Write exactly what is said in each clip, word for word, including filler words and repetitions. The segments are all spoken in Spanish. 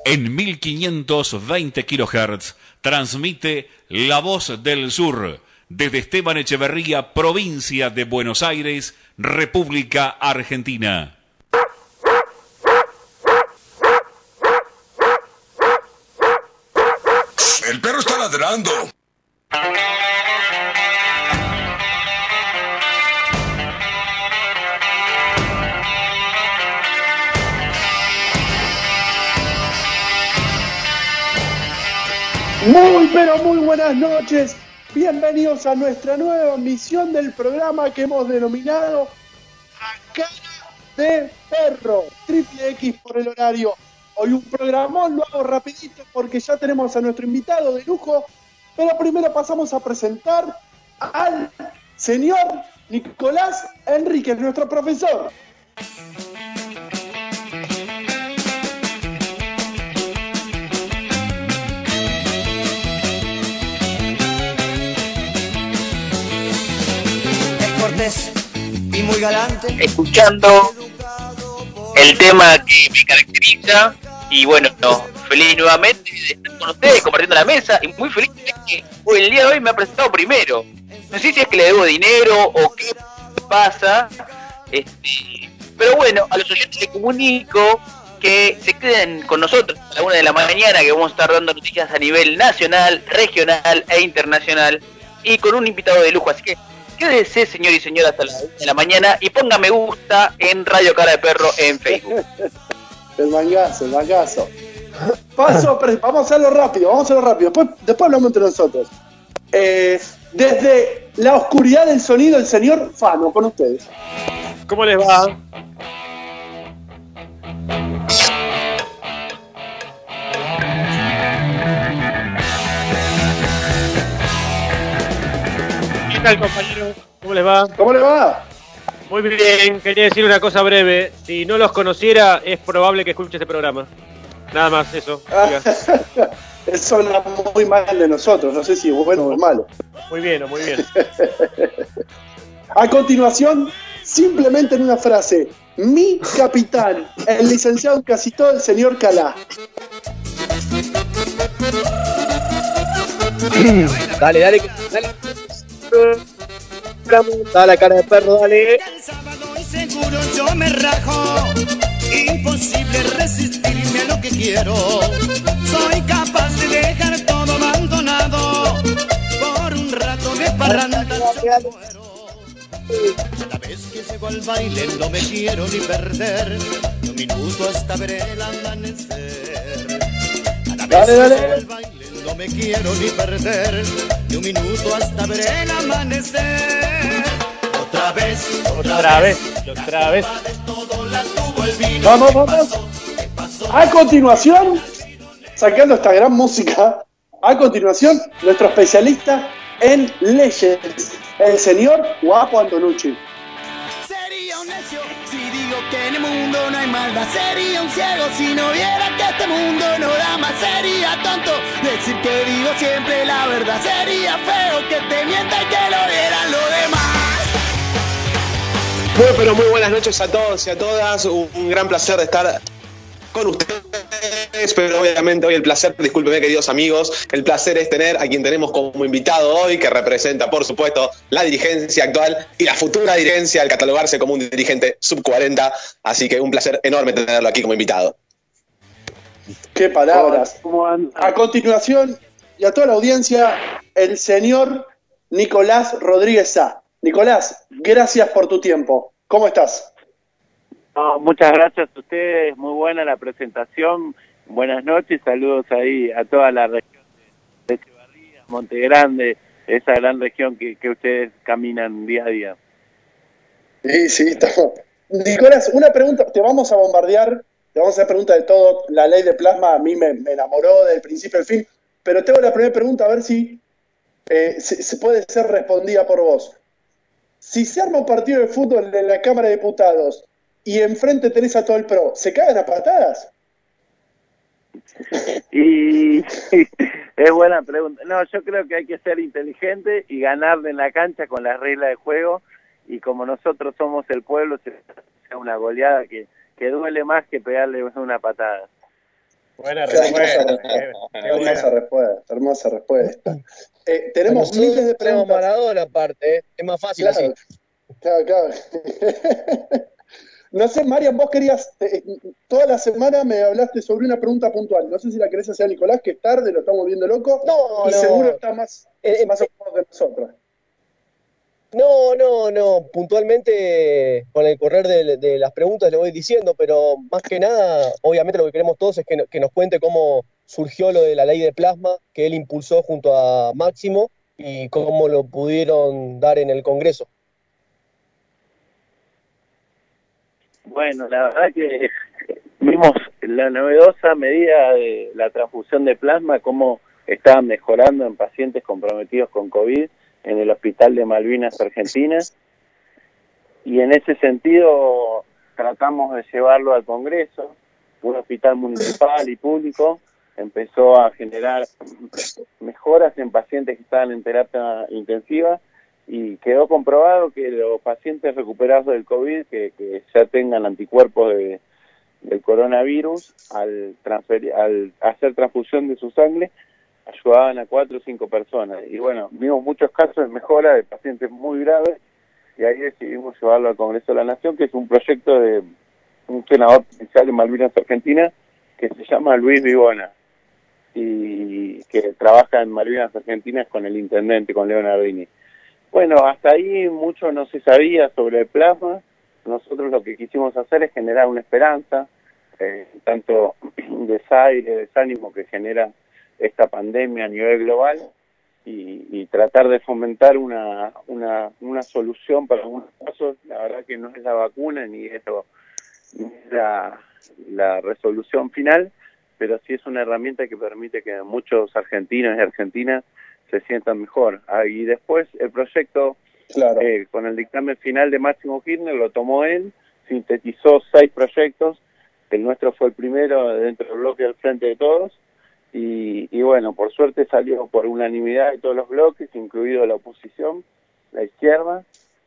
En mil quinientos veinte kilohertz transmite La Voz del Sur desde Esteban Echeverría, provincia de Buenos Aires, República Argentina. El perro está ladrando. Muy pero muy buenas noches, bienvenidos a nuestra nueva emisión del programa que hemos denominado A Cara de Perro, triple X por el horario. Hoy un programón, lo hago rapidito porque ya tenemos a nuestro invitado de lujo, pero primero pasamos a presentar al señor Nicolás Enríquez, nuestro profesor. Cortés y muy galante, escuchando el tema que me caracteriza y bueno, no, feliz nuevamente de estar con ustedes compartiendo la mesa y muy feliz de que el día de hoy me ha presentado primero. No sé si es que le debo dinero o qué pasa, este, pero bueno, a los oyentes les comunico que se queden con nosotros a la una de la mañana, que vamos a estar dando noticias a nivel nacional, regional e internacional y con un invitado de lujo, así que quédese, señor y señora, hasta las diez de la mañana y ponga me gusta en Radio Cara de Perro en Facebook. El mangazo, el mangazo. Paso, vamos a hacerlo rápido, vamos a hacerlo rápido. Después, después hablamos entre nosotros. Eh, desde la oscuridad del sonido, el señor Fano, con ustedes. ¿Cómo les va? ¿Qué tal, compañero? ¿Cómo les va? ¿Cómo les va? Muy bien, quería decir una cosa breve. Si no los conociera, es probable que escuche este programa. Nada más, eso. Eso habla muy mal de nosotros, no sé si es bueno o es malo. Muy bien, muy bien. A continuación, simplemente en una frase, mi capitán, el licenciado en casi todo, el señor Calá. Dale, dale, dale. Dale la cara de perro, dale. el sábado y seguro yo me rajo. Imposible resistirme a lo que quiero. Soy capaz de dejar todo abandonado por un rato de parranda. Yo muero. Cada vez que llego al baile no me quiero ni perder. Un minuto hasta ver el amanecer. Cada vez Dale, que dale. llego al baile no me quiero ni perder. Ni un minuto hasta ver el amanecer. Otra vez, otra, Otra vez, vez, otra vez. de todo la tuvo el vino. Vamos, ¿Qué vamos. pasó? ¿Qué pasó? A continuación, sacando esta gran música, a continuación, nuestro especialista en leyes, el señor Guapo Antonucci. Sería un necio si digo que en el mundo no hay maldad. Sería un ciego si no viera que este mundo no da más. Sería tonto decir que digo siempre la verdad. Sería feo que te mienta y que lo vieran los demás. Muy pero muy buenas noches a todos y a todas, un, un gran placer de estar con ustedes, pero obviamente hoy el placer, discúlpenme queridos amigos, el placer es tener a quien tenemos como invitado hoy, que representa por supuesto la dirigencia actual y la futura dirigencia al catalogarse como un dirigente sub cuarenta, así que un placer enorme tenerlo aquí como invitado. Qué palabras. ¿Cómo andan? A continuación, y a toda la audiencia, el señor Nicolás Rodríguez Sá. Nicolás, gracias por tu tiempo. ¿Cómo estás? No, muchas gracias a ustedes, muy buena la presentación, buenas noches, saludos ahí a toda la región de Echevarría, Monte Grande, esa gran región que, que ustedes caminan día a día. Sí, sí, estamos. Nicolás, una pregunta, te vamos a bombardear, te vamos a hacer preguntas de todo, la ley de plasma a mí me, me enamoró del principio al fin, pero tengo la primera pregunta, a ver si eh, se, se puede ser respondida por vos. Si se arma un partido de fútbol en la Cámara de Diputados y enfrente tenés a todo el pro, ¿se cagan a patadas? Y es buena pregunta. No, yo creo que hay que ser inteligente y ganarle en la cancha con las reglas de juego, y como nosotros somos el pueblo, se una goleada que, que duele más que pegarle una patada. Buena Qué hermosa respuesta. respuesta. qué- qué Hermosa buena. respuesta, hermosa respuesta. Eh, tenemos Nosotros miles de tenemos preguntas. Maradona aparte, ¿eh? Es más fácil Claro, así. claro, claro. No sé, Marian, vos querías, eh, toda la semana me hablaste sobre una pregunta puntual. No sé si la querés hacer a Nicolás, que es tarde, lo estamos viendo loco, No, y no. seguro está más, Eh, más ocupado que nosotros. No, no, no. Puntualmente, con el correr de, de las preguntas le voy diciendo, pero más que nada, obviamente lo que queremos todos es que, no- que nos cuente cómo surgió lo de la ley de plasma que él impulsó junto a Máximo y cómo lo pudieron dar en el Congreso. Bueno, la verdad que vimos la novedosa medida de la transfusión de plasma, cómo estaba mejorando en pacientes comprometidos con COVID en el Hospital de Malvinas, Argentina, y en ese sentido tratamos de llevarlo al Congreso. Un hospital municipal y público empezó a generar mejoras en pacientes que estaban en terapia intensiva, y quedó comprobado que los pacientes recuperados del COVID, que, que ya tengan anticuerpos de, del coronavirus, al, transferir, al hacer transfusión de su sangre, ayudaban a cuatro o cinco personas. Y bueno, vimos muchos casos de mejora de pacientes muy graves, y ahí decidimos llevarlo al Congreso de la Nación, que es un proyecto de un senador provincial de Malvinas, Argentina, que se llama Luis Vivona, y que trabaja en Malvinas, Argentinas con el intendente, con Leonardini. Bueno, hasta ahí mucho no se sabía sobre el plasma. Nosotros lo que quisimos hacer es generar una esperanza, eh, tanto desaire, desánimo que genera esta pandemia a nivel global, y, y tratar de fomentar una, una, una solución para algunos casos. La verdad que no es la vacuna ni es, lo, ni es la, la resolución final, pero sí es una herramienta que permite que muchos argentinos y argentinas se sientan mejor. Ah, y después el proyecto, Claro. eh, con el dictamen final de Máximo Kirchner, lo tomó él, sintetizó seis proyectos, el nuestro fue el primero dentro del bloque del Frente de Todos, y, y bueno, por suerte salió por unanimidad de todos los bloques, incluido la oposición, la izquierda,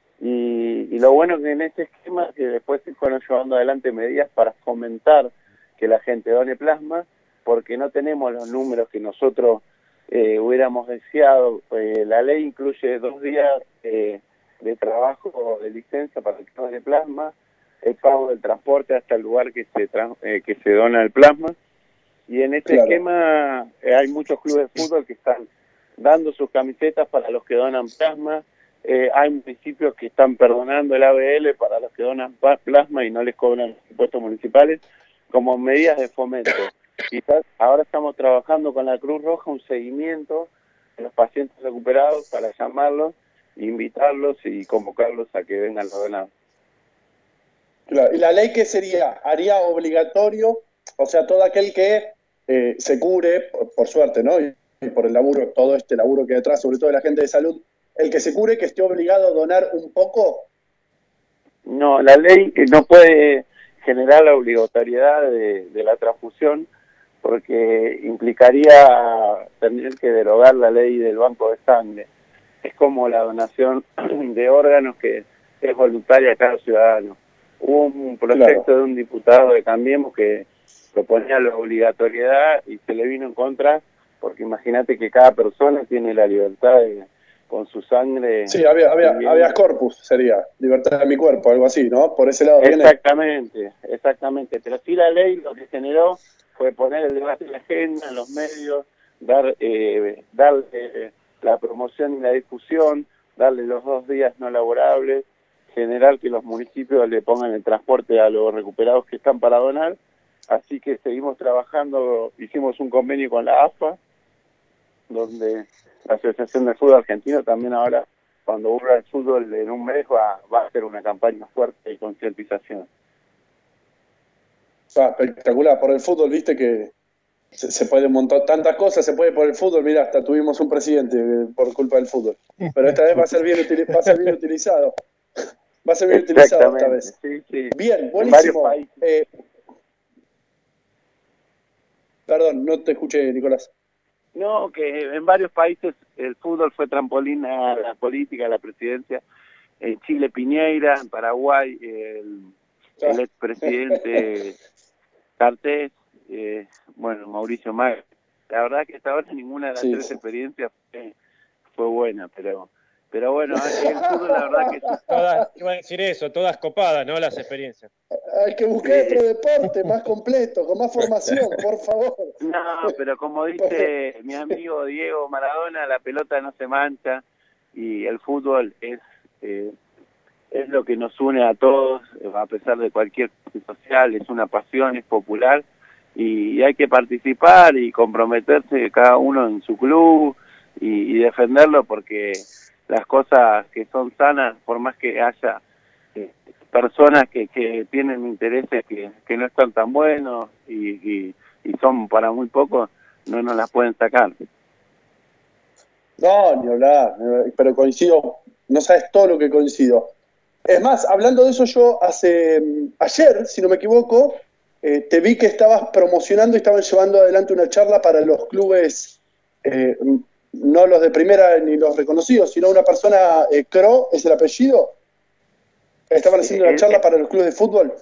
y, y lo bueno que en este esquema, que después se fueron llevando adelante medidas para fomentar que la gente done plasma, porque no tenemos los números que nosotros Eh, hubiéramos deseado. Eh, la ley incluye dos días eh, de trabajo de licencia para el que de plasma, el pago del transporte hasta el lugar que se tra eh, que se dona el plasma, y en este Claro. esquema eh, hay muchos clubes de fútbol que están dando sus camisetas para los que donan plasma. Eh, hay municipios que están perdonando el A B L para los que donan plasma y no les cobran los impuestos municipales, como medidas de fomento. Quizás ahora estamos trabajando con la Cruz Roja un seguimiento de los pacientes recuperados para llamarlos, invitarlos y convocarlos a que vengan a donar. Claro. ¿Y la ley qué sería? ¿Haría obligatorio, o sea, todo aquel que eh, se cure, por, por suerte, ¿no? Y, y por el laburo, todo este laburo que hay detrás, sobre todo de la gente de salud, el que se cure, que esté obligado a donar un poco? No, la ley no puede generar la obligatoriedad de, de la transfusión, porque implicaría tener que derogar la ley del banco de sangre. Es como la donación de órganos, que es voluntaria a cada ciudadano. Hubo un proyecto Claro. de un diputado de Cambiemos que proponía la obligatoriedad y se le vino en contra, porque imagínate que cada persona tiene la libertad de, con su sangre... Sí, había, había, bien. habeas corpus sería, libertad de mi cuerpo, algo así, ¿no? Por ese lado viene. Exactamente, exactamente. Pero sí, la ley lo que generó fue poner el debate en la agenda, en los medios, dar eh, darle eh, la promoción y la difusión, darle los dos días no laborables, generar que los municipios le pongan el transporte a los recuperados que están para donar. Así que seguimos trabajando, hicimos un convenio con la A F A, donde la Asociación de Fútbol Argentino también ahora, cuando vuelva el fútbol en un mes, va, va a hacer una campaña fuerte de concientización. Ah, espectacular, por el fútbol, viste que se, se puede montar tantas cosas, se puede por el fútbol, mira, hasta tuvimos un presidente eh, por culpa del fútbol. Pero esta vez va a ser bien, utili va a ser bien utilizado. Va a ser bien utilizado esta vez. Sí, sí. Bien, En varios buenísimo. países. Eh, perdón, no te escuché, Nicolás. No, que en varios países el fútbol fue trampolín a la política, a la presidencia. En Chile, Piñeira; en Paraguay, el, el expresidente Cartés; eh, bueno, Mauricio Macri. La verdad que hasta ahora ninguna de las Sí, tres sí. experiencias fue, fue buena, pero pero bueno, el fútbol la verdad que es- Todas, iba a decir eso, todas copadas, ¿no? Las experiencias. Hay que buscar eh, otro deporte más completo, con más formación, por favor. no, pero como dice mi amigo Diego Maradona, la pelota no se mancha y el fútbol es eh, es lo que nos une a todos, a pesar de cualquier crisis social, es una pasión, es popular y, y hay que participar y comprometerse cada uno en su club y, y defenderlo porque las cosas que son sanas, por más que haya eh, personas que, que tienen intereses que, que no están tan buenos y, y, y son para muy pocos, no nos las pueden sacar. No, ni hablar, pero coincido, no sabes todo lo que coincido. Es más, hablando de eso, yo hace ayer, si no me equivoco, eh, te vi que estabas promocionando y estaban llevando adelante una charla para los clubes, eh, no los de primera ni los reconocidos, sino una persona, eh, Cro, ¿es el apellido? Estaban haciendo una Eh, charla eh, para los clubes de fútbol.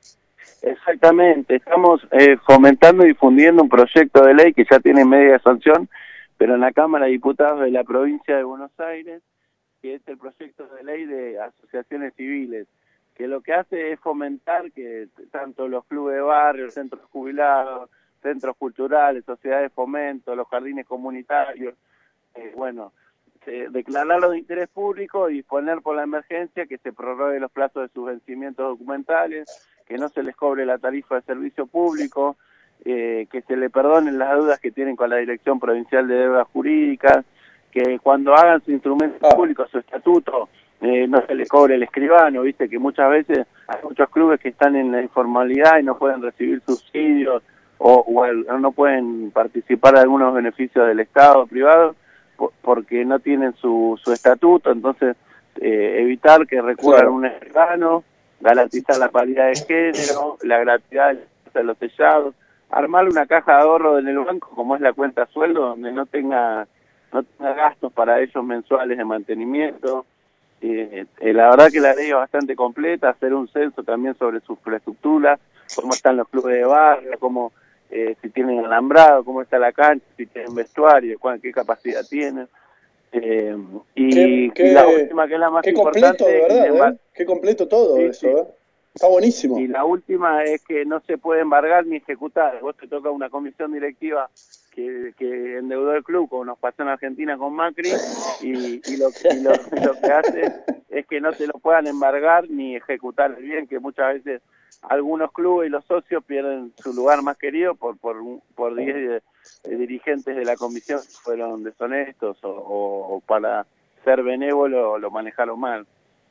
Exactamente, estamos eh, fomentando y difundiendo un proyecto de ley que ya tiene media sanción, pero en la Cámara de Diputados de la provincia de Buenos Aires, que es el proyecto de ley de asociaciones civiles, que lo que hace es fomentar que tanto los clubes de barrio, centros jubilados, centros culturales, sociedades de fomento, los jardines comunitarios, eh, bueno, eh, declararlo de interés público y disponer por la emergencia que se prorrogue los plazos de sus vencimientos documentales, que no se les cobre la tarifa de servicio público, eh, que se le perdonen las deudas que tienen con la Dirección Provincial de Deudas Jurídicas, que cuando hagan su instrumento Ah. público, su estatuto, eh, no se les cobre el escribano, viste que muchas veces hay muchos clubes que están en la informalidad y no pueden recibir subsidios o, o, el- o no pueden participar de algunos beneficios del Estado o privado po- porque no tienen su, su estatuto, entonces eh, evitar que recurran Claro. a un escribano, garantizar la paridad de género, la gratuidad de los sellados, armar una caja de ahorro en el banco como es la cuenta sueldo, donde no tenga no tenga gastos para ellos mensuales de mantenimiento. Eh, eh, la verdad que la ley es bastante completa, hacer un censo también sobre su infraestructura, cómo están los clubes de barrio, cómo eh, si tienen alambrado, cómo está la cancha, si tienen vestuario, cuál, qué capacidad tienen. Eh, y, Qué, y la qué, última, que es la más qué completo, de importante, y la verdad, embar- ¿eh? Qué completo todo sí, eso, sí. ¿eh? Está buenísimo. Y la última es que no se puede embargar ni ejecutar. Vos te toca una comisión directiva que, que endeudó el club, como nos pasó en Argentina con Macri, y, y, lo, y lo, lo que hace es que no te lo puedan embargar ni ejecutar el bien, que muchas veces algunos clubes y los socios pierden su lugar más querido por por por diez de, de dirigentes de la comisión que fueron deshonestos o, o, o para ser benévolo lo manejaron mal.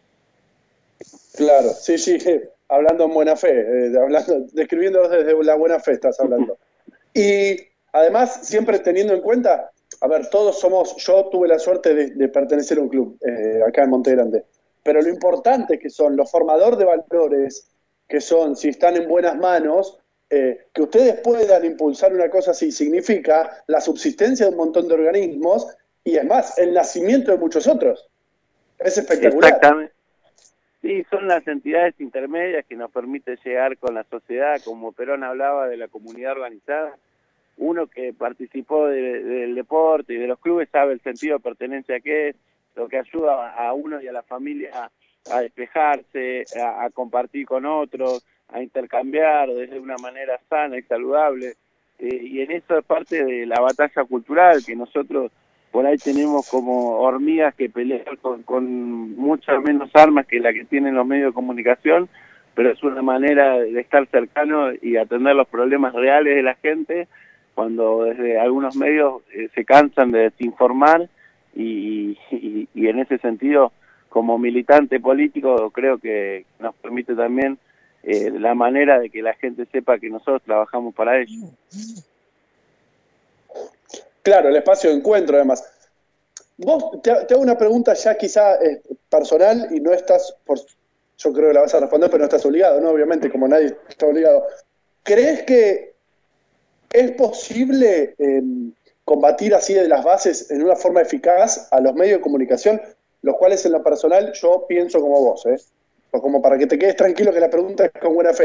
Claro, sí, sí, hablando en buena fe, eh, hablando, describiéndolo desde la buena fe estás hablando. Y además, siempre teniendo en cuenta, a ver, todos somos, yo tuve la suerte de, de pertenecer a un club eh, acá en Monte Grande, pero lo importante que son los formadores de valores, que son, si están en buenas manos, eh, que ustedes puedan impulsar una cosa así, significa la subsistencia de un montón de organismos y es más, el nacimiento de muchos otros. Es espectacular. Exactamente. Sí, son las entidades intermedias que nos permiten llegar con la sociedad, como Perón hablaba de la comunidad organizada. Uno que participó de, del deporte y de los clubes sabe el sentido de pertenencia que es, lo que ayuda a uno y a la familia a, a despejarse, a, a compartir con otros, a intercambiar desde una manera sana y saludable. Eh, y en eso es parte de la batalla cultural que nosotros por ahí tenemos como hormigas que pelean con, con muchas menos armas que la que tienen los medios de comunicación, pero es una manera de estar cercano y atender los problemas reales de la gente cuando desde algunos medios eh, se cansan de desinformar y, y, y en ese sentido como militante político creo que nos permite también eh, la manera de que la gente sepa que nosotros trabajamos para ellos. Claro, el espacio de encuentro, además. Vos, te, te hago una pregunta ya quizá eh, personal y no estás, por, yo creo que la vas a responder, pero no estás obligado, ¿no? Obviamente, como nadie está obligado. ¿Crees que es posible eh, combatir así de las bases en una forma eficaz a los medios de comunicación, los cuales en lo personal yo pienso como vos, ¿eh? O como para que te quedes tranquilo que la pregunta es con buena fe.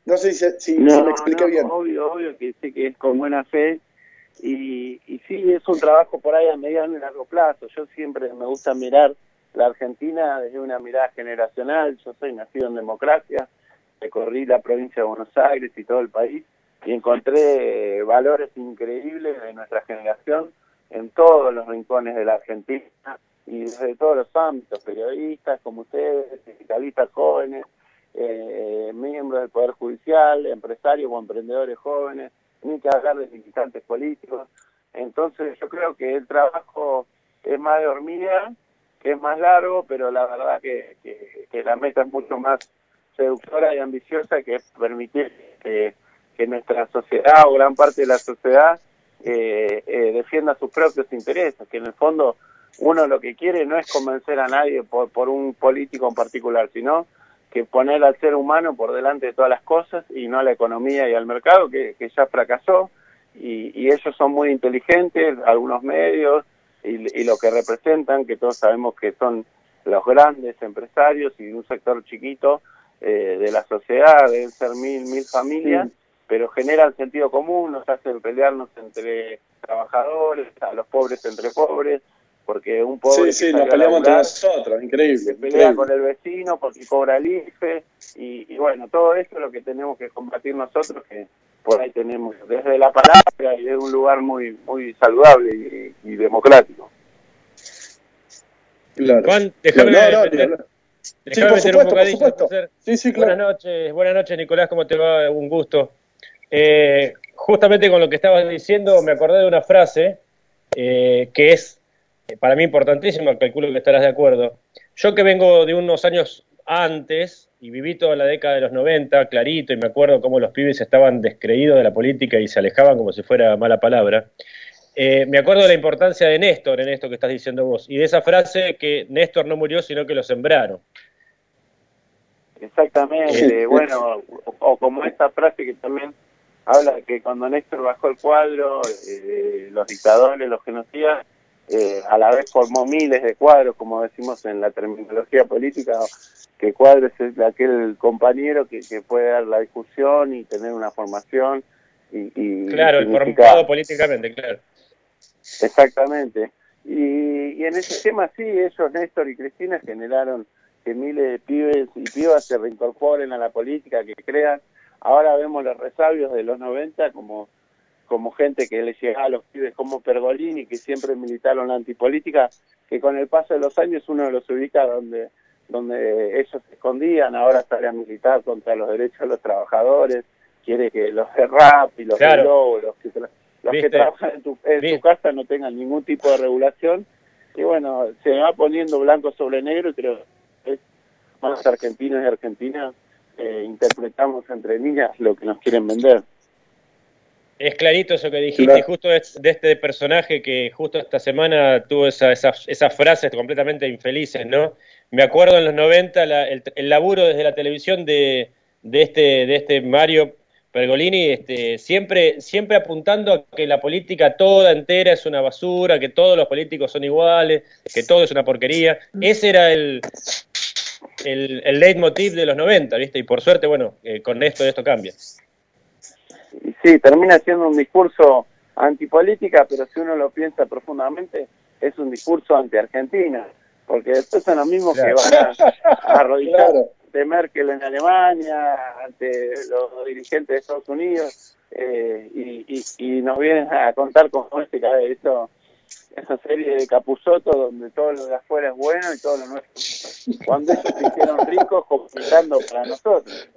No sé si, si, no, si me expliqué no, bien. Obvio, obvio que sí que es con buena fe y, y sí es un trabajo por ahí a mediano y largo plazo. Yo siempre me gusta mirar la Argentina desde una mirada generacional. Yo soy nacido en democracia, recorrí la provincia de Buenos Aires y todo el país y encontré valores increíbles de nuestra generación en todos los rincones de la Argentina y desde todos los ámbitos, periodistas como ustedes, sindicalistas jóvenes, eh, miembros del Poder Judicial, empresarios o emprendedores jóvenes, ni que hablar de militantes políticos. Entonces yo creo que el trabajo es más de hormiga, que es más largo, pero la verdad que, que, que la meta es mucho más seductora y ambiciosa, que es permitir eh, que nuestra sociedad o gran parte de la sociedad eh, eh, defienda sus propios intereses, que en el fondo uno lo que quiere no es convencer a nadie por, por un político en particular, sino que poner al ser humano por delante de todas las cosas y no a la economía y al mercado, que, que ya fracasó, y, y ellos son muy inteligentes, algunos medios, y, y lo que representan, que todos sabemos que son los grandes empresarios y un sector chiquito eh, de la sociedad, deben ser mil, mil familias, sí, pero generan sentido común, nos hacen pelearnos entre trabajadores, a los pobres entre pobres, porque un pobre sí, sí, que nos peleamos entre laburar, nosotros, increíble. se pelea increíble. con el vecino porque cobra el I F E, y, y bueno, todo eso es lo que tenemos que combatir nosotros, que por ahí tenemos desde la palabra y de un lugar muy muy saludable y, y democrático. Claro. Juan, déjame No, no, meter, no, déjame sí, por meter supuesto, un bocadillo. por supuesto. Hacer... Sí, sí, claro. Buenas noches, buenas noches, Nicolás, ¿cómo te va? Un gusto. Eh, justamente con lo que estabas diciendo me acordé de una frase eh, que es para mí importantísima, calculo que estarás de acuerdo. Yo que vengo de unos años antes y viví toda la década de los noventa, clarito, y me acuerdo cómo los pibes estaban descreídos de la política y se alejaban como si fuera mala palabra. Eh, me acuerdo de la importancia de Néstor en esto que estás diciendo vos, y de esa frase que Néstor no murió, sino que lo sembraron. Exactamente, eh, bueno, o, o como esta frase que también habla de que cuando Néstor bajó el cuadro, eh, los dictadores, los genocidas, eh, a la vez formó miles de cuadros, como decimos en la terminología política, que cuadro es aquel compañero que, que puede dar la discusión y tener una formación. Y, y claro, el formado políticamente, claro. Exactamente. Y, y en ese tema sí, ellos, Néstor y Cristina, generaron que miles de pibes y pibas se reincorporen a la política, que crean. Ahora vemos los resabios de los noventa como, como gente que les llegaba a los pibes como Pergolini, que siempre militaron la antipolítica, que con el paso de los años uno los ubica donde, donde ellos se escondían, ahora sale a militar contra los derechos de los trabajadores, quiere que los de rap y los claro. de Globo, los que, tra los que trabajan en, tu, en tu casa no tengan ningún tipo de regulación, y bueno, se va poniendo blanco sobre negro, y creo que es más argentinos y argentinas eh, interpretamos entre niñas lo que nos quieren vender. Es clarito eso que dijiste, claro. Y justo es de este personaje que justo esta semana tuvo esa, esas, esas frases completamente infelices, ¿no? Me acuerdo en los noventa la, el, el laburo desde la televisión de, de, este, de este Mario Pergolini, este, siempre, siempre apuntando a que la política toda entera es una basura, que todos los políticos son iguales, que todo es una porquería. Ese era el, el, el leitmotiv de los noventa, ¿viste? Y por suerte, bueno, eh, con esto esto cambia. Sí, termina siendo un discurso antipolítica, pero si uno lo piensa profundamente, es un discurso anti-Argentina, porque después son los mismos claro. que van a, a arrodillar claro. de Merkel en Alemania, ante los dirigentes de Estados Unidos, eh, y, y, y nos vienen a contar como este que ha hecho esa serie de Capusotto, donde todo lo de afuera es bueno y todo lo nuestro, cuando ellos se hicieron ricos complicando para nosotros.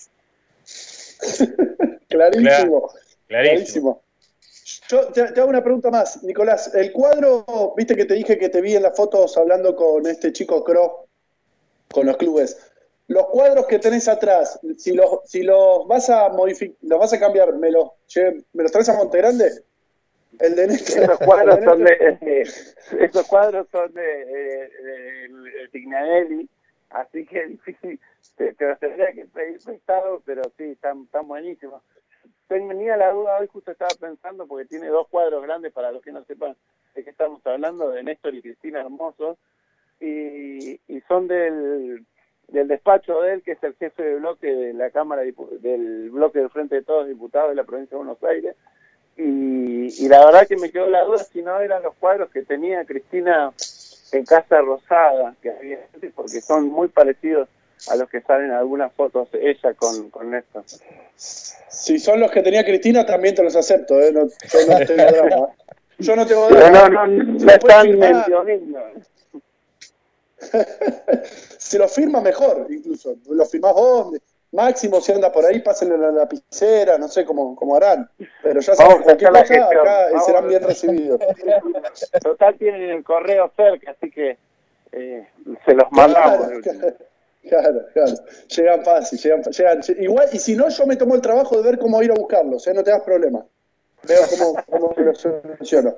Clarísimo, claro, clarísimo. clarísimo. Yo te, te hago una pregunta más, Nicolás. El cuadro, viste que te dije que te vi en las fotos hablando con este chico Cro, con los clubes. Los cuadros que tenés atrás, si los, si los vas a modificar, los vas a cambiar, ¿me los, ¿me los traes a Monte Grande? El de Néstor. Esos cuadros de son de, eh, esos cuadros son de, de, de, de Tignanelli, así que es difícil. Te, te los tendría que pedir prestado, pero sí, están, están buenísimos. Tenía la duda hoy, justo estaba pensando, porque tiene dos cuadros grandes, para los que no sepan de qué estamos hablando, de Néstor y Cristina Hermoso, y, y son del del despacho de él, que es el jefe de bloque de la Cámara, del bloque del Frente de Todos Diputados de la Provincia de Buenos Aires, y, y la verdad que me quedó la duda si no eran los cuadros que tenía Cristina en Casa Rosada, que había, porque son muy parecidos a los que salen en algunas fotos ella con, con Néstor. Si son los que tenía Cristina, también te los acepto, ¿eh? No, yo no tengo drama. Yo no tengo drama. No, no, no, no están mencionando. Se lo firma mejor, incluso. Lo firmás vos, Máximo, si anda por ahí, pásenle la lapicera, no sé cómo, cómo harán. Pero ya saben, cualquier cosa acá vamos, serán bien recibidos. Total, tienen el correo cerca, así que eh, se los mandamos. Claro, claro, claro. Llegan fácil, llegan, llegan. Igual, y si no, yo me tomo el trabajo de ver cómo ir a buscarlos, ¿eh? No te das problema. Veo cómo, cómo lo soluciono.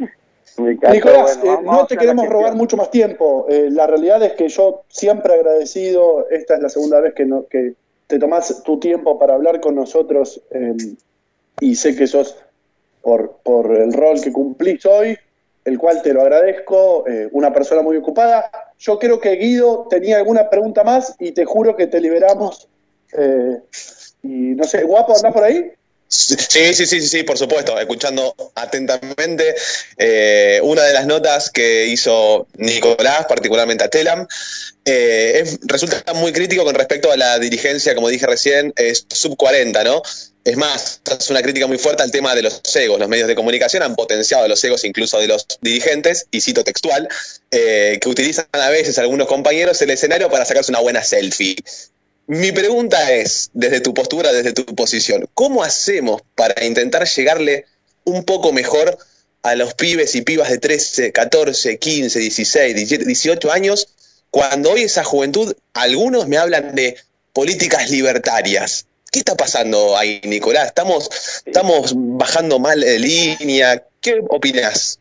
Nicolás, bueno, eh, no te queremos robar mucho más tiempo. Eh, la realidad es que yo siempre agradecido, esta es la segunda vez que, no, que te tomás tu tiempo para hablar con nosotros eh, y sé que sos, por, por el rol que cumplís hoy, el cual te lo agradezco, eh, una persona muy ocupada. Yo creo que Guido tenía alguna pregunta más y te juro que te liberamos. Eh, y no sé, Guapo, ¿andás por ahí? Sí, sí, sí, sí, sí, por supuesto, escuchando atentamente eh, una de las notas que hizo Nicolás, particularmente a Telam, eh, es, resulta muy crítico con respecto a la dirigencia, como dije recién, es sub cuarenta, ¿no? Es más, es una crítica muy fuerte al tema de los egos. Los medios de comunicación han potenciado los egos incluso de los dirigentes, y cito textual, eh, que utilizan a veces algunos compañeros el escenario para sacarse una buena selfie. Mi pregunta es, desde tu postura, desde tu posición, ¿cómo hacemos para intentar llegarle un poco mejor a los pibes y pibas de trece, catorce, quince, dieciséis, diecisiete, dieciocho años, cuando hoy esa juventud, algunos me hablan de políticas libertarias? ¿Qué está pasando ahí, Nicolás? ¿Estamos, estamos bajando mal de línea? ¿Qué opinás?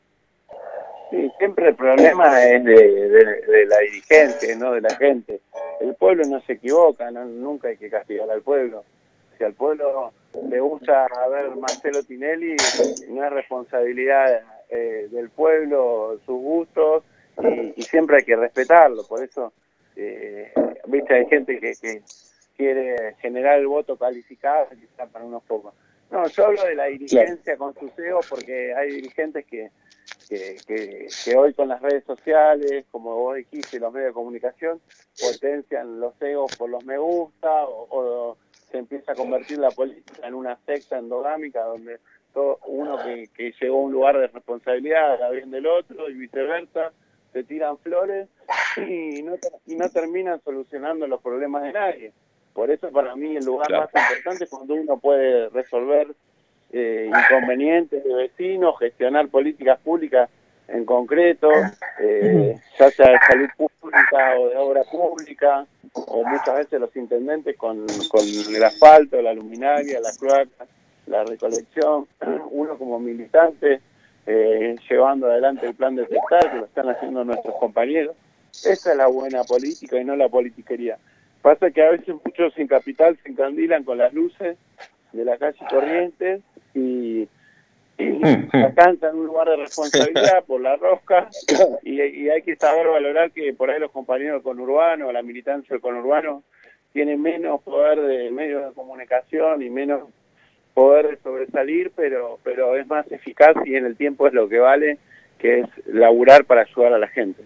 Sí, siempre el problema es de, de, de la dirigencia, no de la gente. El pueblo no se equivoca, no, nunca hay que castigar al pueblo. Si al pueblo le gusta ver Marcelo Tinelli, no es responsabilidad eh, del pueblo sus gustos, y, y siempre hay que respetarlo. Por eso, eh, viste, hay gente que, que quiere generar el voto calificado, quizás para unos pocos. No, yo hablo de la dirigencia con sus egos, porque hay dirigentes que Que, que, que hoy con las redes sociales, como vos dijiste, los medios de comunicación, potencian los egos por los me gusta, o, o se empieza a convertir la política en una secta endogámica donde todo uno que, que llegó a un lugar de responsabilidad habla bien del otro y viceversa, se tiran flores y no, y no terminan solucionando los problemas de nadie. Por eso para mí el lugar claro. más importante es cuando uno puede resolver Eh, inconvenientes de vecinos, gestionar políticas públicas en concreto, eh, ya sea de salud pública o de obra pública, o muchas veces los intendentes con, con el asfalto, la luminaria, la cloaca, la recolección, uno como militante eh, llevando adelante el plan de detectar, que lo están haciendo nuestros compañeros. Esa es la buena política y no la politiquería. Pasa que a veces muchos sin capital se encandilan con las luces de la calle Corrientes y, y alcanzan un lugar de responsabilidad por la rosca, y, y hay que saber valorar que por ahí los compañeros del conurbano, la militancia del conurbano, tienen menos poder de medios de comunicación y menos poder de sobresalir, pero, pero es más eficaz y en el tiempo es lo que vale, que es laburar para ayudar a la gente.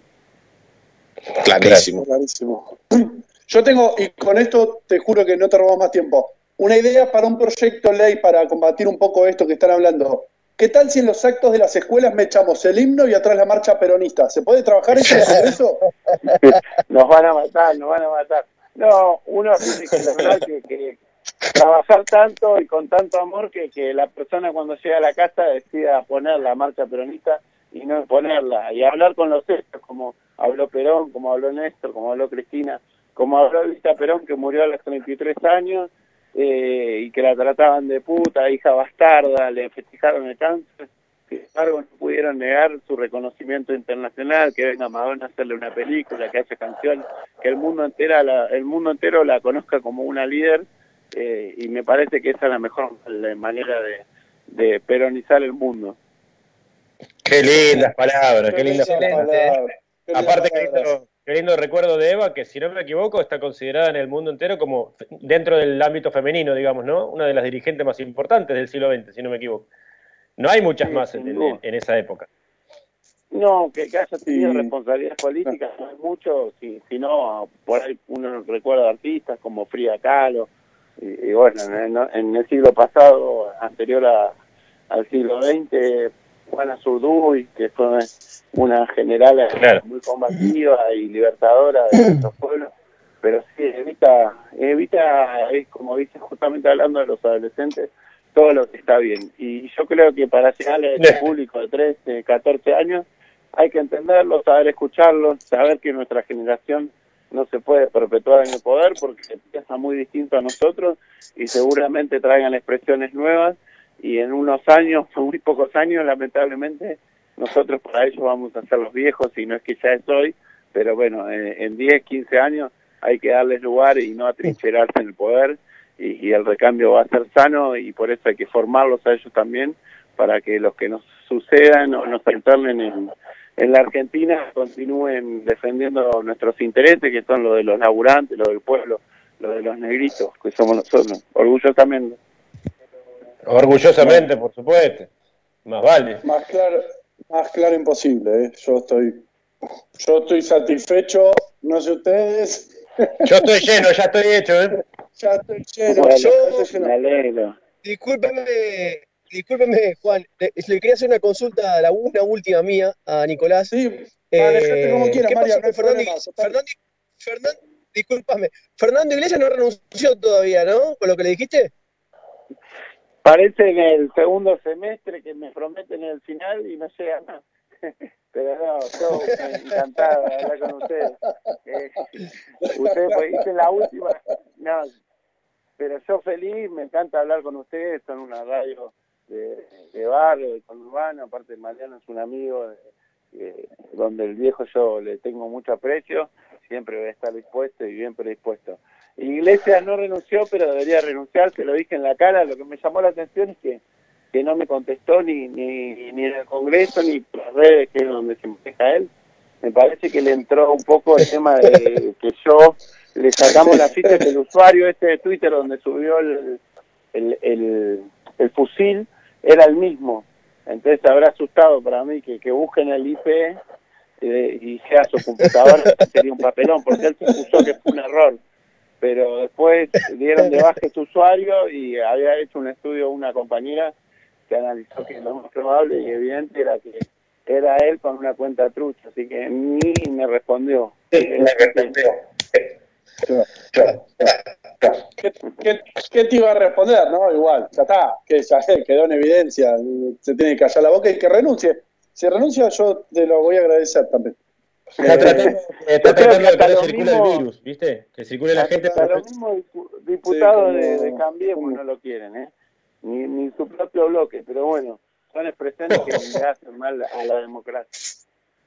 Clarísimo. Clarísimo. Yo tengo, y con esto te juro que no te robamos más tiempo, una idea para un proyecto de ley para combatir un poco esto que están hablando. ¿Qué tal si en los actos de las escuelas me echamos el himno y atrás la marcha peronista? ¿Se puede trabajar eso en el Congreso? Nos van a matar, nos van a matar. No, uno tiene que lograr que, que trabajar tanto y con tanto amor que, que la persona cuando llega a la casa decida poner la marcha peronista y no ponerla. Y hablar con los hechos, como habló Perón, como habló Néstor, como habló Cristina, como habló Evita Perón, que murió a los treinta y tres años, Eh, y que la trataban de puta, hija bastarda, le festejaron el cáncer, sin embargo no pudieron negar su reconocimiento internacional, que venga Madonna a hacerle una película, que haya canciones, que el mundo entera la, el mundo entero la conozca como una líder, eh, y me parece que esa es la mejor manera de, de peronizar el mundo. Qué lindas palabras, qué lindas palabras. Aparte, Carito, qué lindo recuerdo de Eva, que si no me equivoco está considerada en el mundo entero como, dentro del ámbito femenino, digamos, ¿no? Una de las dirigentes más importantes del siglo veinte, si no me equivoco. No hay muchas Sí, más sin en, duda. en, en esa época. No, que, que haya tenido Sí. responsabilidades políticas no es mucho, si, si no, por ahí uno recuerda artistas como Frida Kahlo, y, y bueno, en, en el siglo pasado, anterior a, al siglo veinte, Juana Zurduy, que fue una general Claro. muy combativa y libertadora de nuestros pueblos, pero sí, Evita, Evita es, como dice, justamente hablando de los adolescentes, todo lo que está bien. Y yo creo que para llegarle a este público de trece, catorce años, hay que entenderlo, saber escucharlo, saber que nuestra generación no se puede perpetuar en el poder porque piensa muy distinto a nosotros y seguramente traigan expresiones nuevas y en unos años, muy pocos años, lamentablemente, nosotros para ellos vamos a ser los viejos y no es que ya es hoy, pero bueno, eh, en diez, quince años hay que darles lugar y no atrincherarse en el poder y, y el recambio va a ser sano y por eso hay que formarlos a ellos también para que los que nos sucedan o nos internen en en la Argentina continúen defendiendo nuestros intereses, que son los de los laburantes, los del pueblo, los de los negritos, que somos nosotros, orgullosamente. Orgullosamente, por supuesto. Más vale. Más claro, más claro imposible, ¿eh? Yo estoy, yo estoy satisfecho, no sé ustedes. Yo estoy lleno, ya estoy hecho, ¿eh? Ya estoy lleno, Bueno, yo me estoy lleno. alegro. Discúlpeme, discúlpeme, Juan. Le, le quería hacer una consulta, la, una última mía, a Nicolás. Sí, manejate como Eh, quieras, ¿Qué María, pasó no hay con Fernando problema. Iglesias? Fernando, Fernando, discúlpame. Fernando Iglesias no renunció todavía, ¿no? Con lo que le dijiste. Parece en el segundo semestre que me prometen el final y no llega más. Pero no, yo eh, encantado de hablar con ustedes. Eh, ustedes pues, dicen la última, no, pero yo feliz, me encanta hablar con ustedes, son una radio de, de barrio, de conurbano, aparte Mariano es un amigo de, de, donde el viejo yo le tengo mucho aprecio, siempre voy a estar dispuesto y bien predispuesto. Iglesias no renunció, pero debería renunciar, se lo dije en la cara. Lo que me llamó la atención es que, que no me contestó ni, ni, ni en el Congreso ni por las redes, que es donde se maneja él. Me parece que le entró un poco el tema de que yo le sacamos la ficha del usuario este de Twitter donde subió el, el, el, el fusil, era el mismo. Entonces habrá asustado para mí que, que busquen el I P eh, y sea su computadora, sería un papelón, porque él supuso que fue un error. Pero después dieron de baja este usuario y había hecho un estudio una compañera que analizó que lo más probable y evidente era que era él con una cuenta trucha, así que ni me respondió. Sí, me respondió. ¿Qué, qué, ¿Qué te iba a responder? No, igual, ya está, que ya quedó en evidencia, se tiene que callar la boca y que renuncie. Si renuncia, yo te lo voy a agradecer también. Está tratando, está tratando de que no circule mismo, el virus, ¿viste? Que circule la gente. Hasta los mismos diputados sí, de, de Cambiemos no lo quieren, ¿eh? Ni, ni su propio bloque, pero bueno, son expresiones que le hacen mal a la democracia.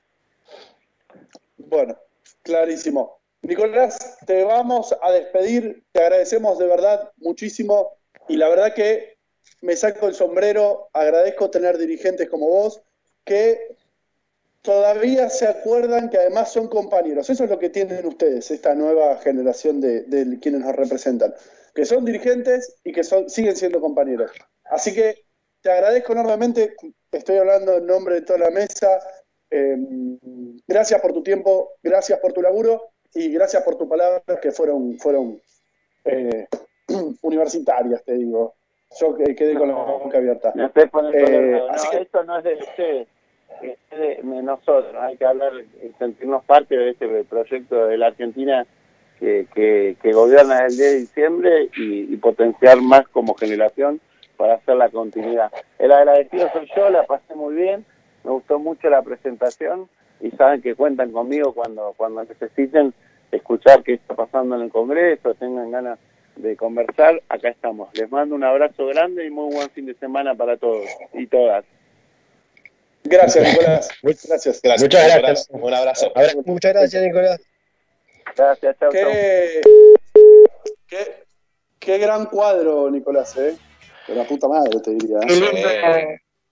Bueno, clarísimo. Nicolás, te vamos a despedir, te agradecemos de verdad muchísimo y la verdad que me saco el sombrero, agradezco tener dirigentes como vos que todavía se acuerdan que además son compañeros. Eso es lo que tienen ustedes, esta nueva generación de, de quienes nos representan, que son dirigentes y que son, siguen siendo compañeros. Así que te agradezco enormemente, estoy hablando en nombre de toda la mesa, eh, gracias por tu tiempo, gracias por tu laburo y gracias por tus palabras que fueron, fueron eh, universitarias, te digo. Yo quedé con la boca abierta. No estoy poniendo Eh, no, así que... esto no es de ustedes, es de nosotros. Hay que hablar y sentirnos parte de este proyecto de la Argentina que, que, que gobierna el diez de diciembre y, y potenciar más como generación para hacer la continuidad. El agradecido soy yo, la pasé muy bien, me gustó mucho la presentación y saben que cuentan conmigo cuando, cuando necesiten escuchar qué está pasando en el Congreso, tengan ganas de conversar, acá estamos. Les mando un abrazo grande y muy buen fin de semana para todos y todas. Gracias, Nicolás. Gracias. Gracias. Muchas gracias. Un abrazo. Muchas gracias, Nicolás. Gracias, chao, chao. Qué, qué, qué gran cuadro, Nicolás, ¿eh? De la puta madre, te diría. Eh,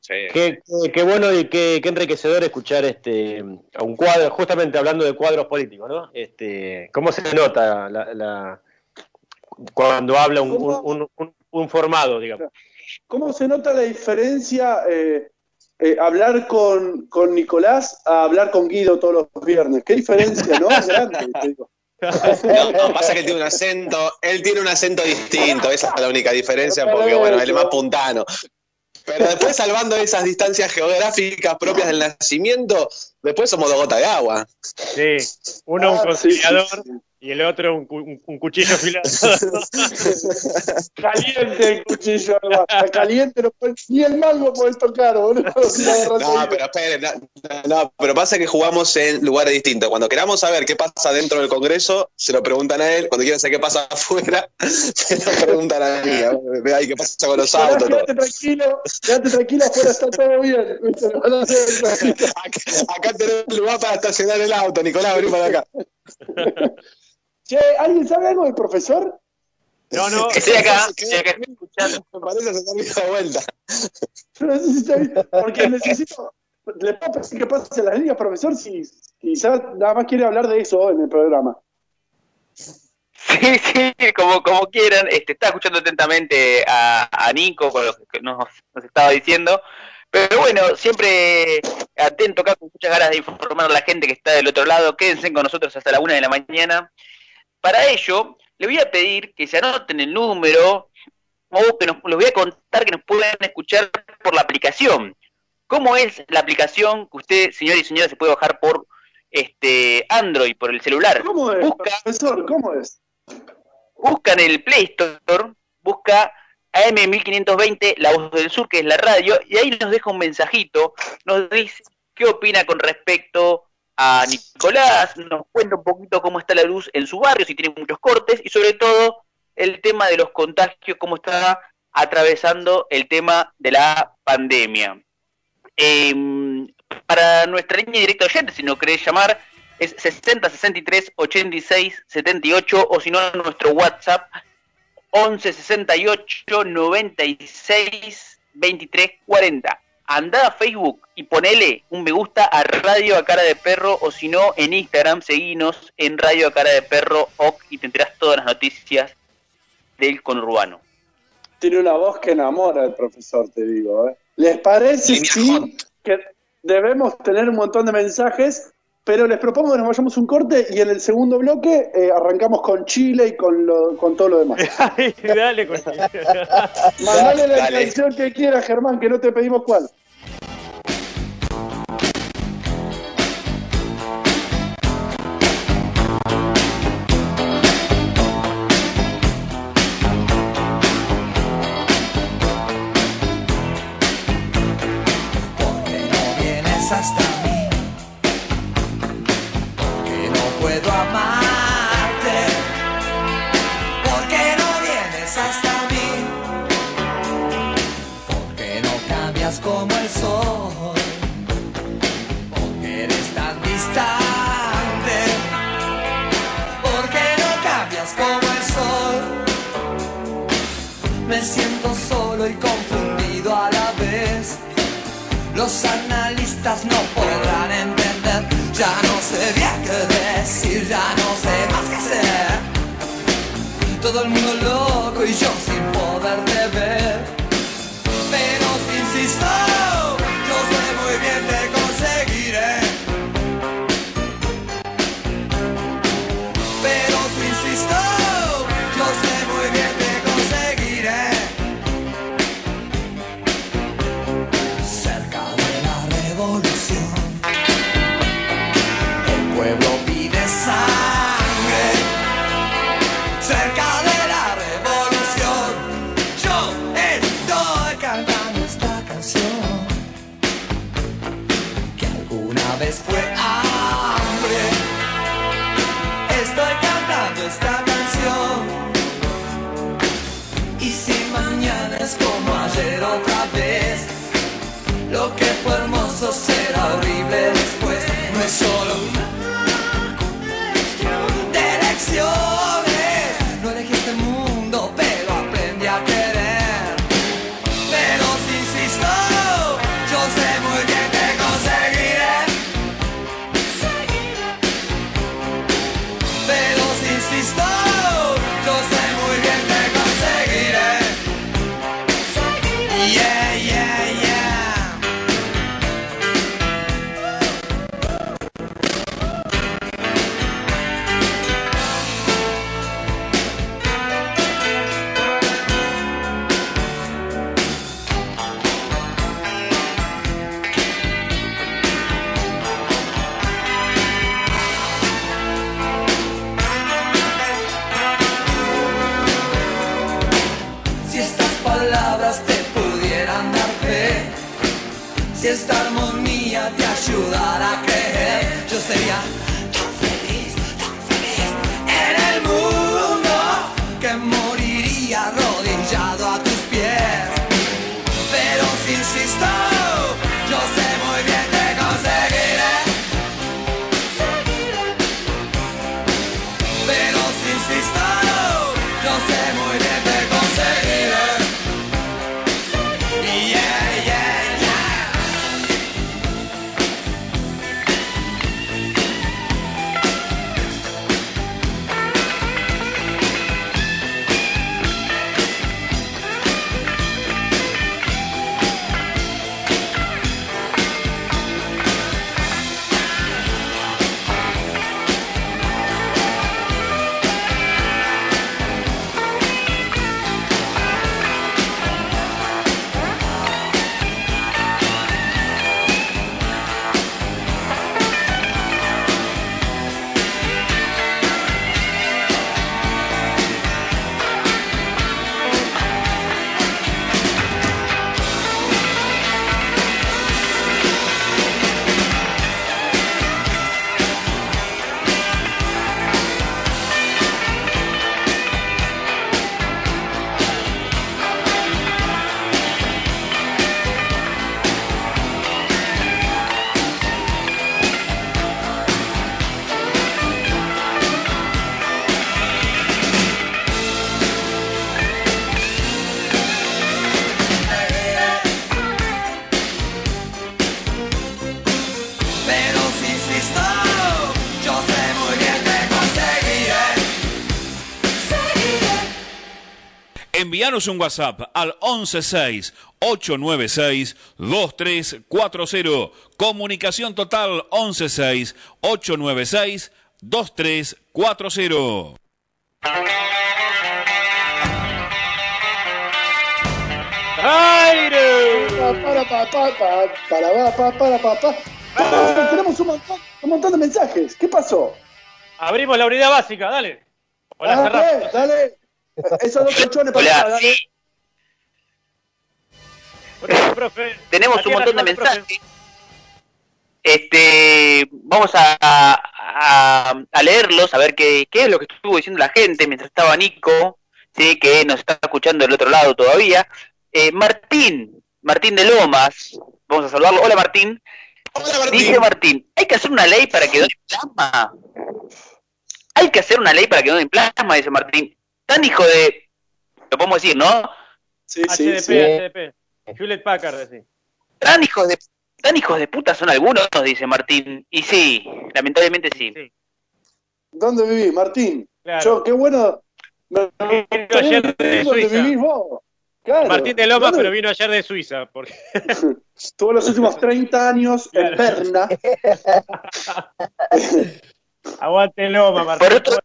Sí. Qué, qué, qué bueno y qué, qué enriquecedor escuchar este a un cuadro, justamente hablando de cuadros políticos, ¿no? Este, cómo se nota la, la cuando habla un, un, un, un, un formado, digamos. ¿Cómo se nota la diferencia eh, eh, hablar con, con Nicolás a hablar con Guido todos los viernes? ¿Qué diferencia, no? Grande, te digo. No, no, pasa que él tiene un acento, él tiene un acento distinto, esa es la única diferencia, porque bueno, él es más puntano. Pero después, salvando esas distancias geográficas propias del nacimiento, después somos dos gotas de agua. Sí, uno un conciliador ah, sí, sí, sí. y el otro un, un, un cuchillo afilado. Caliente el cuchillo, está caliente, no puede, ni el mango puedes tocar, boludo. No, pero esperen, no, no, pero pasa que jugamos en lugares distintos. Cuando queramos saber qué pasa dentro del Congreso, se lo preguntan a él. Cuando quieran saber qué pasa afuera, se lo preguntan a mí. Ve ahí qué pasa con los autos. Quédate tranquilo, quédate tranquilo, afuera está todo bien. Acá, acá tenemos lugar para estacionar el auto, Nicolás, vení para acá. Che, ¿alguien sabe algo del profesor? No, no. Estoy acá, estoy acá escuchando. Me parece que se está de vuelta. Yo necesito, porque necesito, le puedo pedir que pase las líneas, profesor, si quizás nada más quiere hablar de eso en el programa. Sí, sí, como, como quieran. Este, estaba escuchando atentamente a, a Nico con lo que nos, nos estaba diciendo. Pero bueno, siempre atento acá con muchas ganas de informar a la gente que está del otro lado. Quédense con nosotros hasta la una de la mañana. Para ello, le voy a pedir que se anoten el número o que nos, les voy a contar que nos puedan escuchar por la aplicación. ¿Cómo es la aplicación que usted, señor y señora, se puede bajar por este Android, por el celular? ¿Cómo es, busca, profesor? ¿Cómo es? Busca en el Play Store, busca A M mil quinientos veinte, La Voz del Sur, que es la radio, y ahí nos deja un mensajito, nos dice qué opina con respecto a Nicolás, nos cuenta un poquito cómo está la luz en su barrio, si tiene muchos cortes, y sobre todo el tema de los contagios, cómo está atravesando el tema de la pandemia. Eh, para nuestra línea directa de oyentes, si no querés llamar, es sesenta, sesenta y tres, ochenta y seis, setenta y ocho, o si no, nuestro WhatsApp once, sesenta y ocho, noventa y seis, veintitrés, cuarenta. Andá a Facebook y ponele un me gusta a Radio a Cara de Perro, o si no, en Instagram, seguinos en Radio a Cara de Perro O C y te enterás todas las noticias del conurbano. Tiene una voz que enamora al profesor, te digo. ¿eh? ¿Les parece sí, que debemos tener un montón de mensajes? Pero les propongo que nos vayamos un corte y en el segundo bloque eh, arrancamos con Chile y con, lo, con todo lo demás. Dale, con Chile. Mandale la canción que quieras, Germán, que no te pedimos cuál. Porque no vienes hasta mí. Puedo amarte, porque no vienes hasta mí, porque no cambias como el sol, porque eres tan distante, porque no cambias como el sol. Me siento solo y confundido a la vez. Los analistas no podrán entender. Ya no sé bien qué decir, ya no sé más qué hacer. Todo el mundo loco y yo sin poderte ver. Pero si insisto, yo sé muy bien te conseguiré. Pero si insisto, yo sé muy bien te conseguiré. Cerca de la revolución, el pueblo pide sangre. Cerca de la revolución, yo estoy cantando esta canción que alguna vez fue hambre. Estoy cantando esta canción, y si mañana es como ayer otra vez, lo que fue hermoso será horrible después. No es solo una de elecciones. No elegí este mundo, pero aprendí a querer. Pero si insisto, palabras te pudieran dar fe. Si esta armonía te ayudara a creer, yo sería tan feliz, tan feliz en el mundo, que moriría arrodillado a tus pies. Pero si insisto, yo sé muy bien que conseguiré. Pero si insisto, yo sé muy bien que conseguiré. Yeah, yeah, yeah. Pero si insisto, yo sé muy bien que conseguiré. Seguiré. Envíanos un WhatsApp al once seis ocho nueve seis dos tres cuatro cero. Comunicación total once seis ocho nueve seis dos tres cuatro cero. ¡Aire! Para, para, para, para, para, para, para, para, para. Ah, tenemos un montón, un montón de mensajes. ¿Qué pasó? Abrimos la unidad básica, dale. Hola, Ah, cerramos. dale. Esos dos colchones para Hola, acá, dale. sí. Profe, profe. Tenemos un Atienda, montón de profe, profe. mensajes. Este, vamos a, a, a leerlos, a ver qué, qué es lo que estuvo diciendo la gente mientras estaba Nico, sí, que nos está escuchando del otro lado todavía. Eh, Martín, Martín de Lomas, vamos a saludarlo. Hola Martín. Hola, Martín. Dice Martín, hay que hacer una ley para que donen plasma. Hay que hacer una ley para que donen plasma, dice Martín. Tan hijo de... Lo podemos decir, ¿no? Sí, H sí, D P, sí. H D P. Hewlett Packard, decís. Tan hijos de... Tan hijos de puta son algunos, dice Martín. Y sí, lamentablemente sí. Sí. ¿Dónde vivís, Martín? Claro. Yo, qué bueno. Me Vino ayer de ¿Dónde Suiza. vivís vos? Claro. Martín de Lomas, ¿Dónde- pero vino ayer de Suiza. Porque... Estuvo los últimos treinta años en Claro. Berna. Aguante Loma, Martín. Por otro,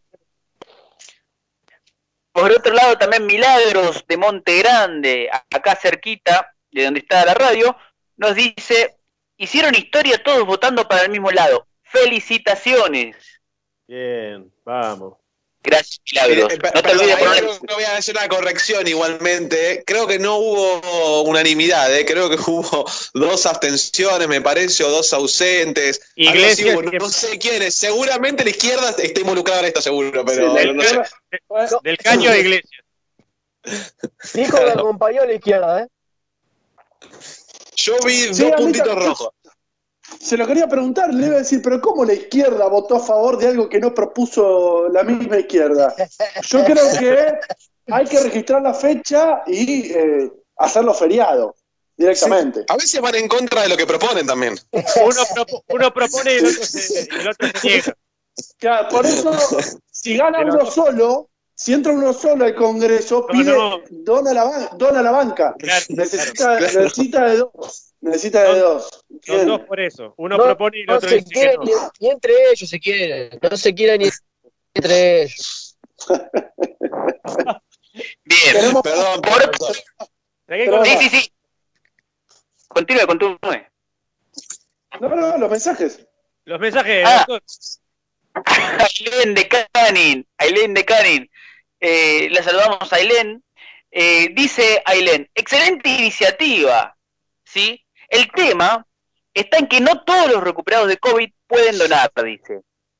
por otro lado, también Milagros de Monte Grande, acá cerquita de donde está la radio, nos dice, hicieron historia todos votando para el mismo lado. Felicitaciones. Bien, vamos. Gracias, Milagros. Eh, eh, No te perdón, olvides ahí poner... creo que voy a hacer una corrección igualmente. Creo que no hubo unanimidad, ¿eh? Creo que hubo dos abstenciones, me parece, o dos ausentes. Algo así Iglesias hubo, que- no sé quiénes. Seguramente la izquierda está involucrada en esto, seguro, pero Sí, la no sé. izquierda- Del caño de Iglesias. Dijo que acompañó a la izquierda, ¿eh? Yo vi Sí, dos a mí puntitos también. rojos. Se lo quería preguntar, le iba a decir, pero ¿cómo la izquierda votó a favor de algo que no propuso la misma izquierda? Yo creo que hay que registrar la fecha y eh, hacerlo feriado directamente. Sí, a veces van en contra de lo que proponen también. Uno, propo- uno propone y el otro se, el otro se niega. Claro, por eso, si gana Pero uno no. solo, si entra uno solo al Congreso, No, pide, no. Dona, la, ban- dona la banca. Claro, necesita, claro. necesita de dos. Necesita de Son- dos. Son Bien. dos por eso. Uno No, propone y el no otro se dice que quieren no. ni, ni entre ellos se quieren. No se quieren ni entre ellos. Bien. Tenemos- Perdón, Por perdón. otro... Seguí Pero- con- Sí, sí, sí. Continúe, continúe. No, no, no, los mensajes. Los mensajes, Ah. doctor. Ailén de Canin, Ailén de Canin. Eh, la saludamos a Ailén. Eh, dice Ailén, excelente iniciativa, ¿sí? El tema está en que no todos los recuperados de COVID pueden donar, dice.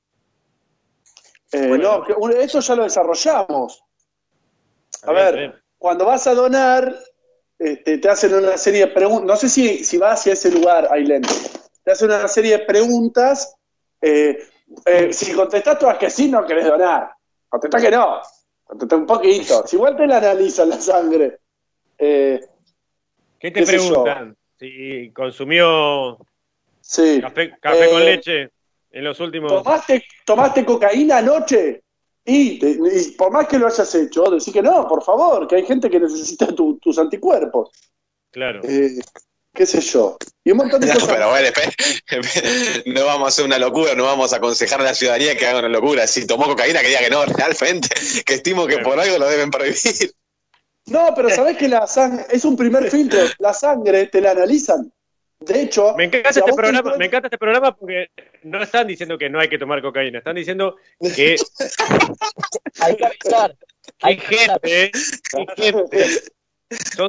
Eh, bueno. No, eso ya lo desarrollamos. A, a ver, ver, cuando vas a donar, este, te hacen una serie de preguntas. No sé si, si vas hacia ese lugar, Ailén. Te hacen una serie de preguntas. Eh, eh, si contestás todas que sí, no querés donar. Contestá que no. Contestá un poquito. Si igual te la analizan la sangre. Eh, ¿Qué te ¿qué preguntan? Si consumió sí. café, café eh, con leche en los últimos... ¿Tomaste, tomaste cocaína anoche? Y, te, y por más que lo hayas hecho, decís que no, por favor, que hay gente que necesita tu, tus anticuerpos. Claro. Eh, qué sé yo. Y un montón de no, cosas. Pero bueno, no vamos a hacer una locura, no vamos a aconsejar a la ciudadanía que haga una locura. Si tomó cocaína, que diga que no, realmente, que estimo que por algo lo deben prohibir. No, pero sabés que la sangre es un primer filtro. La sangre te la analizan. De hecho, me encanta, si este programa, encuentras... me encanta este programa porque no están diciendo que no hay que tomar cocaína, están diciendo que hay que avisar. Hay gente, hay gente. Son...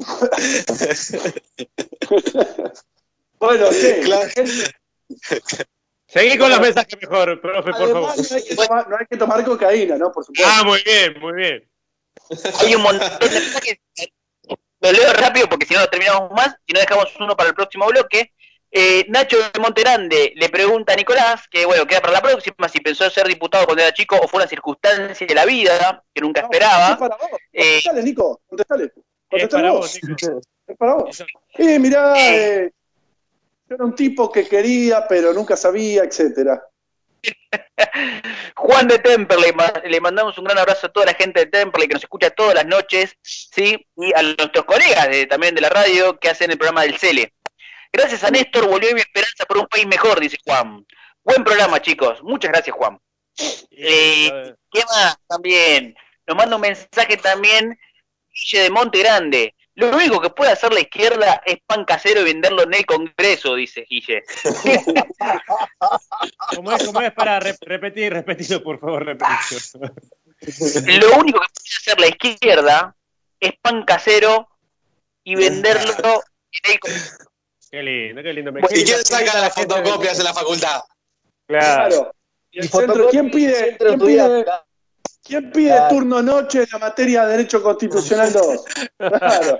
Bueno, sí, claro. Seguí con los mensajes mejor, profe, por Además, favor. No hay, que tomar, no hay que tomar cocaína, ¿no? Por supuesto. Ah, muy bien, muy bien. Hay un montón de mensajes. Lo leo rápido porque si no, no terminamos más. Si no, dejamos uno para el próximo bloque. Eh, Nacho de Montegrande le pregunta a Nicolás, que bueno, queda para la próxima, si pensó ser diputado cuando era chico o fue una circunstancia de la vida que nunca no, esperaba. Es para vos. Contestale, eh, Nico. Contestale. Es para vos, Nico. Es para vos. Eh, mirá, eh, yo era un tipo que quería, pero nunca sabía, etcétera. Juan de Temperley, le mandamos un gran abrazo a toda la gente de Temperley que nos escucha todas las noches, ¿sí? Y a nuestros colegas de, también de la radio que hacen el programa del Cele. Gracias a Néstor volvió mi esperanza por un país mejor, dice Juan. Buen programa, chicos. Muchas gracias, Juan. Eh, ¿Qué más? También nos manda un mensaje también Guille de Monte Grande. Lo único que puede hacer la izquierda es pan casero y venderlo en el Congreso, dice Guille. ¿Cómo es? ¿Cómo es? Para re repetir, repetirlo, por favor, repetirlo. Lo único que puede hacer la izquierda es pan casero y venderlo en el Congreso. Qué lindo, qué lindo. Me ¿Y quién saca las fotocopias en la facultad? Claro. ¿Y el centro, ¿quién pide, ¿quién pide, ¿quién pide claro. turno noche en la materia de Derecho Constitucional dos? Claro.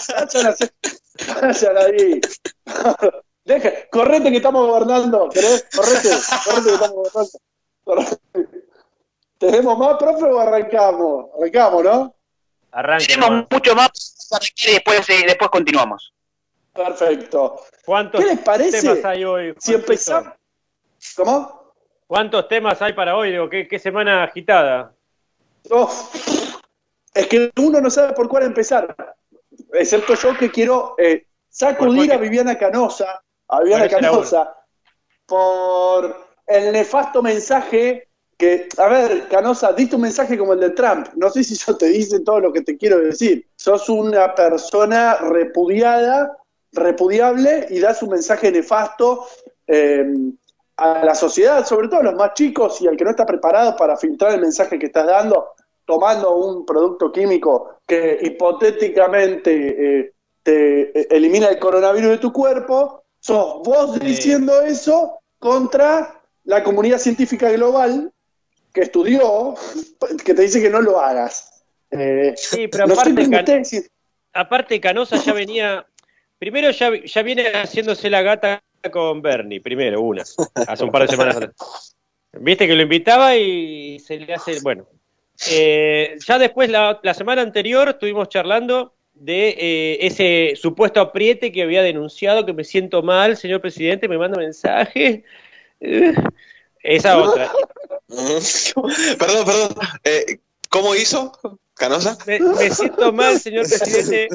Vayan ahí. Deje, correte que estamos gobernando. ¿Querés? Correte, correte que estamos gobernando. Correte. ¿Tenemos más, profe, o arrancamos? Arrancamos, ¿no? Arranque. Tenemos mucho más y después, eh, después continuamos. Perfecto. ¿Cuántos ¿Qué les parece temas hay hoy? Si empezamos... ¿Cómo? ¿Cuántos temas hay para hoy? Digo, ¿qué, qué semana agitada? Oh, es que uno no sabe por cuál empezar. Excepto yo que quiero eh, sacudir a Viviana Canosa, a Viviana Canosa, por el nefasto mensaje que, a ver, Canosa, diste un mensaje como el de Trump. No sé si yo te dice todo lo que te quiero decir. Sos una persona repudiada, repudiable, y das un mensaje nefasto eh, a la sociedad, sobre todo a los más chicos y al que no está preparado para filtrar el mensaje que estás dando, tomando un producto químico que hipotéticamente eh, te elimina el coronavirus de tu cuerpo. Sos vos diciendo eso contra la comunidad científica global que estudió, que te dice que no lo hagas. Eh, sí, pero aparte, no Can ustedes... aparte Canosa ya venía, primero ya, ya viene haciéndose la gata con Bernie, primero, una, hace un par de semanas atrás. Viste que lo invitaba y se le hace, bueno. Eh, ya después, la, la semana anterior, estuvimos charlando de eh, ese supuesto apriete que había denunciado, que me siento mal, señor presidente, me manda mensaje. Eh, esa otra. Perdón, perdón. Eh, ¿Cómo hizo, Canosa? Me, me siento mal, señor presidente.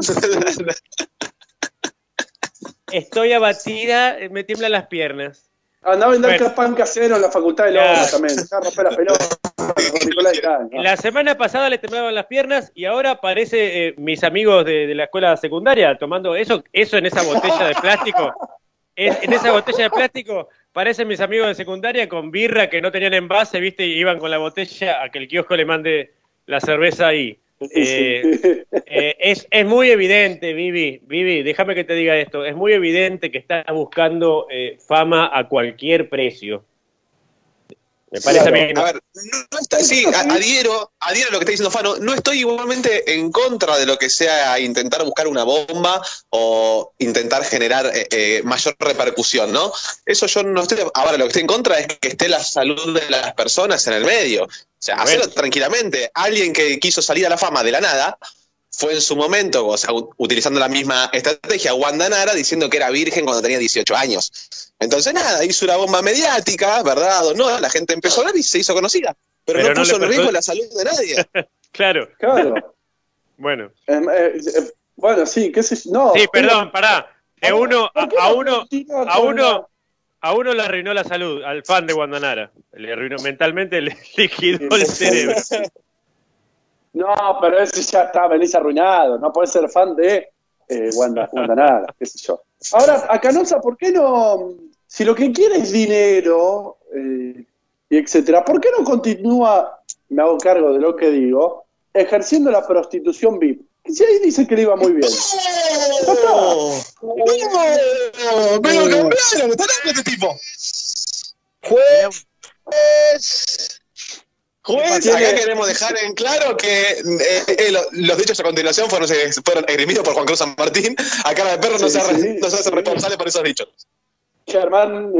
Estoy abatida, me tiemblan las piernas. Andaba a vender bueno. pan casero en la facultad de Loma claro. también. Dejá romper la pelota. ¿no? La semana pasada le temblaban las piernas y ahora parece eh, mis amigos de, de la escuela secundaria tomando eso, eso en esa botella de plástico. En, en esa botella de plástico parecen mis amigos de secundaria con birra que no tenían envase, viste, y iban con la botella a que el kiosco le mande la cerveza ahí. Eh, eh, es, es muy evidente, Vivi, Vivi, déjame que te diga esto, es muy evidente que estás buscando eh, fama a cualquier precio. Me parece Claro. a mí. No. A ver, no está, sí, a- adhiero, adhiero a lo que está diciendo Fano. No estoy igualmente en contra de lo que sea intentar buscar una bomba o intentar generar eh, eh, mayor repercusión, ¿no? Eso yo no estoy. Ahora, lo que estoy en contra es que esté la salud de las personas en el medio. O sea, Bueno. hacerlo tranquilamente. Alguien que quiso salir a la fama de la nada fue en su momento, o sea, u- utilizando la misma estrategia, Wanda Nara, diciendo que era virgen cuando tenía dieciocho años. Entonces, nada, hizo una bomba mediática, ¿verdad o no? La gente empezó a hablar y se hizo conocida. Pero, Pero no no puso le en riesgo pasó- la salud de nadie. Claro. Claro. Bueno. Eh, eh, eh, bueno, sí, qué sé yo. No, Sí, pero- perdón, pará. De uno a, ¿Por qué a no uno continúa a con uno a uno le arruinó la salud, al fan de Guandanara. Le arruinó mentalmente, le liquidó el cerebro. No, pero ese ya está feliz arruinado. No puede ser fan de eh, Wanda, Wanda Nara, qué sé yo. Ahora, a Canosa, ¿por qué no? Si lo que quiere es dinero, eh, y etcétera, ¿por qué no continúa, me hago cargo de lo que digo, ejerciendo la prostitución V I P? Que si ahí dice que le iba muy bien. Ya está. ¡No! ¡Me lo cambiaron! ¡Está loco este tipo! Juez. Juez, acá queremos dejar en claro que eh, eh, lo- los dichos a continuación fueron, fueron esgrimidos por Juan Cruz San Martín. Acá la de perro no, Sí, se, hace- sí, no se hace sí. responsable por esos dichos. Germán,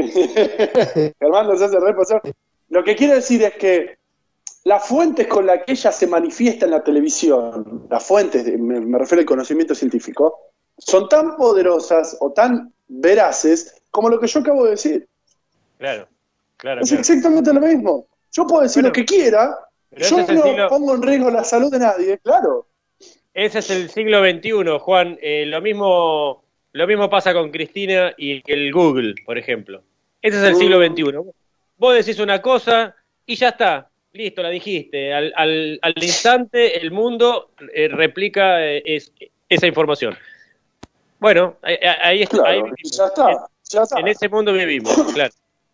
Germán nos hace repasar. Lo que quiero decir es que las fuentes con las que ella se manifiesta en la televisión, las fuentes, de- me, me refiero al conocimiento científico, son tan poderosas o tan veraces como lo que yo acabo de decir. Claro, claro. Es claro. exactamente lo mismo. Yo puedo decir Bueno, lo que quiera, pero yo ese es el no siglo- pongo en riesgo la salud de nadie, claro. Ese es el siglo veintiuno, Juan. Eh, lo mismo lo mismo pasa con Cristina y el Google, por ejemplo. Ese es el Mm. siglo veintiuno. Vos decís una cosa y ya está. Listo, la dijiste. Al, al, al instante el mundo eh, replica eh, es- esa información. Bueno, ahí, ahí está. Claro, ahí y vivimos. ya está, ya está. En ese mundo vivimos, claro.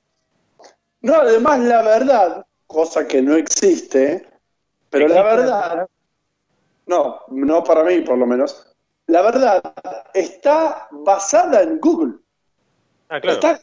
No, además la verdad, cosa que no existe, pero la ¿Existe la verdad, no, no para mí por lo menos, la verdad está basada en Google. Ah, claro. Está,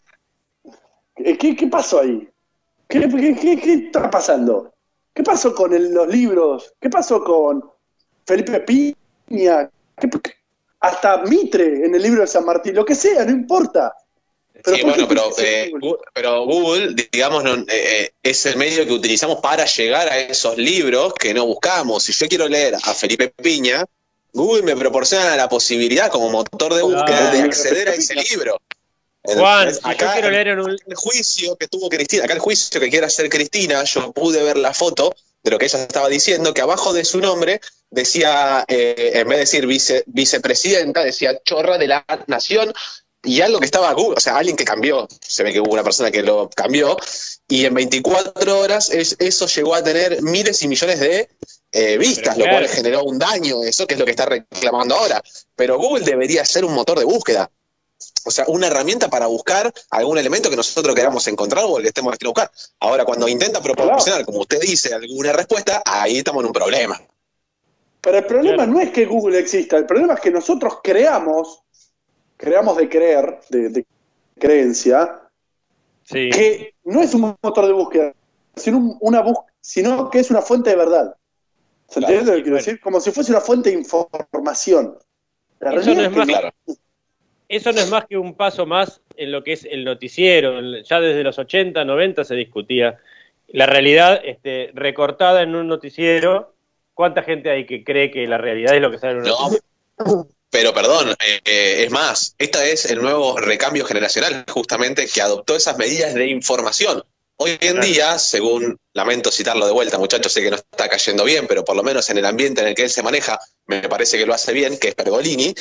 ¿qué, qué pasó ahí? ¿Qué, qué, qué- qué está pasando? ¿Qué pasó con el- los libros? ¿Qué pasó con Felipe Piña? ¿Qué- qué- hasta Mitre en el libro de San Martín, lo que sea, no importa. Pero Sí, ¿por bueno, qué pero, tiene que ser eh, Google? Gu- pero Google, digamos, no, eh, eh, es el medio que utilizamos para llegar a esos libros que no buscamos. Si yo quiero leer a Felipe Piña, Google me proporciona la posibilidad como motor de búsqueda de acceder a ese libro. Juan, Entonces, si yo acá quiero leer en un... el juicio que tuvo Cristina, acá el juicio que quiere hacer Cristina, yo pude ver la foto de lo que ella estaba diciendo, que abajo de su nombre decía, eh, en vez de decir vice, vicepresidenta, decía chorra de la nación, y algo que estaba Google, o sea, alguien que cambió, se ve que hubo una persona que lo cambió, y en veinticuatro horas es, eso llegó a tener miles y millones de eh, vistas, Pero lo claro. cual generó un daño, eso que es lo que está reclamando ahora. Pero Google debería ser un motor de búsqueda. O sea, una herramienta para buscar algún elemento que nosotros queramos encontrar o el que estemos aquí a buscar. Ahora, cuando intenta proporcionar, como usted dice, alguna respuesta, ahí estamos en un problema. Pero el problema Claro. no es que Google exista, el problema es que nosotros creamos, creamos de creer, de, de creencia, Sí. que no es un motor de búsqueda, sino un- una bús- sino que es una fuente de verdad. ¿Se Claro, entiende lo que sí, quiero bueno. decir? Como si fuese una fuente de información. La Eso realidad no es es que más- no. Claro. Eso no es más que un paso más en lo que es el noticiero. Ya desde los ochenta, noventa se discutía la realidad este, recortada en un noticiero. ¿Cuánta gente hay que cree que la realidad es lo que sale en un No, noticiero? pero perdón, eh, eh, es más, este es el nuevo recambio generacional, justamente, que adoptó esas medidas de información. Hoy en Claro. día, según, lamento citarlo de vuelta, muchachos, sé que no está cayendo bien, pero por lo menos en el ambiente en el que él se maneja, me parece que lo hace bien, que es Pergolini,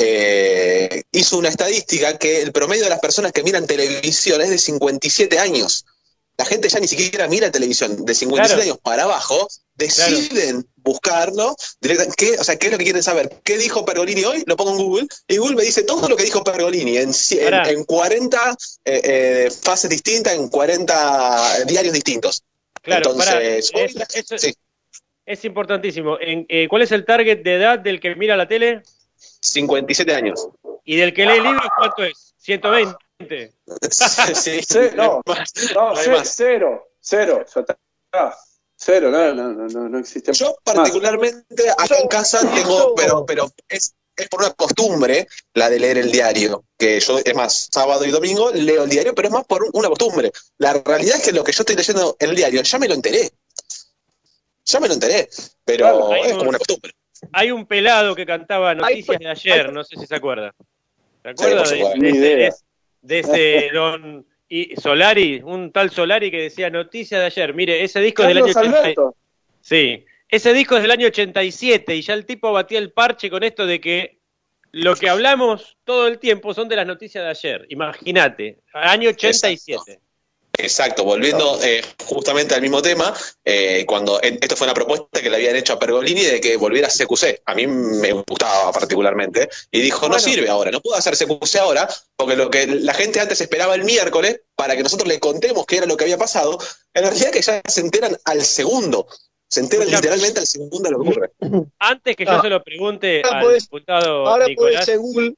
eh, hizo una estadística que el promedio de las personas que miran televisión es de cincuenta y siete años. La gente ya ni siquiera mira televisión, de cincuenta y siete Claro. años para abajo, deciden buscarlo, directa- ¿qué, o sea, ¿qué es lo que quieren saber? ¿Qué dijo Pergolini hoy? Lo pongo en Google, y Google me dice todo lo que dijo Pergolini en, ci- en, Pará. en cuarenta eh, eh, fases distintas, en cuarenta diarios distintos. Claro, pará, Entonces, hoy eso, la- eso- sí. es importantísimo. En, eh, ¿Cuál es el target de edad del que mira la tele? cincuenta y siete años. ¿Y del que lee libros cuánto es? ¿ciento veinte? Sí, Sí, no, no, no hay ce- más. cero, cero, ya está. Cero, no, no, no, no, no existe. Yo más. particularmente acá en casa tengo, pero, pero es, es por una costumbre la de leer el diario, que yo, es más, sábado y domingo leo el diario, pero es más por un- una costumbre. La realidad es que lo que yo estoy leyendo en el diario, ya me lo enteré. Ya me lo enteré, pero Claro, hay es un- como una costumbre. Hay un pelado que cantaba Noticias de ayer, no sé si se acuerda. ¿Se acuerda Sí, de, por supuesto. de Ni ese, idea. de ese don y Solari, un tal Solari que decía Noticias de ayer? Mire, ese disco es del año Carlos ochenta. Alberto. Sí, ese disco es del año ochenta y siete y ya el tipo batía el parche con esto de que lo que hablamos todo el tiempo son de las noticias de ayer. Imagínate, año ochenta y siete. Exacto, volviendo eh, justamente al mismo tema, eh, cuando en- esto fue una propuesta que le habían hecho a Pergolini de que volviera a C Q C, a mí me gustaba particularmente, y dijo, no Bueno. sirve ahora, no puedo hacer C Q C ahora, porque lo que la gente antes esperaba el miércoles para que nosotros le contemos qué era lo que había pasado, en realidad que ya se enteran al segundo, se enteran Escuchame. literalmente al segundo de lo que ocurre. Antes que yo Ah, se lo pregunte ahora al podés- diputado Ahora puede Nicolás, ser Google.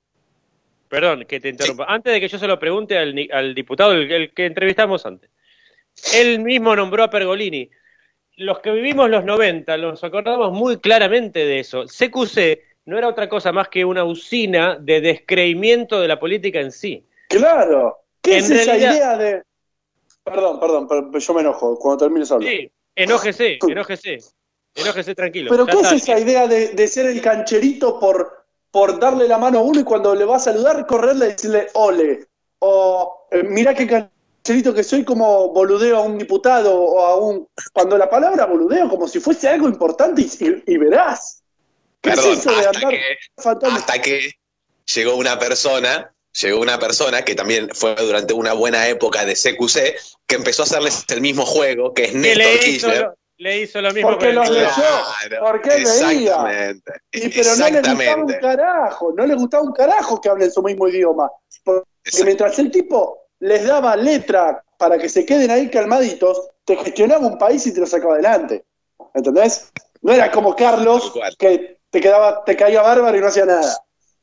perdón que te interrumpa, antes de que yo se lo pregunte al, ni- al diputado, el, el que entrevistamos antes, él mismo nombró a Pergolini. Los que vivimos los noventa nos acordamos muy claramente de eso. C Q C no era otra cosa más que una usina de descreimiento de la política en sí. Claro. ¿Qué En es esa realidad- idea de...? Perdón, perdón, pero yo me enojo. Cuando termines hablo. Sí, enójese, enójese, enójese tranquilo. Pero Ya ¿qué está. es esa idea de, de ser el cancherito por, por darle la mano a uno y cuando le va a saludar, correrle y decirle ole? O eh, mirá qué cancherito que soy, como boludeo a un diputado o a un... Cuando la palabra boludeo, como si fuese algo importante y, y- y verás. ¿Qué Perdón, es eso de hasta andar que, faltando? hasta que llegó una persona, llegó una persona que también fue durante una buena época de C Q C, que empezó a hacerles el mismo juego, que es Que Néstor le hizo, Kirchner. lo, le hizo lo mismo Porque con los el... leyó, Claro, porque leía. exactamente, Y pero no le gustaba un exactamente. carajo, no le gustaba un carajo que hablen su mismo idioma. Porque Exacto. mientras el tipo les daba letra para que se queden ahí calmaditos, te gestionaba un país y te lo sacaba adelante. ¿Entendés? No era como Carlos, Tal cual. que te quedaba, te caía bárbaro y no hacía nada.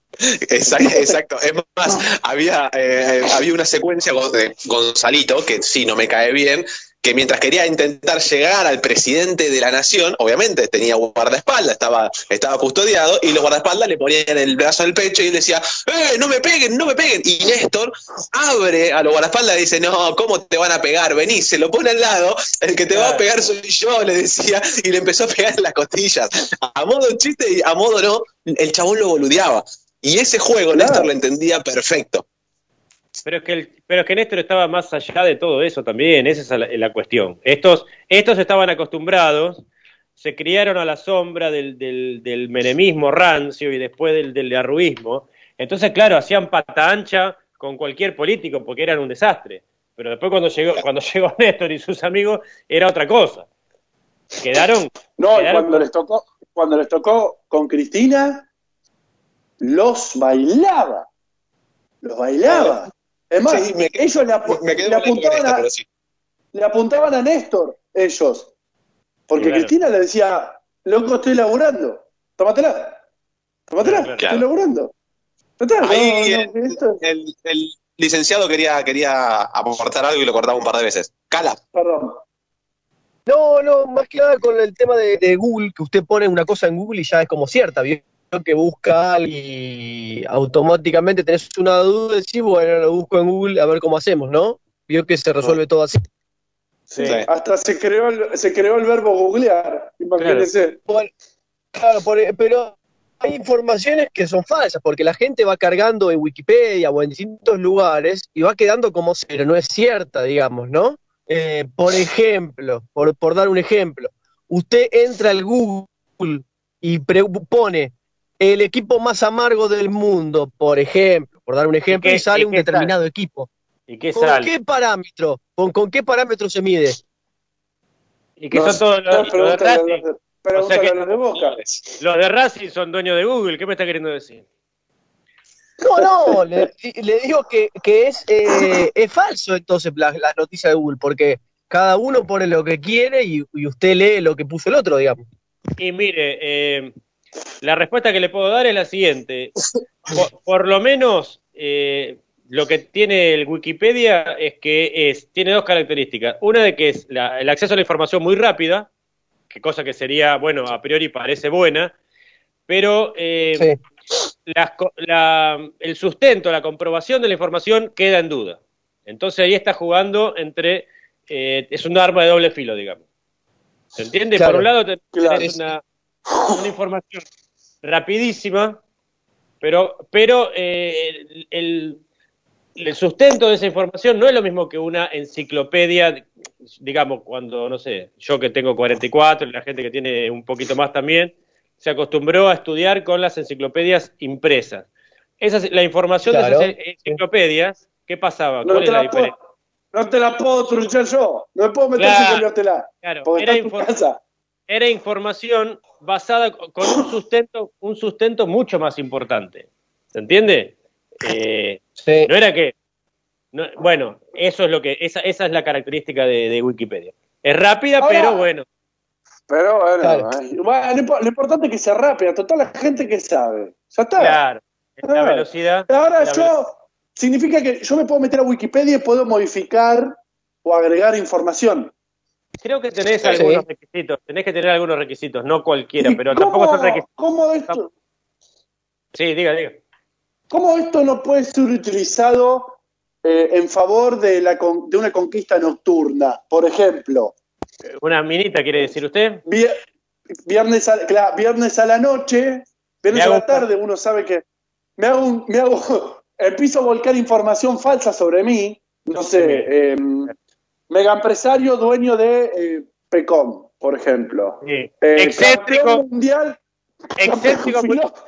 Exacto, exacto. Es más, había, eh, había una secuencia con- de Gonzalito, que sí, no me cae bien, que mientras quería intentar llegar al presidente de la nación, obviamente tenía guardaespaldas, estaba, estaba custodiado, y los guardaespaldas le ponían el brazo en el pecho y él decía, ¡eh, no me peguen, no me peguen! Y Néstor abre a los guardaespaldas y dice, no, ¿cómo te van a pegar? Vení, se lo pone al lado, el que te va a pegar soy yo, le decía, y le empezó a pegar en las costillas. A modo chiste y a modo no, el chabón lo boludeaba. Y ese juego Claro. Néstor lo entendía perfecto. Pero es que el, pero es que Néstor estaba más allá de todo eso también, esa es la, la cuestión. Estos, estos estaban acostumbrados, se criaron a la sombra del, del, del menemismo rancio y después del, del arruismo. Entonces, claro, hacían pata ancha con cualquier político porque eran un desastre. Pero después cuando llegó, cuando llegó Néstor y sus amigos, era otra cosa. Quedaron. No, y quedaron cuando les tocó, cuando les tocó con Cristina, los bailaba. Los bailaba. Es más, Sí, me quedé- ellos le, apu- Me quedé le con la época apuntaban esta, a, pero sí. le apuntaban a Néstor, ellos. Porque Claro. Cristina le decía, loco, estoy laburando. Tómatela. Tómatela, Claro, estoy claro. laburando. Total, no, Ahí no, el, esto- el- el licenciado quería, quería aportar algo y lo cortaba un par de veces. Cala. Perdón. No, no, más que nada con el tema de, de Google, que usted pone una cosa en Google y ya es como cierta, ¿vio? Que busca y automáticamente tenés una duda y decís, bueno, lo busco en Google a ver cómo hacemos, ¿no? Vio que se resuelve todo así. Sí, Sí. hasta se creó el, se creó el verbo googlear. Imagínense. Bueno, claro, por- pero hay informaciones que son falsas, porque la gente va cargando en Wikipedia o en distintos lugares y va quedando como pero no es cierta, digamos, ¿no? Eh, por ejemplo, por, por dar un ejemplo, usted entra al Google y pre- pone el equipo más amargo del mundo, por ejemplo, por dar un ejemplo, ¿Y y, qué- sale y un qué determinado equipo. ¿Y qué ¿Con sale? qué parámetro? ¿Con, con qué parámetro se mide? Y que No, son todos no, los, los de pregúntale a Racing. los de- pregúntale O sea que- a los de Boca. Los de Racing son dueños de Google. ¿Qué me está queriendo decir? No, no, le, le digo que, que es, eh, es falso entonces la, la noticia de Google, porque cada uno pone lo que quiere y, y usted lee lo que puso el otro, digamos. Y mire, eh, la respuesta que le puedo dar es la siguiente. Por, por lo menos eh, lo que tiene el Wikipedia es que es, tiene dos características. Una de que es la, el acceso a la información muy rápida, que cosa que sería, bueno, a priori parece buena, pero eh, sí. la, la, el sustento, la comprobación de la información queda en duda. Entonces ahí está jugando entre, eh, es un arma de doble filo, digamos. ¿Se entiende? Claro. Por un lado tenés claro. una, una información rapidísima, pero, pero eh, el, el sustento de esa información no es lo mismo que una enciclopedia, digamos, cuando, no sé, yo que tengo cuarenta y cuatro y la gente que tiene un poquito más también, se acostumbró a estudiar con las enciclopedias impresas. Esa, la información claro. de esas enciclopedias, ¿qué pasaba? No ¿Cuál es la la diferencia? Puedo, no te la puedo trunchar yo, no me puedo meter claro, sin cambiártela. Claro, era, infor era información basada con un sustento, un sustento mucho más importante. ¿Se entiende? Eh, sí. No era que... No, bueno, eso es lo que esa, esa es la característica de, de Wikipedia. Es rápida, ahora, pero bueno. Pero bueno, claro. eh, lo, lo importante es que sea rápida, total la gente que sabe. Ya está. Claro, es la velocidad. Ahora la yo, velocidad. Significa que yo me puedo meter a Wikipedia y puedo modificar o agregar información. Creo que tenés sí. algunos requisitos, tenés que tener algunos requisitos, no cualquiera, pero cómo, tampoco son requisitos. ¿Cómo esto? Sí, diga, diga. ¿Cómo esto no puede ser utilizado eh, en favor de, la con, de una conquista nocturna? Por ejemplo. ¿Una minita quiere decir usted? Viernes a, claro, viernes a la noche, viernes a la tarde, uno sabe que me hago, un, me hago empiezo a volcar información falsa sobre mí, no sé, eh, mega empresario dueño de eh, Pecom, por ejemplo. Sí. Eh, excéntrico mundial. Excéntrico,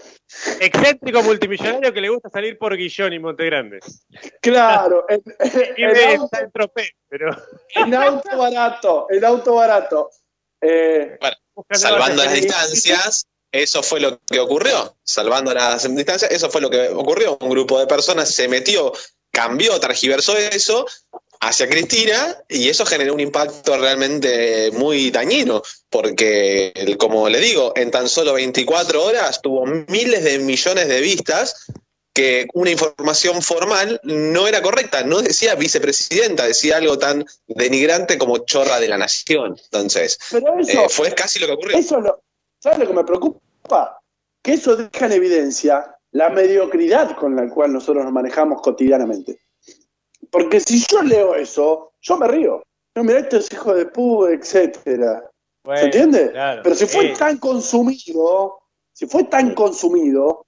excéntrico multimillonario que le gusta salir por Guillón y Montegrande. Claro, en, en, en, auto, en, tropé, pero... en auto barato, en auto barato. Eh, bueno, salvando las distancias, eso fue lo que ocurrió. Salvando las distancias, eso fue lo que ocurrió. Un grupo de personas se metió, cambió, tergiversó eso hacia Cristina y eso generó un impacto realmente muy dañino porque, como le digo, en tan solo veinticuatro horas tuvo miles de millones de vistas que una información formal no era correcta, no decía vicepresidenta, decía algo tan denigrante como chorra de la nación. Entonces, Pero eso, eh, fue casi lo que ocurrió. Eso lo, ¿sabes lo que me preocupa? Que eso deja en evidencia la mediocridad con la cual nosotros nos manejamos cotidianamente. Porque si yo leo eso, yo me río. Yo, mira, esto es hijo de puta, etcétera. Bueno, ¿se entiende? Claro, Pero si fue sí. tan consumido, si fue tan consumido,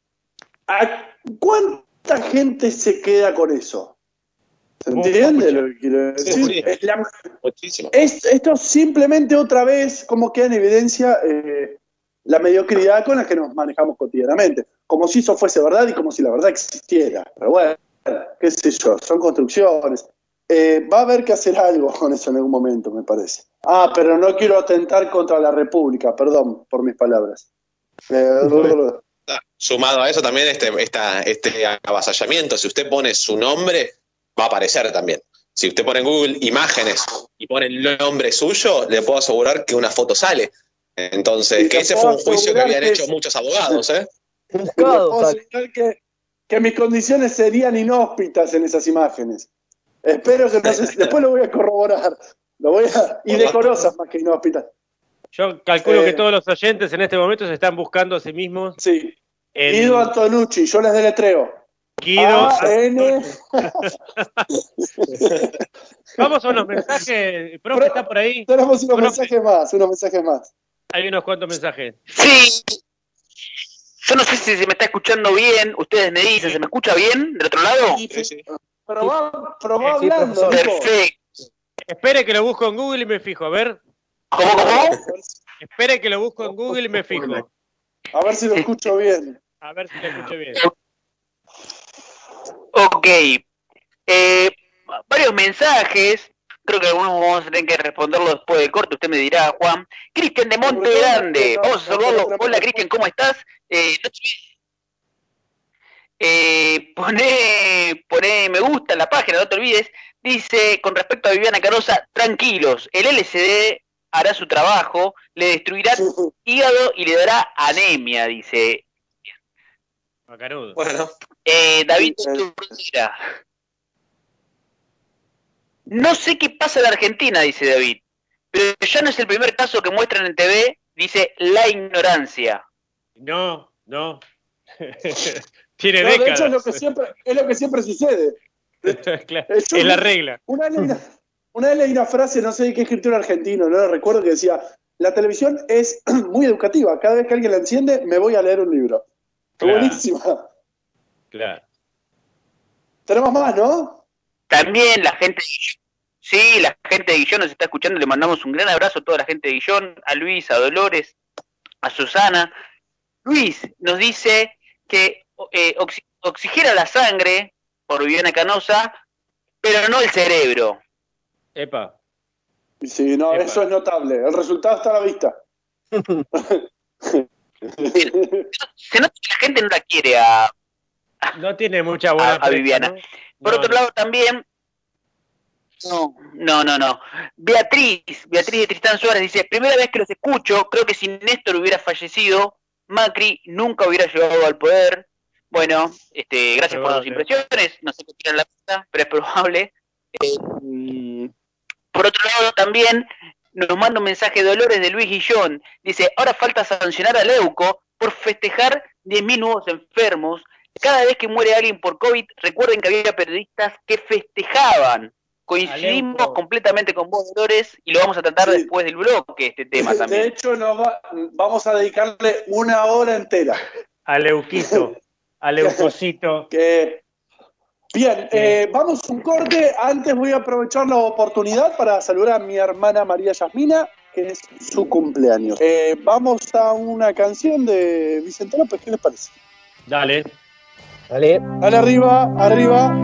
¿a cuánta gente se queda con eso? ¿Se entiende lo que quiero decir? Sí, sí. Es la, es, esto simplemente otra vez como queda en evidencia eh, la mediocridad con la que nos manejamos cotidianamente. Como si eso fuese verdad y como si la verdad existiera. Pero bueno. Qué sé yo, son construcciones. Eh, va a haber que hacer algo con eso en algún momento, me parece. Ah, pero no quiero atentar contra la República, perdón por mis palabras. Eh, Sumado a eso también este, esta, este avasallamiento, si usted pone su nombre, va a aparecer también. Si usted pone en Google imágenes y pone el nombre suyo, le puedo asegurar que una foto sale. Entonces, que ese fue un juicio que habían que hecho es... muchos abogados, ¿eh? Puedo asegurar que que mis condiciones serían inhóspitas en esas imágenes. Espero que no se, después lo voy a corroborar. Lo voy a, y decorosas más que inhóspitas. Yo calculo eh, que todos los oyentes en este momento se están buscando a sí mismos. Sí. En... Guido Antonucci, yo les deletreo. Guido. A N Vamos a unos mensajes. Profe, Pero, ¿está por ahí? Tenemos unos Profe. mensajes más, unos mensajes más. Hay unos cuantos mensajes. Sí. Yo no sé si se me está escuchando bien, ustedes me dicen, ¿se me escucha bien del otro lado? Sí, sí. Pero va, pero va sí, hablando. Perfecto. Espere que lo busco en Google y me fijo, a ver. ¿Cómo, cómo? Espere que lo busco en Google y me fijo. A ver si lo escucho bien. A ver si lo escucho bien. Ok. Eh, varios mensajes. Creo que algunos vamos a tener que responderlo después del corte. Usted me dirá, Juan. Cristian de Monte Grande. Vamos a saludarlo. Hola, Cristian, ¿cómo estás? Eh, no te... eh, poné, poné me gusta en la página, no te olvides. Dice, con respecto a Viviana Canosa, tranquilos, el L S D hará su trabajo, le destruirá hígado y le dará anemia, dice. Macanudo. Bueno. Eh, David Turcera. No sé qué pasa en Argentina, dice David, pero ya no es el primer caso que muestran en T V, dice la ignorancia. No, no. Tiene No, décadas. de hecho es lo que siempre, es lo que siempre sucede. Claro, Eh, yo- es la regla. Una vez, leí una, una vez leí una frase, no sé de qué escritor argentino, no lo recuerdo, que decía, la televisión es muy educativa, cada vez que alguien la enciende me voy a leer un libro. Claro. Buenísima. Claro. Tenemos más, ¿no? También la gente de Guillón, sí, la gente de Guillón nos está escuchando, le mandamos un gran abrazo a toda la gente de Guillón, a Luis, a Dolores, a Susana. Luis nos dice que eh, oxi- oxigena la sangre por Viviana Canosa, pero no el cerebro. Epa. Sí, no, Epa. eso es notable. El resultado está a la vista. Se nota que la gente no la quiere a, No tiene mucha buena a, a prensa, Viviana. ¿no? Por No, otro no. lado también, no, no, no, no. Beatriz, Beatriz de Tristán Suárez dice, primera vez que los escucho, creo que si Néstor hubiera fallecido, Macri nunca hubiera llegado al poder. Bueno, este, gracias por sus Probable. impresiones, no sé qué tiran la pista, pero es probable. Eh, mm, por otro lado también nos manda un mensaje de Dolores de Luis Guillón, dice, ahora falta sancionar a Leuco por festejar diez mil nuevos enfermos. Cada vez que muere alguien por COVID, recuerden que había periodistas que festejaban. Coincidimos Aleuco. completamente con vos, Dolores, y lo vamos a tratar Sí. después del bloque, este tema De también. hecho, nos va- vamos a dedicarle una hora entera. A Leuquito. A Leucocito. Que bien, eh, vamos a un corte. Antes voy a aprovechar la oportunidad para saludar a mi hermana María Yasmina, que es su cumpleaños. Eh, vamos a una canción de Vicente López, ¿qué les parece? Dale. Dale. Dale arriba, arriba.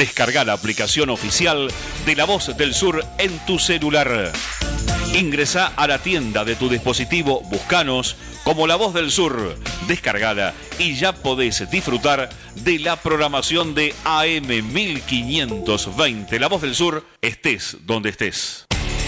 Descarga la aplicación oficial de La Voz del Sur en tu celular. Ingresa a la tienda de tu dispositivo, buscanos como La Voz del Sur, descargala y ya podés disfrutar de la programación de A M mil quinientos veinte. La Voz del Sur, estés donde estés.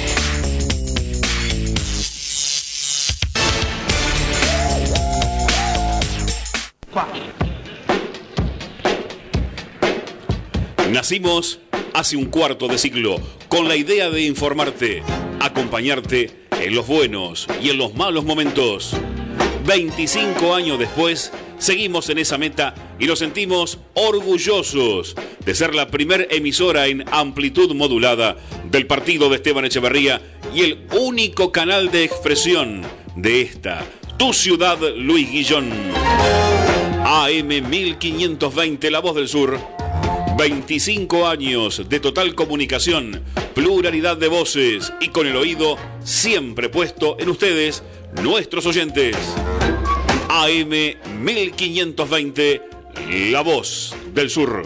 Nacimos hace un cuarto de siglo con la idea de informarte, acompañarte en los buenos y en los malos momentos. veinticinco años después, seguimos en esa meta y nos sentimos orgullosos de ser la primer emisora en amplitud modulada del partido de Esteban Echeverría y el único canal de expresión de esta, tu ciudad, Luis Guillón. A M mil quinientos veinte, La Voz del Sur. veinticinco años de total comunicación, pluralidad de voces y con el oído siempre puesto en ustedes, nuestros oyentes. A M mil quinientos veinte, La Voz del Sur.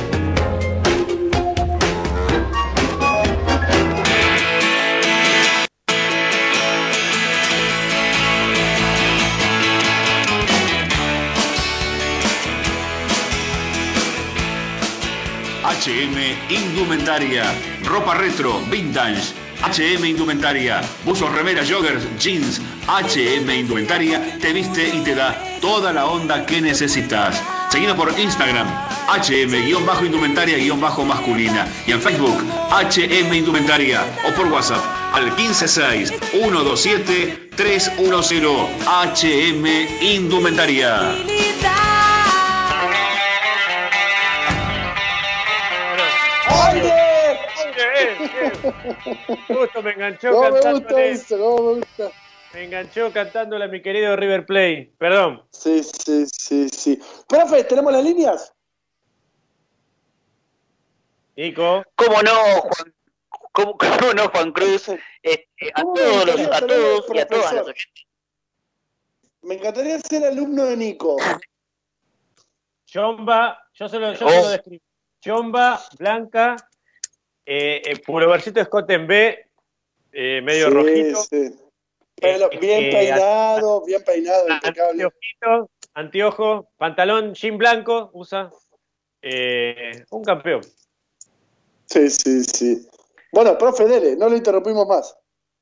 H M Indumentaria, ropa retro, vintage. H M Indumentaria, buzos, remeras, joggers, jeans. H M Indumentaria te viste y te da toda la onda que necesitas. Seguinos por Instagram, H M-indumentaria-masculina. Y en Facebook, H M Indumentaria. O por WhatsApp, al uno cinco seis, uno dos siete, tres uno cero. H M Indumentaria. Justo me enganchó No me gusta cantándole. eso, no me gusta. Me enganchó cantándole a mi querido River Plate. Perdón. Sí, sí, sí, sí. Profe, ¿tenemos las líneas? Nico. ¿Cómo no, Juan? ¿Cómo, cómo no, Juan Cruz? Este, a todos, los, a todos y a todas las oyentes. Me encantaría ser alumno de Nico. Chomba, yo se lo, yo Oh. se lo describo. Chomba, blanca, eh, eh, pulovercito Scott en B, eh, medio Sí, rojito. sí. Pelo Eh, bien eh, peinado, bien peinado, impecable. Anteojito, anteojo, pantalón jean blanco, usa. Eh, un campeón. Sí, sí, sí. Bueno, profe, dele, no lo interrumpimos más.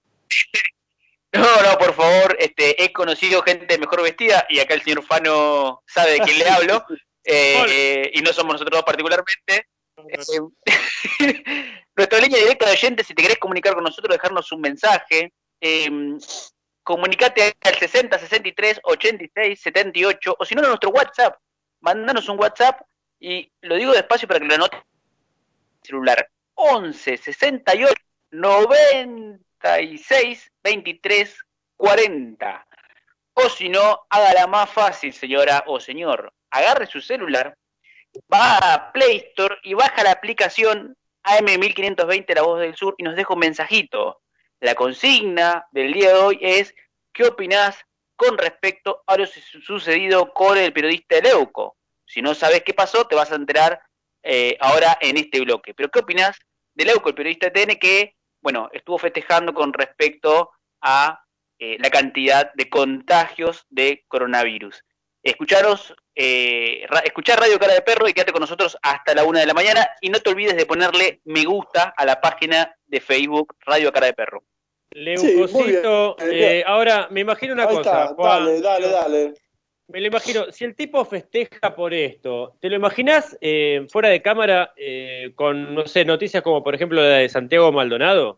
No, no, por favor, este, he conocido gente mejor vestida y acá el señor Fano sabe de quién le hablo, eh, eh, y no somos nosotros dos particularmente. Eh, nuestra línea directa de oyentes, si te querés comunicar con nosotros, dejarnos un mensaje, eh, comunicate al sesenta, sesenta y tres, ochenta y seis, setenta y ocho, o si no, a nuestro WhatsApp, mandanos un WhatsApp, y lo digo despacio para que lo anotes, celular, once, sesenta y ocho, noventa y seis, veintitrés, cuarenta. O si no, hágala más fácil, señora o señor. Agarre su celular, va a Play Store y baja la aplicación A M mil quinientos veinte La Voz del Sur y nos deja un mensajito. La consigna del día de hoy es: ¿qué opinás con respecto a lo sucedido con el periodista Leuco? Si no sabes qué pasó, te vas a enterar eh, ahora en este bloque. Pero ¿qué opinás de Leuco, el periodista de T N, que, bueno, estuvo festejando con respecto a eh, la cantidad de contagios de coronavirus? Escucharos, eh, ra- escuchar Radio Cara de Perro y quédate con nosotros hasta la una de la mañana, y no te olvides de ponerle me gusta a la página de Facebook Radio Cara de Perro. Leucocito, Sí, muy bien. eh, ahora me imagino una Ahí cosa, está, Juan. dale, dale, dale. Me lo imagino, si el tipo festeja por esto, ¿te lo imaginás eh, fuera de cámara eh, con, no sé, noticias como por ejemplo la de Santiago Maldonado?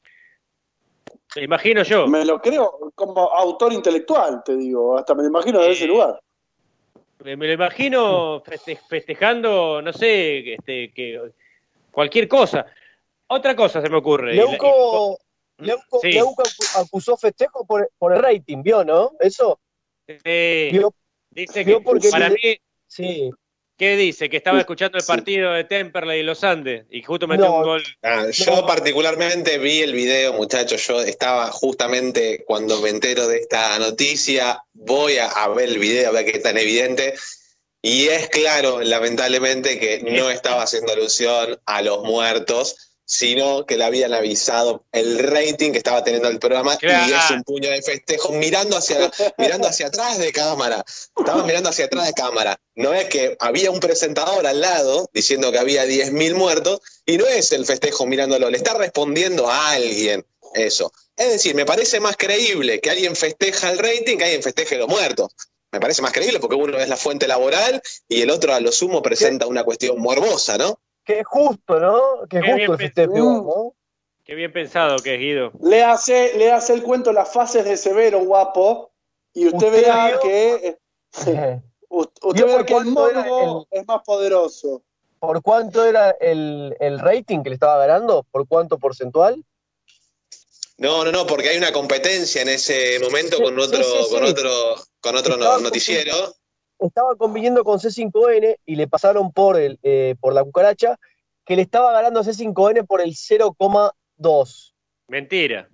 Me imagino yo. Me lo creo como autor intelectual, te digo. Hasta me lo imagino desde Eh, ese lugar. Me, me lo imagino feste- festejando, no sé, este, que cualquier cosa. Otra cosa se me ocurre. Leuco, Leuco, Sí. Leuco acu- acusó festejo por, por el rating, ¿vio, no? Eso. Eh, Vio, dice vio que porque para le- mí, sí. ¿qué dice? Que estaba Sí, escuchando el sí. partido de Temperley y los Andes y justo metió No. un gol. Ah, yo No. particularmente vi el video, muchachos. Yo estaba justamente cuando me entero de esta noticia, voy a, a ver el video, a ver qué tan evidente. Y es claro, lamentablemente, que no estaba haciendo alusión a los muertos, sino que le habían avisado el rating que estaba teniendo el programa, Claro. y es un puño de festejo mirando hacia, mirando hacia atrás de cámara. Estaban mirando hacia atrás de cámara. No es que había un presentador al lado diciendo que había diez mil muertos, y no es el festejo mirándolo, le está respondiendo a alguien eso. Es decir, me parece más creíble que alguien festeja el rating que alguien festeje los muertos. Me parece más creíble porque uno es la fuente laboral y el otro a lo sumo presenta una cuestión morbosa, ¿no? Que es justo, ¿no? Que es Qué justo bien el festejo, pensado. ¿no? Qué bien pensado que es, Guido. Le hace, le hace el cuento las fases de Severo, guapo, y usted, ¿Usted verá vio? que Eh, usted ¿Vio verá por que el cuánto era morbo es más poderoso. ¿Por cuánto era el, el rating que le estaba ganando? ¿Por cuánto porcentual? No, no, no, porque hay una competencia en ese momento Sí, con otro, sí, sí, sí. con otro, con otro no- Estaba noticiero. Estaba conviviendo con C cinco N y le pasaron por el eh, por la cucaracha que le estaba ganando a C cinco N por el cero coma dos. Mentira.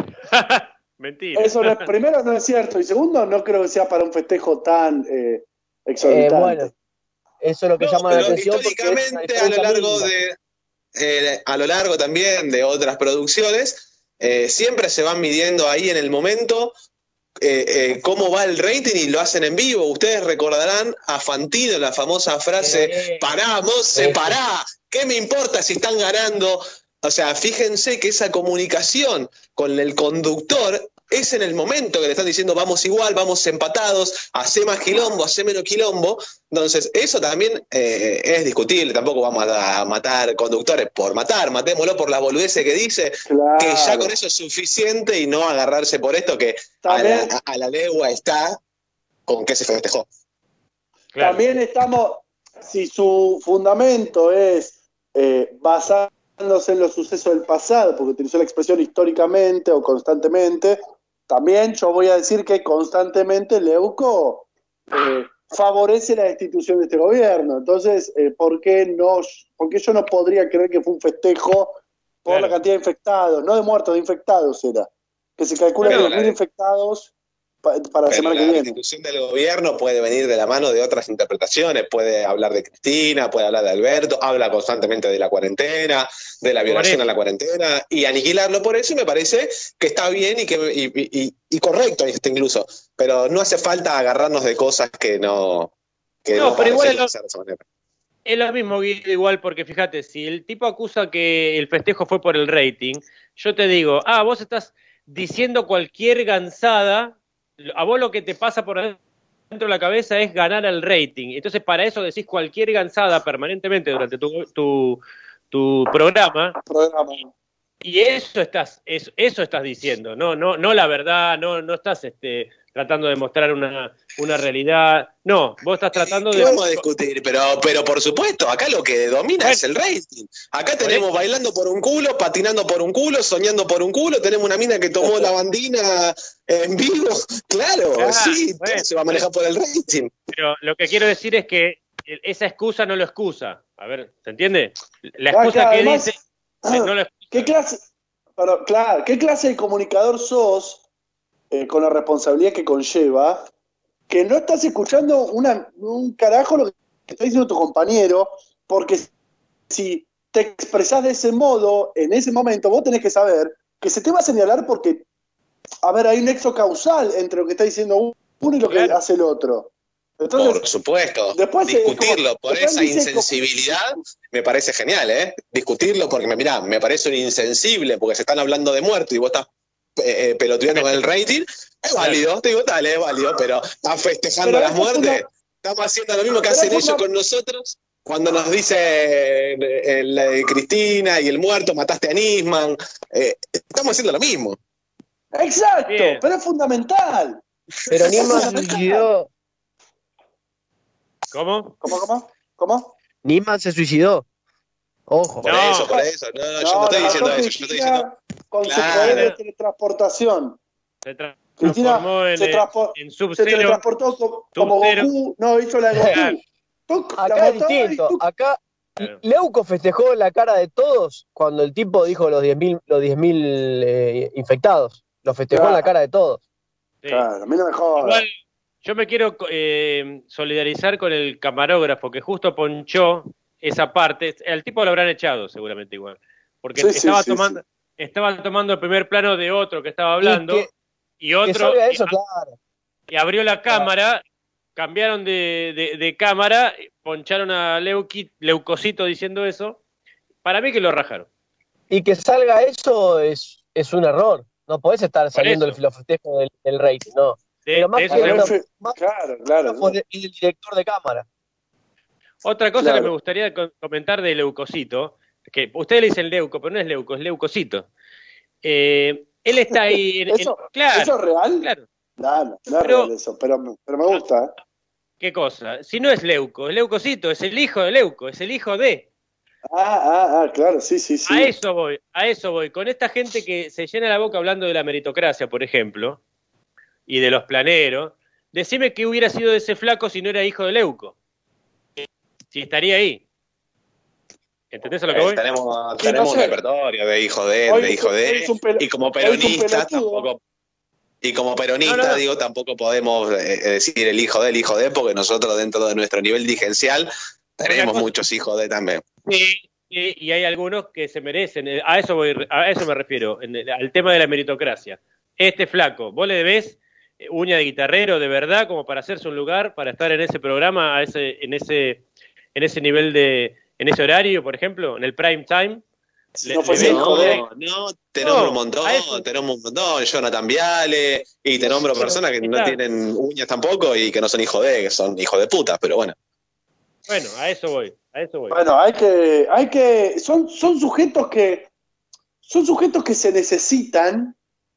Mentira. Eso no es, primero no es cierto, y segundo no creo que sea para un festejo tan eh, Eh, exorbitante. bueno, eso es lo que No, llama la pero atención porque es una históricamente a lo diferencia largo mínima. de eh, a lo largo también de otras producciones eh, siempre se van midiendo ahí en el momento eh, eh, cómo va el rating y lo hacen en vivo. Ustedes recordarán a Fantino la famosa frase Sí. pará, Monse, Sí. pará, ¿qué me importa si están ganando? O sea, fíjense que esa comunicación con el conductor es en el momento que le están diciendo vamos igual, vamos empatados, hace más quilombo, hace menos quilombo. Entonces, eso también eh, es discutible. Tampoco vamos a matar conductores por matar, matémoslo por las boludeces que dice, Claro. que ya con eso es suficiente y no agarrarse por esto que a la, También, a la legua está con que se festejó. Claro. también estamos, si su fundamento es eh, basándose en los sucesos del pasado, porque utilizó la expresión históricamente o constantemente, también yo voy a decir que constantemente Leuco eh, favorece la destitución de este gobierno. Entonces, eh, ¿por qué no, por qué yo no podría creer que fue un festejo por Claro. la cantidad de infectados? No de muertos, de infectados era. Que se calcula No, que no, diez mil la- infectados pa- para la Pero semana la que viene. destitución del gobierno puede venir de la mano de otras interpretaciones, puede hablar de Cristina, puede hablar de Alberto, habla constantemente de la cuarentena, de la violación eso. a la cuarentena, y aniquilarlo por eso, y me parece que está bien y, que, y, y, y correcto este incluso, pero no hace falta agarrarnos de cosas que no, que No, no pero igual parecen lo- ser de esa manera. Es lo mismo, Guido, igual, porque fíjate, si el tipo acusa que el festejo fue por el rating, yo te digo, ah, vos estás diciendo cualquier gansada, a vos lo que te pasa por dentro de la cabeza es ganar el rating. Entonces, para eso decís cualquier gansada permanentemente durante tu, tu, tu programa, Programa. y eso estás, eso, eso estás diciendo, no, no, no la verdad, no, no estás este, tratando de mostrar una, una realidad, no, vos estás tratando ¿Qué de... vamos a discutir? Pero, pero por supuesto, acá lo que domina Bueno. es el rating. Acá Por tenemos eso. bailando por un culo, patinando por un culo, soñando por un culo, tenemos una mina que tomó la bandina en vivo. Claro, Claro, sí, bueno. todo se va a manejar por el rating. Pero lo que quiero decir es que esa excusa no lo excusa. A ver, ¿se entiende? La Ah, excusa claro, que además, dice eh, no lo excusa. ¿Qué clase, pero, claro, ¿qué clase de comunicador sos eh, con la responsabilidad que conlleva que no estás escuchando una, un carajo lo que está diciendo tu compañero? Porque si te expresás de ese modo en ese momento, vos tenés que saber que se te va a señalar porque, a ver, hay un nexo causal entre lo que está diciendo uno y lo que Claro. hace el otro. Entonces, Por supuesto. después, eh, Discutirlo como- por después esa dice como- insensibilidad me parece genial, ¿eh? Discutirlo porque, mirá, me parece un insensible porque se están hablando de muerto y vos estás eh, eh, pelotudeando con el rating. Es válido, te digo, dale, es válido, pero estás festejando Pero las eso es muertes. una- Estamos haciendo lo mismo que Pero hacen eso es ellos una- con nosotros cuando nos dice eh, eh, la de Cristina y el muerto, mataste a Nisman. Eh, estamos haciendo lo mismo. Exacto, Bien. pero es fundamental. Pero Nisman se suicidó. ¿Cómo? ¿Cómo, cómo? ¿Cómo? Nisman se suicidó. Ojo. Por No. eso, por eso. No, no, yo no No, estoy le diciendo mató eso. Yo estoy Cristina diciendo. con Claro. su poder de teletransportación. Se tra- Cristina transformó en, se, eh, transpo- en se Sub-Zero. teletransportó co- como Sub-Zero. Goku. No, hizo la de Goku. Claro. Tuc, la Acá es mató y distinto. tuc. Acá Claro. Leuco festejó en la cara de todos cuando el tipo dijo los diez mil los diez mil eh, infectados. Lo festejó en la Claro. cara de todos. Sí. Claro, a mí no me jodas. Igual, yo me quiero eh, solidarizar con el camarógrafo que justo ponchó esa parte. El tipo lo habrán echado seguramente igual, porque Sí, estaba sí, sí, tomando sí. estaba tomando el primer plano de otro que estaba hablando Y que- y, Que otro salga y, eso, claro. y abrió la cámara, cambiaron de, de, de cámara, poncharon a Leuqui, Leucocito diciendo eso. Para mí que lo rajaron. Y que salga eso es, es un error. No podés estar Por saliendo eso. el los festejos del, del rating, no. De, Pero más de que eso una- seguro. más Claro, claro. por el, el director de cámara. Otra cosa Claro. que me gustaría co- comentar de Leucocito, que ustedes le dicen Leuco, pero no es Leuco, es Leucocito. Eh, él está ahí en, en- ¿Eso, claro, ¿Eso es real? claro. No, no, no es Pero- real eso, pero, pero me gusta. ¿eh? ¿Qué cosa? Si no es Leuco, es Leucocito, es el hijo de Leuco, es el hijo de. Ah, ah, ah, claro, sí, sí, sí. A eso voy, a eso voy. Con esta gente que se llena la boca hablando de la meritocracia, por ejemplo, y de los planeros, decime qué hubiera sido de ese flaco si no era hijo de Leuco. Si estaría ahí. ¿Entendés a lo que Eh, voy? tenemos Sí, tenemos no un sé. repertorio de hijo de, Hoy de es hijo un- de, hoy es un pelo- y como hoy es un peronistas pelotudo. tampoco, y como peronistas, No, no, no. digo, tampoco podemos eh, decir el hijo de, el hijo de, porque nosotros dentro de nuestro nivel dirigencial tenemos cosa- muchos hijos de también. Sí, sí, y hay algunos que se merecen. eh, A eso voy, a eso me refiero, en el- al tema de la meritocracia. Este flaco, ¿vos le debés eh, uña de guitarrero de verdad como para hacerse un lugar, para estar en ese programa, a ese, en ese, en ese nivel de, en ese horario, por ejemplo, en el prime time? Si Le- no fuese le- hijo de... No, no, te nombro No, un montón, a eso- te nombro un montón, Jonathan Viale, y te nombro Bueno, personas que no está. tienen uñas tampoco y que no son hijos de, que son hijos de puta, pero bueno. Bueno, a eso voy, a eso voy. Bueno, hay que, hay que, son, son sujetos que, son sujetos que se necesitan,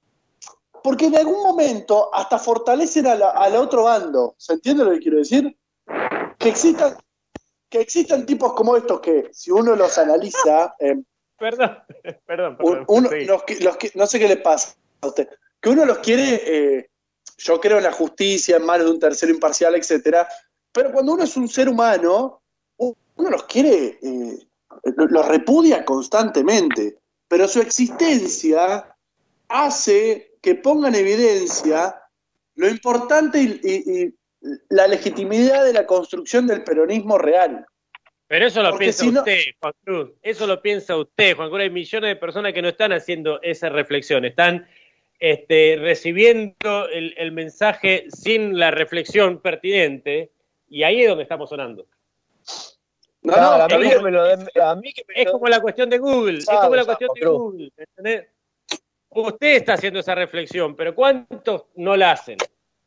porque en algún momento hasta fortalecen a la- al otro bando. ¿Se entiende lo que quiero decir? Que existan, que existan tipos como estos que, si uno los analiza, eh, Perdón, perdón, un- perdón. uno, sí. los que- los que- no sé qué le pasa a usted, que uno los quiere, eh, yo creo en la justicia, en manos de un tercero imparcial, etcétera, pero cuando uno es un ser humano, uno los quiere, eh, lo- los repudia constantemente, pero su existencia hace que ponga en evidencia lo importante y, y- y la legitimidad de la construcción del peronismo real. Pero eso lo Porque piensa si no- usted, Juan Cruz. Eso lo piensa usted, Juan Cruz. Hay millones de personas que no están haciendo esa reflexión. Están este, recibiendo el, el mensaje sin la reflexión pertinente. Y ahí es donde estamos sonando. No, Claro, no, a, mí es- que me lo den- a mí que me Es lo como la cuestión de Google. Es Sabe, como la sabe, cuestión de Juan Cruz. Google. ¿Entendés? Usted está haciendo esa reflexión, pero ¿cuántos no la hacen?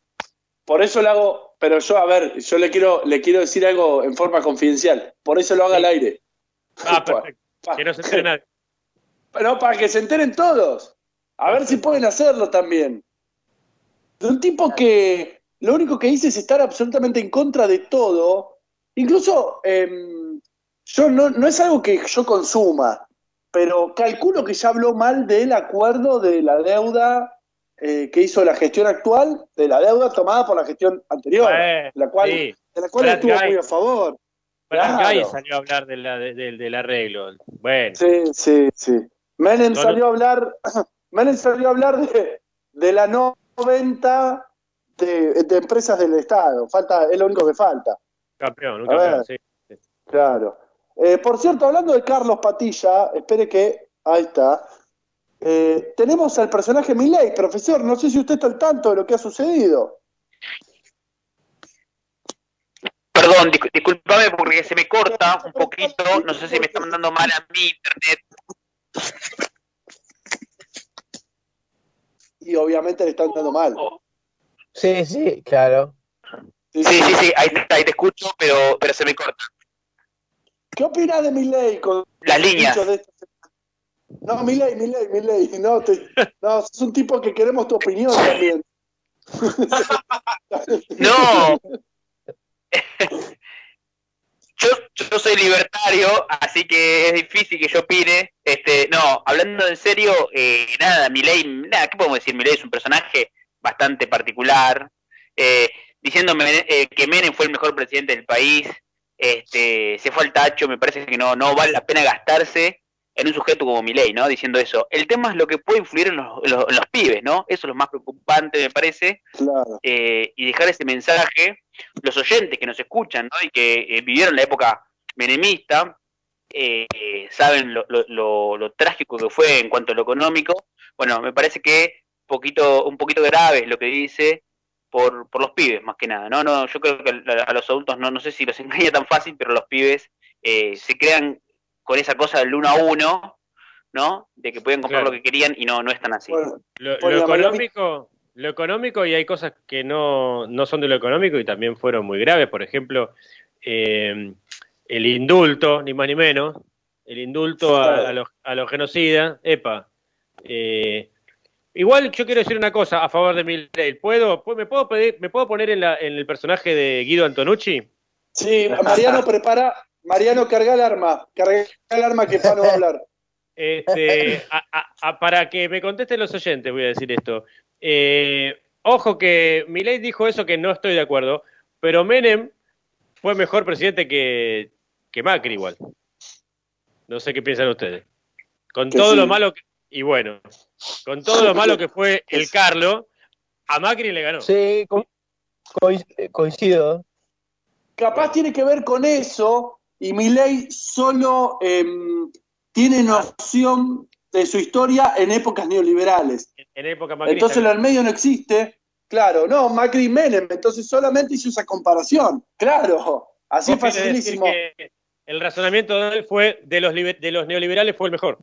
por eso lo hago, pero yo, a ver, yo le quiero, le quiero decir algo en forma confidencial, por eso lo hago Sí. al aire. Ah, perfecto. Pa- Que no se entere nadie. Pero para que se enteren todos. A ver si pueden hacerlo también. De un tipo que lo único que dice es estar absolutamente en contra de todo. Incluso em, yo no, no es algo que yo consuma, pero calculo que ya habló mal del acuerdo de la deuda eh, que hizo la gestión actual, de la deuda tomada por la gestión anterior, Eh, de la cual, sí. de la cual Brad estuvo Guy. muy a favor. Brad Claro. Guy salió a hablar de la- de- del- del arreglo. Bueno, Sí, sí, sí. Menem No, no. salió a hablar, Menem salió a hablar de, de la no venta de, de empresas del Estado. Falta, es lo único que falta. campeón, un A campeón, ver. sí. Claro. Eh, por cierto, hablando de Carlos Patilla, espere que, ahí está. Eh, tenemos al personaje Milei, profesor, no sé si usted está al tanto de lo que ha sucedido. Perdón, discu- discúlpame porque se me corta un poquito, no sé si me está mandando mal a mi internet. Y obviamente le están dando mal. Sí, sí, claro. Sí, sí, sí, ahí, te- ahí te escucho, pero, pero se me corta. ¿Qué opinas de Milei con Las líneas. dichos de esta semana? No, Milei, Milei, Milei. No, te- no, es un tipo que queremos tu opinión también. No. Yo, yo soy libertario, así que es difícil que yo opine. Este, no, hablando en serio, eh, nada, Milei, nada, ¿qué podemos decir? Milei es un personaje bastante particular. Eh, diciendo Menem- eh, que Menem fue el mejor presidente del país, este, se fue al tacho, me parece que no, no vale la pena gastarse en un sujeto como Milei, ¿no? Diciendo eso. El tema es lo que puede influir en los, en los, en los pibes, ¿no? Eso es lo más preocupante, me parece. Claro. Eh, y dejar ese mensaje, los oyentes que nos escuchan, ¿no? Y que eh, vivieron la época menemista, eh, eh, saben lo, lo, lo, lo trágico que fue en cuanto a lo económico. Bueno, me parece que poquito, un poquito grave es lo que dice por, por los pibes, más que nada, ¿no? No, yo creo que a, a los adultos no, no sé si los engaña tan fácil, pero los pibes eh, se crean con esa cosa del uno a uno, ¿no? De que pueden comprar Claro. lo que querían y no, no es tan así. Bueno, Lo, Bueno, lo la mayoría- económico, lo económico, y hay cosas que no, no son de lo económico y también fueron muy graves. Por ejemplo, eh, el indulto, ni más ni menos, el indulto a, a los, a los genocidas, epa. Eh, igual yo quiero decir una cosa a favor de Milei. ¿Puedo, ¿Me puedo pedir, me puedo poner en, la, en el personaje de Guido Antonucci? Sí, Mariano prepara, Mariano carga el arma, carga el arma que Pano va a hablar. Este, a, a, a, para que me contesten los oyentes, voy a decir esto. Eh, ojo que Milei dijo eso, que no estoy de acuerdo, pero Menem fue mejor presidente que, que Macri igual. No sé qué piensan ustedes. Con Que todo sí. lo malo que, y bueno, con todo lo malo que fue el Carlo, a Macri le ganó. Sí, co- coin- eh, coincido. Capaz tiene que ver con eso y Milei solo eh, tiene noción de su historia en épocas neoliberales. En época macrista. Entonces lo del medio no existe. Claro, no, Macri y Menem, entonces solamente hizo esa comparación. Claro, así Vos querés decir facilísimo. que el razonamiento de él fue de los, liber- de los neoliberales fue el mejor.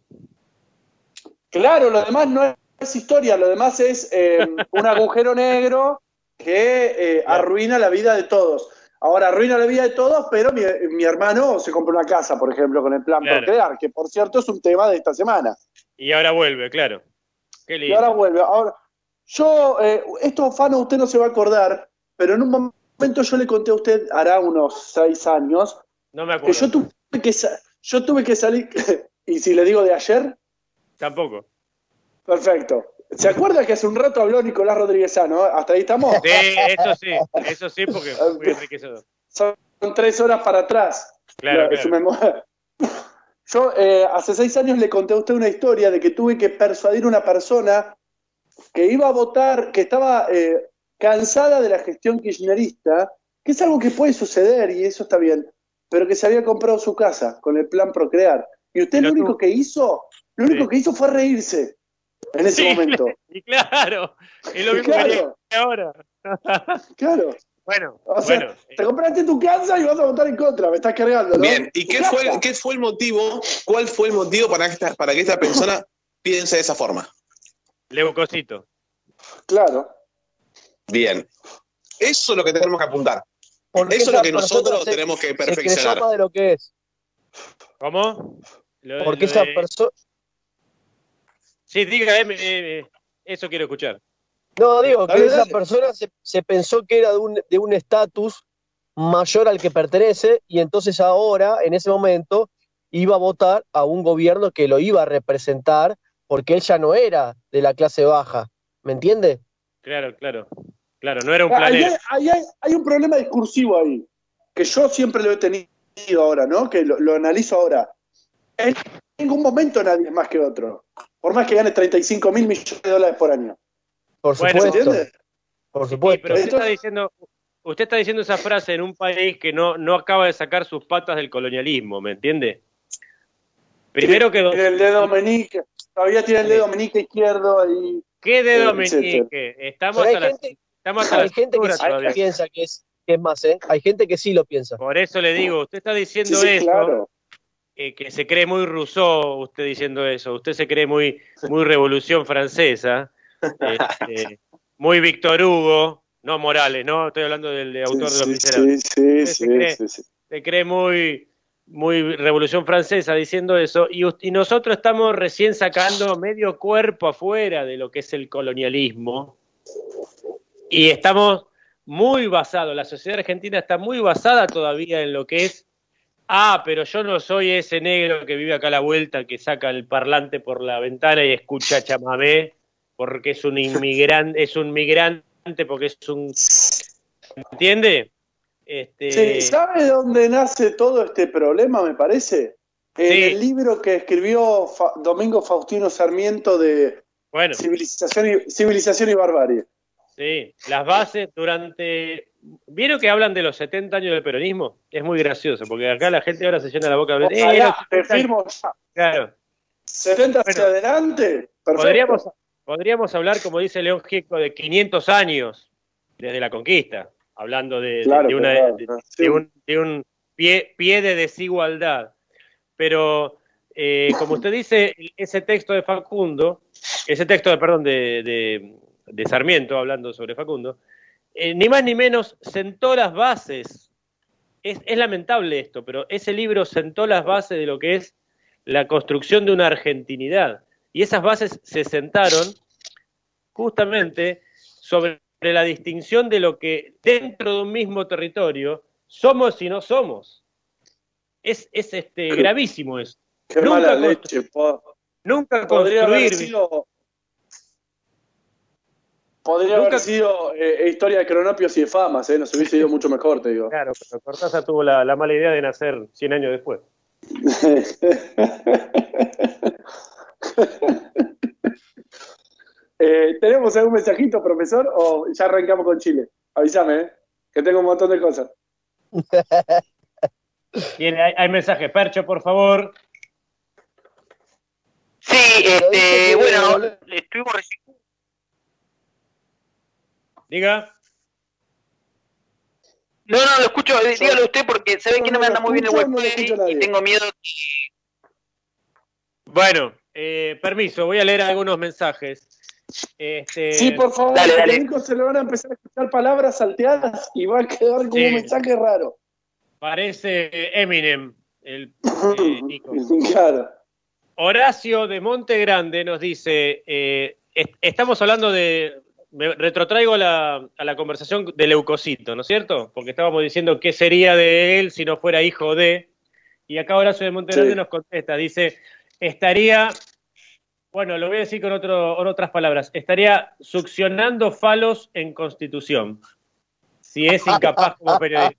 Claro, lo demás no es historia, lo demás es eh, un agujero negro que eh, arruina la vida de todos. Ahora, arruina la vida de todos, pero mi, mi hermano se compró una casa, por ejemplo, con el plan Claro. Procrear, que por cierto es un tema de esta semana. Y ahora vuelve, claro. Qué Y lindo. ahora vuelve. Ahora, yo, eh, esto, Fano, usted no se va a acordar, pero en un momento yo le conté a usted, hará unos seis años, No me que acuerdo. yo tuve que, sa- yo tuve que salir, y si le digo de ayer, Tampoco. perfecto. ¿Se acuerda que hace un rato habló Nicolás Rodríguez Sano? ¿Hasta ahí estamos? Sí, eso sí, eso sí, porque fue muy enriquecedor. Son tres horas para atrás. Claro, La- su claro. memoria. Yo eh, hace seis años le conté a usted una historia de que tuve que persuadir a una persona que iba a votar, que estaba eh, cansada de la gestión kirchnerista, que es algo que puede suceder y eso está bien, pero que se había comprado su casa con el plan Procrear. Y usted Y lo lo único tuvo. que hizo, lo único Sí. que hizo fue reírse en ese Sí, momento. Y claro, es lo Y mismo claro. que ahora. Claro. Bueno, O sea, bueno. te compraste tu casa y vas a votar en contra, me estás cargando, ¿no? Bien, ¿y Tu qué casa. fue, qué fue el motivo? ¿Cuál fue el motivo para que esta, para que esta persona piense de esa forma? Leucocito. Claro. Bien. Eso es lo que tenemos que apuntar. Porque Eso es lo esa que persona nosotros se- tenemos que se creyó perfeccionar. más de lo que es. ¿Cómo? Lo- Porque lo esa de- persona... Sí, diga, eh, eh, eso quiero escuchar. No, digo que Dale, esa dale. persona se, se pensó que era de un de un estatus mayor al que pertenece y entonces ahora, en ese momento, iba a votar a un gobierno que lo iba a representar porque él ya no era de la clase baja. ¿Me entiende? Claro, claro. Claro, no era un Ahí hay, planeta. ahí hay- hay un problema discursivo ahí, que yo siempre lo he tenido ahora, ¿no? Que lo, lo analizo ahora. En ningún momento nadie es más que otro, por más que gane treinta y cinco mil millones de dólares por año. Por Bueno, ¿Se supuesto. entiende? Por Sí, supuesto. pero usted está Entonces- diciendo, usted está diciendo esa frase en un país que no, no acaba de sacar sus patas del colonialismo, ¿me entiende? Primero que Tiene el dedo meñique, todavía tiene el dedo meñique izquierdo ahí. ¿qué dedo eh, meñique? Estamos Pero hay a la, gente, estamos a la hay gente que cintura sí todavía. piensa que es, que es más, ¿eh? Hay gente que sí lo piensa. Por eso le digo, usted está diciendo Sí, sí, eso, claro. eh, que se cree muy Rousseau, usted diciendo eso, usted se cree muy, muy Revolución Francesa, este, muy Víctor Hugo, no Morales, no, estoy hablando del de autor de Los Sí, Miserables. sí, sí, Usted se sí, cree- sí, sí. se cree muy, muy Revolución Francesa diciendo eso, y, us- y nosotros estamos recién sacando medio cuerpo afuera de lo que es el colonialismo, y estamos muy basados, la sociedad argentina está muy basada todavía en lo que es, ah, pero yo no soy ese negro que vive acá a la vuelta, que saca el parlante por la ventana y escucha chamamé, porque es un inmigrante, es un migrante, porque es un... ¿Entiende? Este, Sí, ¿sabe de dónde nace todo este problema, me parece? En Sí. el libro que escribió Fa- Domingo Faustino Sarmiento de Bueno, Civilización y, Civilización y Barbarie. sí, las bases durante... ¿Vieron que hablan de los setenta años del peronismo? Es muy gracioso, porque acá la gente ahora se llena la boca hablando... "Eh, los Ojalá, te setenta años". firmo ya. Claro. setenta hacia Bueno, adelante. Perfecto. Podríamos, podríamos hablar, como dice León Gieco, de quinientos años desde la conquista, hablando de, de- Claro, de una, claro, de, claro, de sí. un, de un pie, pie de desigualdad. Pero, eh, como usted dice, ese texto de Facundo, ese texto, de, perdón, de, de, de Sarmiento, hablando sobre Facundo, eh, ni más ni menos sentó las bases. Es, es lamentable esto, pero ese libro sentó las bases de lo que es la construcción de una argentinidad. Y esas bases se sentaron justamente sobre la distinción de lo que dentro de un mismo territorio somos y no somos. Es, es este, gravísimo eso. Qué Nunca mala constru- leche. po- Nunca Podría haber construir. sido. Podría Nunca- haber sido eh, historia de cronopios y de famas, ¿eh? Nos hubiese ido mucho mejor, te digo. Claro, pero Cortázar tuvo la, la mala idea de nacer cien años después. Eh, ¿Tenemos algún mensajito, profesor? ¿O ya arrancamos con Chile? Avísame, ¿eh? Que tengo un montón de cosas. Tiene, hay, hay mensaje. Percho, por favor. Sí, Pero dice este, que- bueno, estuvimos recién. Diga. No, no, lo escucho, eh, dígalo usted porque se ve que no me anda muy bien el escucho, no lo wifi escucha nadie. y tengo miedo que... Bueno, eh, permiso, voy a leer algunos mensajes. Este, Sí, por favor, Dale, porque dale. a Nico se le van a empezar a escuchar palabras salteadas y va a quedar como Sí. un mensaje raro. Parece Eminem, el eh, Nico. Claro. Horacio de Monte Grande nos dice, eh, est- estamos hablando de, me retrotraigo a la, a la conversación de Leucocito, ¿no es cierto? Porque estábamos diciendo qué sería de él si no fuera hijo de, y acá Horacio de Monte Grande Sí. nos contesta, dice, estaría, bueno, lo voy a decir con, otro, con otras palabras, estaría succionando falos en Constitución, si es incapaz como periodista.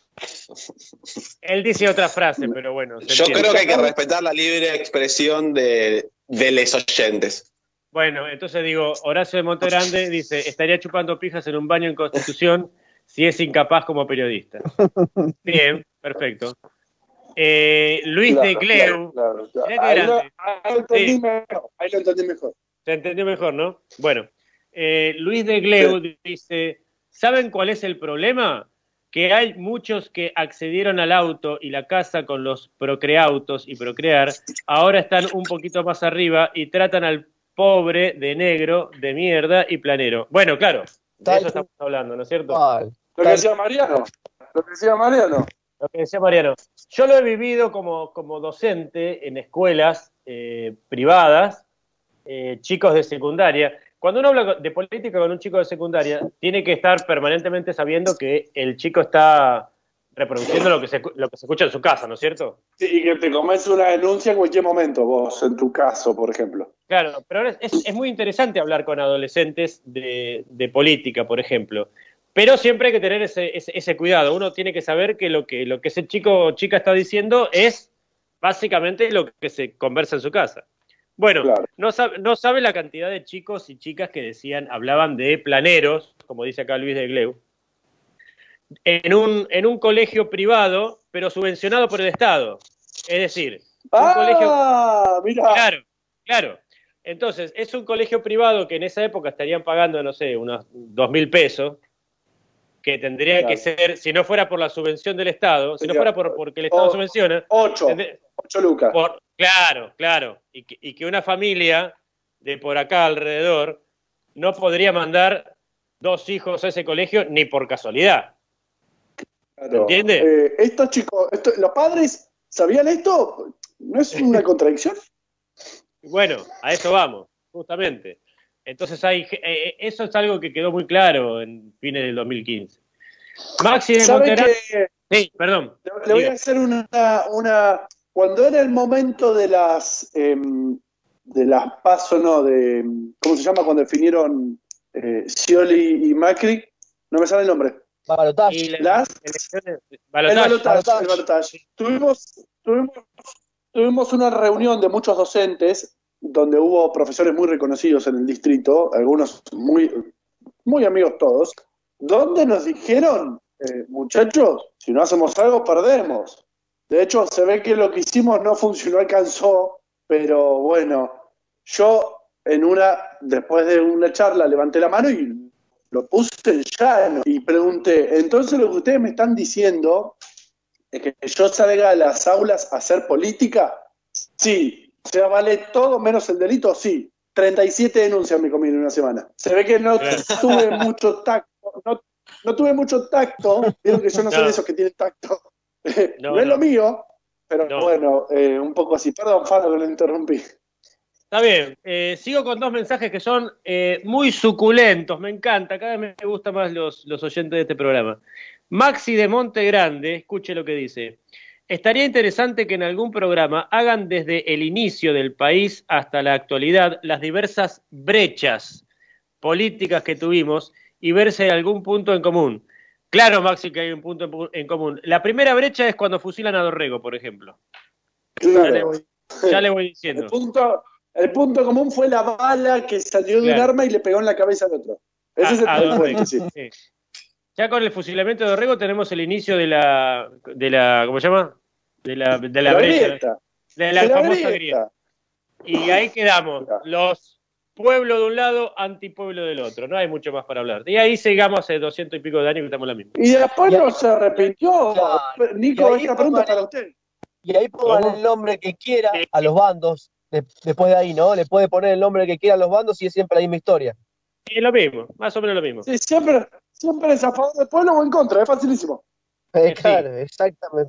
Él dice otra frase, pero bueno. se Yo entiende. creo que hay que respetar la libre expresión de, de los oyentes. Bueno, entonces digo, Horacio de Montegrande dice, estaría chupando pijas en un baño en Constitución si es incapaz como periodista. Bien, perfecto. Eh, Luis Claro, de Gleu, claro, claro. mirá qué Ahí, lo, grande. ahí lo entendí Sí. mejor. Ahí lo entendí mejor. Se entendió mejor, ¿no? Bueno, eh, Luis de Gleu dice, ¿saben cuál es el problema? Que hay muchos que accedieron al auto y la casa con los procreautos y procrear, ahora están un poquito más arriba y tratan al pobre de negro, de mierda y planero. Bueno, claro, de Tal eso estamos hablando, ¿no es cierto? cual. Lo que decía Mariano. Lo que decía Mariano. Lo que decía Mariano. Yo lo he vivido como, como docente en escuelas eh, privadas, eh, chicos de secundaria. Cuando uno habla de política con un chico de secundaria, tiene que estar permanentemente sabiendo que el chico está reproduciendo lo que se, lo que se escucha en su casa, ¿no es cierto? Sí, y que te comes una denuncia en cualquier momento, vos, en tu caso, por ejemplo. Claro, pero ahora es, es muy interesante hablar con adolescentes de, de política, por ejemplo. Pero siempre hay que tener ese, ese, ese cuidado. Uno tiene que saber que lo que lo que ese chico o chica está diciendo es básicamente lo que se conversa en su casa. Bueno, Claro. no, sabe, no sabe la cantidad de chicos y chicas que decían, hablaban de planeros, como dice acá Luis de Gleu, en un, en un colegio privado, pero subvencionado por el Estado. Es decir, un colegio... ¡Ah! Mira. Claro, claro. Entonces, es un colegio privado que en esa época estarían pagando, no sé, unos dos mil pesos, que tendría Claro. que ser, si no fuera por la subvención del Estado, si no Sería- fuera por, porque el Estado o- subvenciona, Ocho. tendría- Ocho lucas. por- claro, claro, y que, y que una familia de por acá alrededor no podría mandar dos hijos a ese colegio ni por casualidad. Claro. ¿entiende? Eh, estos chicos, esto- ¿los padres sabían esto? ¿No es una contradicción? Bueno, a eso vamos, justamente. Entonces hay, eh, eso es algo que quedó muy claro en fines del dos mil quince. Maxi de ¿Sabe Monterrey. que Sí, perdón. le, le voy diga. a hacer una, una... Cuando era el momento de las... em, de las PASO, no, de... ¿Cómo se llama? Cuando definieron eh, Scioli y Macri. No me sale el nombre. Balotaje. Y la- Las... elecciones- El balotaje. balotaje, balotaje. el balotaje. Tuvimos, tuvimos tuvimos una reunión de muchos docentes, donde hubo profesores muy reconocidos en el distrito, algunos muy, muy amigos todos, donde nos dijeron, eh, muchachos, si no hacemos algo, perdemos. De hecho, se ve que lo que hicimos no funcionó, alcanzó, pero bueno, yo en una, después de una charla, levanté la mano y lo puse en llano y pregunté, entonces lo que ustedes me están diciendo es que yo salga a las aulas a hacer política, sí, o sea, vale todo menos el delito, sí. treinta y siete denuncias me comí en una semana. Se ve que no tuve mucho tacto, no, no tuve mucho tacto, vieron que yo no, no soy de esos que tienen tacto. No, no es lo mío, pero no. bueno, eh, un poco así. Perdón, Faro, que lo interrumpí. Está bien, eh, sigo con dos mensajes que son eh, muy suculentos, me encanta, cada vez me gustan más los, los oyentes de este programa. Maxi de Monte Grande, escuche lo que dice. Estaría interesante que en algún programa hagan desde el inicio del país hasta la actualidad las diversas brechas políticas que tuvimos y ver si hay algún punto en común. Claro, Maxi, que hay un punto en, en común. La primera brecha es cuando fusilan a Dorrego, por ejemplo. Claro. Ya le voy, ya le voy diciendo. El punto, el punto común fue la bala que salió de claro. un arma y le pegó en la cabeza al otro. Ese a, es el a punto, Dorrego, sí. sí. Ya con el fusilamiento de Dorrego tenemos el inicio de la, de la ¿cómo se llama? De la, de la, la brecha. Grieta. De la, de la famosa grieta. grieta. Y ahí quedamos. Los pueblos de un lado, antipueblo del otro. No hay mucho más para hablar. Y ahí sigamos hace doscientos y pico de años que estamos en la misma. Y después y no ahí, se arrepintió. Claro. Nico, esta pregunta es para usted. Y ahí pongan el nombre que quiera a los bandos. De, después de ahí, ¿no? Le puede poner el nombre que quiera a los bandos y es siempre la misma historia. Es lo mismo, más o menos lo mismo. Sí, siempre, siempre es a favor del pueblo o en contra, es facilísimo. Eh, claro, sí. Exactamente.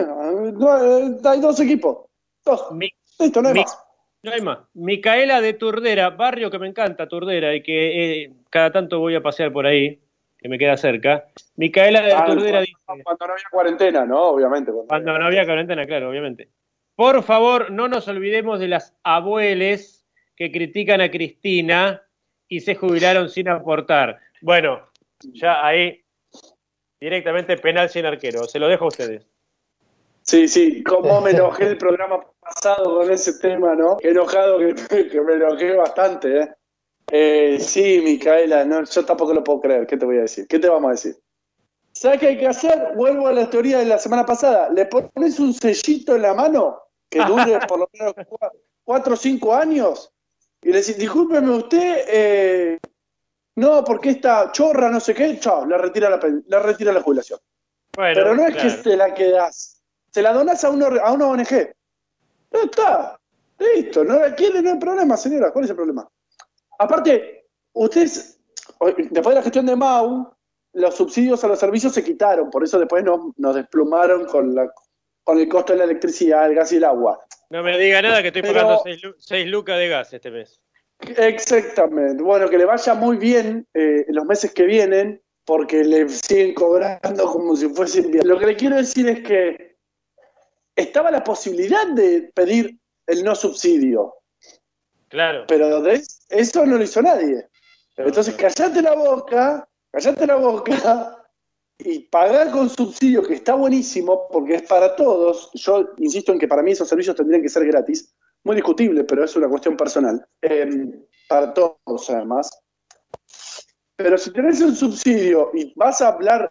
No, hay dos equipos. Dos. Mi, Listo, no hay mi, más. No hay más. Micaela de Turdera, barrio que me encanta, Turdera, y que eh, cada tanto voy a pasear por ahí, que me queda cerca. Micaela de ah, cuando, Turdera dice... Cuando no había cuarentena, ¿no? Obviamente. Cuando, cuando había... no había cuarentena, claro, obviamente. Por favor, no nos olvidemos de las abueles que critican a Cristina y se jubilaron sin aportar. Bueno, ya ahí directamente penal sin arquero. Se lo dejo a ustedes. Sí, sí, cómo me enojé el programa pasado con ese tema, ¿no? Qué enojado que, que me enojé bastante, ¿eh? eh sí, Micaela, no, yo tampoco lo puedo creer. ¿Qué te voy a decir? ¿Qué te vamos a decir? ¿Sabes qué hay que hacer? Vuelvo a la teoría de la semana pasada. Le pones un sellito en la mano que dure por lo menos cuatro o cinco años y le decís, discúlpeme usted, eh, no, porque esta chorra, no sé qué, chao, le retira la, le retira la jubilación. Bueno, pero no es claro. que te la quedás, se la donás a, uno, a una O N G. No está, listo, no la quiere, no hay problema, señora, ¿cuál es el problema? Aparte, ustedes, después de la gestión de Mau, los subsidios a los servicios se quitaron, por eso después nos, nos desplumaron con, la, con el costo de la electricidad, el gas y el agua. No me diga nada que estoy Pero, pagando seis lucas de gas este mes. Exactamente. Bueno, que le vaya muy bien eh, los meses que vienen, porque le siguen cobrando como si fuesen bien. Lo que le quiero decir es que estaba la posibilidad de pedir el no subsidio. Claro. Pero de eso no lo hizo nadie. Entonces, callate la boca, callate la boca y pagar con subsidio, que está buenísimo, porque es para todos. Yo insisto en que para mí esos servicios tendrían que ser gratis. Muy discutible, pero es una cuestión personal. Eh, para todos, además. Pero si tenés un subsidio y vas a hablar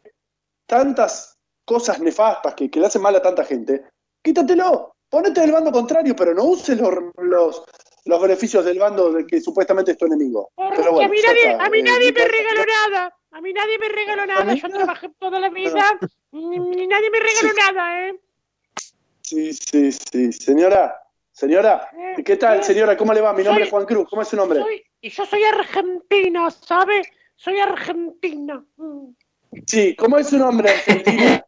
tantas cosas nefastas que, que le hacen mal a tanta gente, quítatelo. Ponete del bando contrario, pero no uses los, los, los beneficios del bando de que supuestamente es tu enemigo. Pero bueno, a mí nadie, a mí nadie eh, me regaló nada. A mí nadie me regaló nada. Yo trabajé toda la vida. Ni, ni nadie me regaló sí. nada, ¿eh? Sí, sí, sí. Señora, señora, eh, ¿qué tal, eh, señora? ¿Cómo le va? Mi nombre soy, es Juan Cruz. ¿Cómo es su nombre? Soy, y yo soy argentina, ¿sabe? Soy argentina. Sí, ¿cómo es su nombre, Argentina?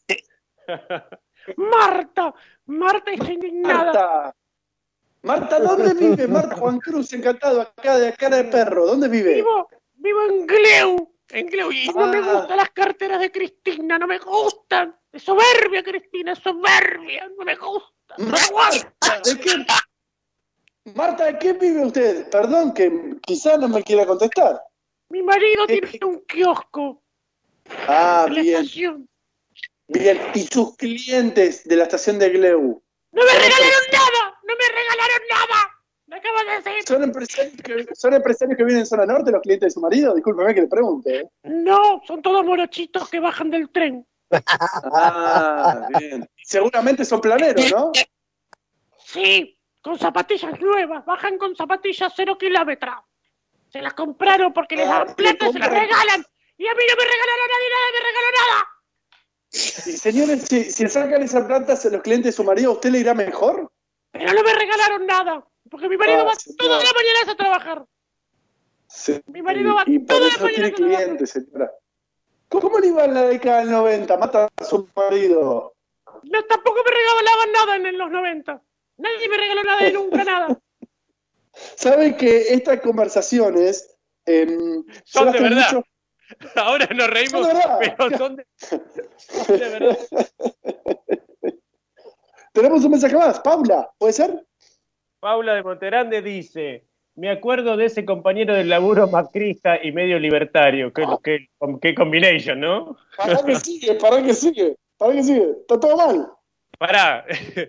Marta, Marta está indignada. Marta, Marta, ¿dónde vive? Marta Juan Cruz, encantado, acá de cara de perro. ¿Dónde vive? Vivo, vivo en Gleu, en Gleu, y no ah. me gustan las carteras de Cristina, no me gustan. Es soberbia, Cristina, es soberbia, no me gusta. No Marta, ¿de qué? Marta, ¿de qué vive usted? Perdón, que quizás no me quiera contestar. Mi marido ¿Qué? tiene un kiosco. Ah, bien. Bien, ¿y sus clientes de la estación de Gleu? ¡No me regalaron nada! ¡No me regalaron nada! ¡Me acabas de decir! ¿Son empresarios, que, ¿Son empresarios que viven en zona norte, los clientes de su marido? Discúlpeme que le pregunte. ¿eh? No, son todos morochitos que bajan del tren. Ah, bien. Seguramente son planeros, ¿no? Sí, con zapatillas nuevas. Bajan con zapatillas cero kilómetros. Se las compraron porque les dan plata y se las regalan. Y a mí no me regalaron a nadie nada, me regaló nada. Y señores, si, si sacan esas plantas a los clientes de su marido, ¿a usted le irá mejor? Pero no me regalaron nada. Porque mi marido Ah, va señor. todas las mañanas a trabajar. Sí. Mi marido va Y por todas las eso mañanas tiene a trabajar. clientes, señora. ¿Cómo le iba en la década del noventa? Mata a su marido. No, tampoco me regalaban nada en, en los noventa. Nadie me regaló nada de nunca nada. ¿Sabe que estas conversaciones eh, Son de hace verdad. mucho- Ahora nos reímos, Son de verdad. pero son de, son de verdad. Tenemos un mensaje más, Paula, ¿puede ser? Paula de Montegrande dice, me acuerdo de ese compañero del laburo macrista y medio libertario. Qué, qué, qué combination, ¿no? Pará que sigue, pará que sigue, pará que sigue. Está todo mal. Pará,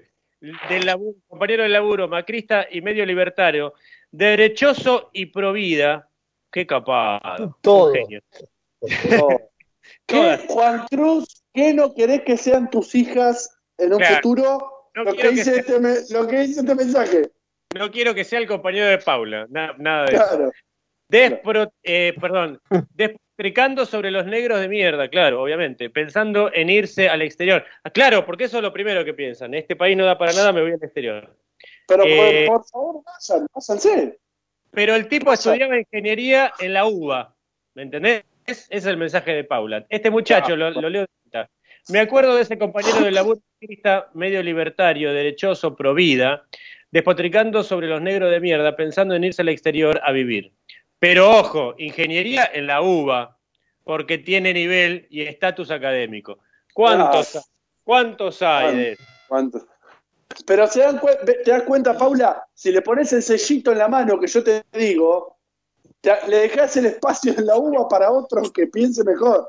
del laburo, compañero del laburo macrista y medio libertario, derechoso y provida. Qué capaz. Todo. Un genio. No. ¿Qué, Juan Cruz, qué no querés que sean tus hijas en un Claro. futuro? No lo, quiero que que dice sea- este me- lo que dice este mensaje. No quiero que sea el compañero de Paula, na- nada de eso. Claro. Despro, eh, perdón, despotricando sobre los negros de mierda, claro, obviamente, pensando en irse al exterior. Ah, claro, porque eso es lo primero que piensan. Este país no da para nada, me voy al exterior. Pero Eh, por, por favor, vayan, váyanse. Pero el tipo estudiaba ingeniería en la U B A, ¿me entendés? Ese es el mensaje de Paula. Este muchacho, lo, lo leo de vuelta. Me acuerdo de ese compañero del laburo macrista, medio libertario, derechoso, pro vida, despotricando sobre los negros de mierda, pensando en irse al exterior a vivir. Pero ojo, ingeniería en la U B A, porque tiene nivel y estatus académico. ¿Cuántos, Ah. ¿cuántos hay de eso? ¿Cuánto? Pero se dan cuen- ve- te das cuenta, Paula, si le pones el sellito en la mano que yo te digo, te- le dejas el espacio en la uva para otro que piense mejor.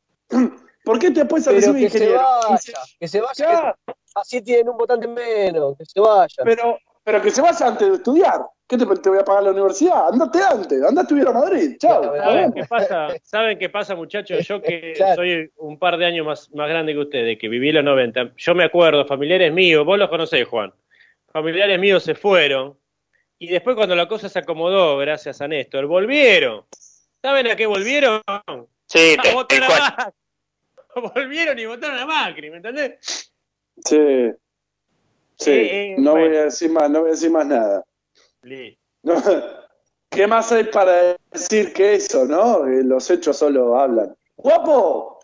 ¿Por qué te puedes Pero recibir que se ingeniero? vaya, que se vaya, Ya, que así tienen un votante menos, que se vaya. pero, pero que se vaya antes de estudiar. ¿Qué te, te voy a pagar la universidad? Andate antes, andá a estudiar a Madrid. Chao. nos ¿Saben vemos. qué pasa? ¿Saben qué pasa, muchachos? Yo que Claro. soy un par de años más, más grande que ustedes, que viví los noventa, yo me acuerdo, familiares míos, vos los conocés, Juan, familiares míos se fueron, y después cuando la cosa se acomodó, gracias a Néstor, volvieron. ¿Saben a qué volvieron? Sí, A tal votar a cual. Macri. Volvieron y votaron a Macri, ¿me entendés? Sí. Sí. Eh, eh, no bueno. voy a decir más, no voy a decir más nada. Listo. No, ¿qué más hay para decir que eso, no? Eh, Los hechos solo hablan. ¡Guapo!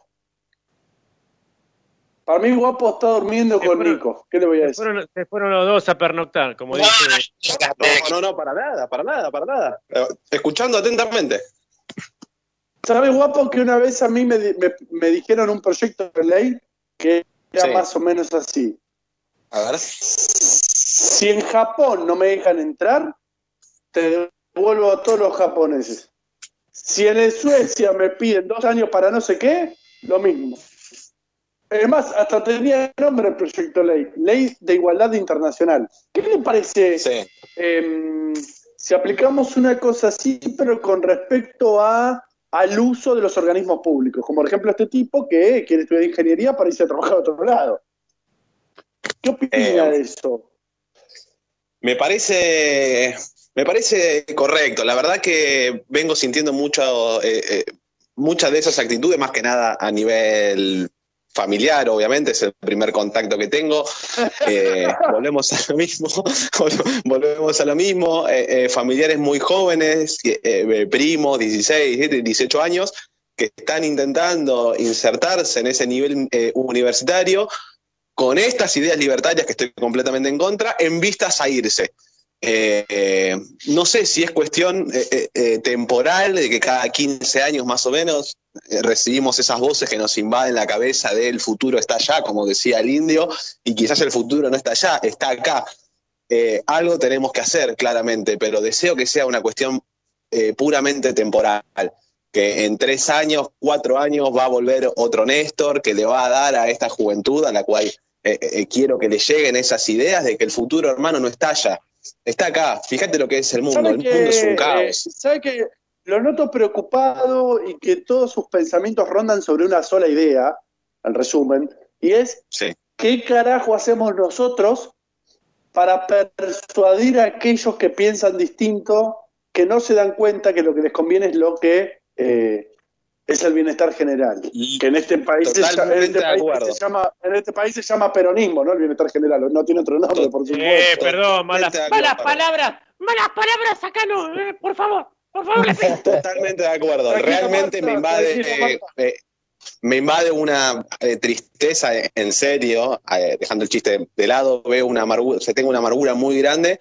Para mí, Guapo está durmiendo Se con fueron- Nico. ¿Qué le voy a Se decir? fueron, se fueron los dos a pernoctar, como dice. No, no, no, para nada, para nada, para nada. Eh, Escuchando atentamente. ¿Sabes, Guapo, que una vez a mí me, di- me, me dijeron un proyecto de ley que era Sí. más o menos así? A ver. Si en Japón no me dejan entrar, te devuelvo a todos los japoneses. Si en Suecia me piden dos años para no sé qué, lo mismo. Es más, hasta tenía nombre el proyecto de ley, Ley de Igualdad Internacional. ¿Qué le parece Sí. eh, si aplicamos una cosa así, pero con respecto a al uso de los organismos públicos? Como por ejemplo este tipo que quiere estudiar ingeniería para irse a trabajar a otro lado. ¿Qué opina Eh, de eso? Me parece, me parece correcto. La verdad que vengo sintiendo mucho, eh, eh, muchas de esas actitudes, más que nada a nivel familiar, obviamente, es el primer contacto que tengo. Eh, volvemos a lo mismo, volvemos a lo mismo. Eh, eh, familiares muy jóvenes, eh, primos, dieciséis, dieciocho años, que están intentando insertarse en ese nivel eh, universitario con estas ideas libertarias que estoy completamente en contra, en vistas a irse. Eh, eh, no sé si es cuestión eh, eh, temporal, de que cada quince años más o menos eh, recibimos esas voces que nos invaden la cabeza de el futuro está allá, como decía el indio, y quizás el futuro no está allá, está acá. Eh, algo tenemos que hacer, claramente, pero deseo que sea una cuestión eh, puramente temporal, que en tres años, cuatro años va a volver otro Néstor que le va a dar a esta juventud a la cual eh, eh, quiero que le lleguen esas ideas de que el futuro, hermano, no está allá, está acá. Fíjate lo que es el mundo, el que, mundo es un eh, caos. ¿Sabe que lo noto preocupado y que todos sus pensamientos rondan sobre una sola idea, en resumen, y es sí. ¿qué carajo hacemos nosotros para persuadir a aquellos que piensan distinto, que no se dan cuenta que lo que les conviene es lo que eh, es el bienestar general? Y que en este país, se, en este país se llama en este país se llama peronismo, no el bienestar general, no tiene otro nombre, por supuesto. Eh, perdón, malas, malas palabras, malas palabras acá no, eh, por favor, por favor. Le pido. Totalmente de acuerdo. Realmente me invade, eh, eh, me invade una eh, tristeza, en serio, eh, dejando el chiste de lado, veo una amargura, o sea, tengo una amargura muy grande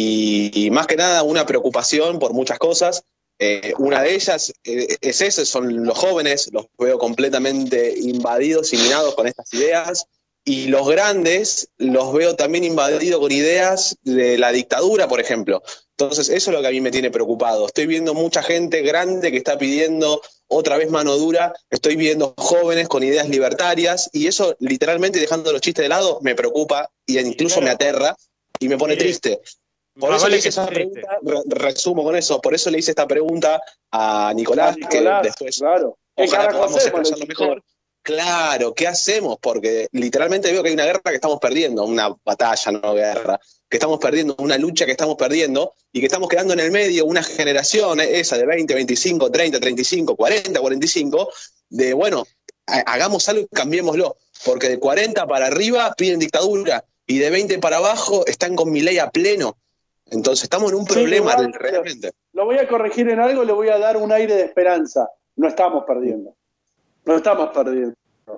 y, y más que nada una preocupación por muchas cosas. Eh, una de ellas eh, es esa, son los jóvenes, los veo completamente invadidos y minados con estas ideas, y los grandes los veo también invadidos con ideas de la dictadura, por ejemplo. Entonces eso es lo que a mí me tiene preocupado. Estoy viendo mucha gente grande que está pidiendo otra vez mano dura, estoy viendo jóvenes con ideas libertarias, y eso literalmente, dejando los chistes de lado, me preocupa y incluso me aterra y me pone Sí. triste. Por Más eso vale le hice que esa esté pregunta, re- resumo con eso, por eso le hice esta pregunta a Nicolás, A Nicolás, que después claro. ¿Qué ojalá carajo podamos hacemos? expresarlo mejor. Claro, ¿qué hacemos? Porque literalmente veo que hay una guerra que estamos perdiendo, una batalla, no guerra, que estamos perdiendo, una lucha que estamos perdiendo y que estamos quedando en el medio, una generación, eh, esa de veinte, veinticinco, treinta, treinta y cinco, cuarenta, cuarenta y cinco, de bueno, ha- hagamos algo y cambiémoslo, porque de cuarenta para arriba piden dictadura y de veinte para abajo están con Milei a pleno. Entonces estamos en un Sí, problema igual, realmente. Lo voy a corregir en algo, le voy a dar un aire de esperanza. No estamos perdiendo. No estamos perdiendo.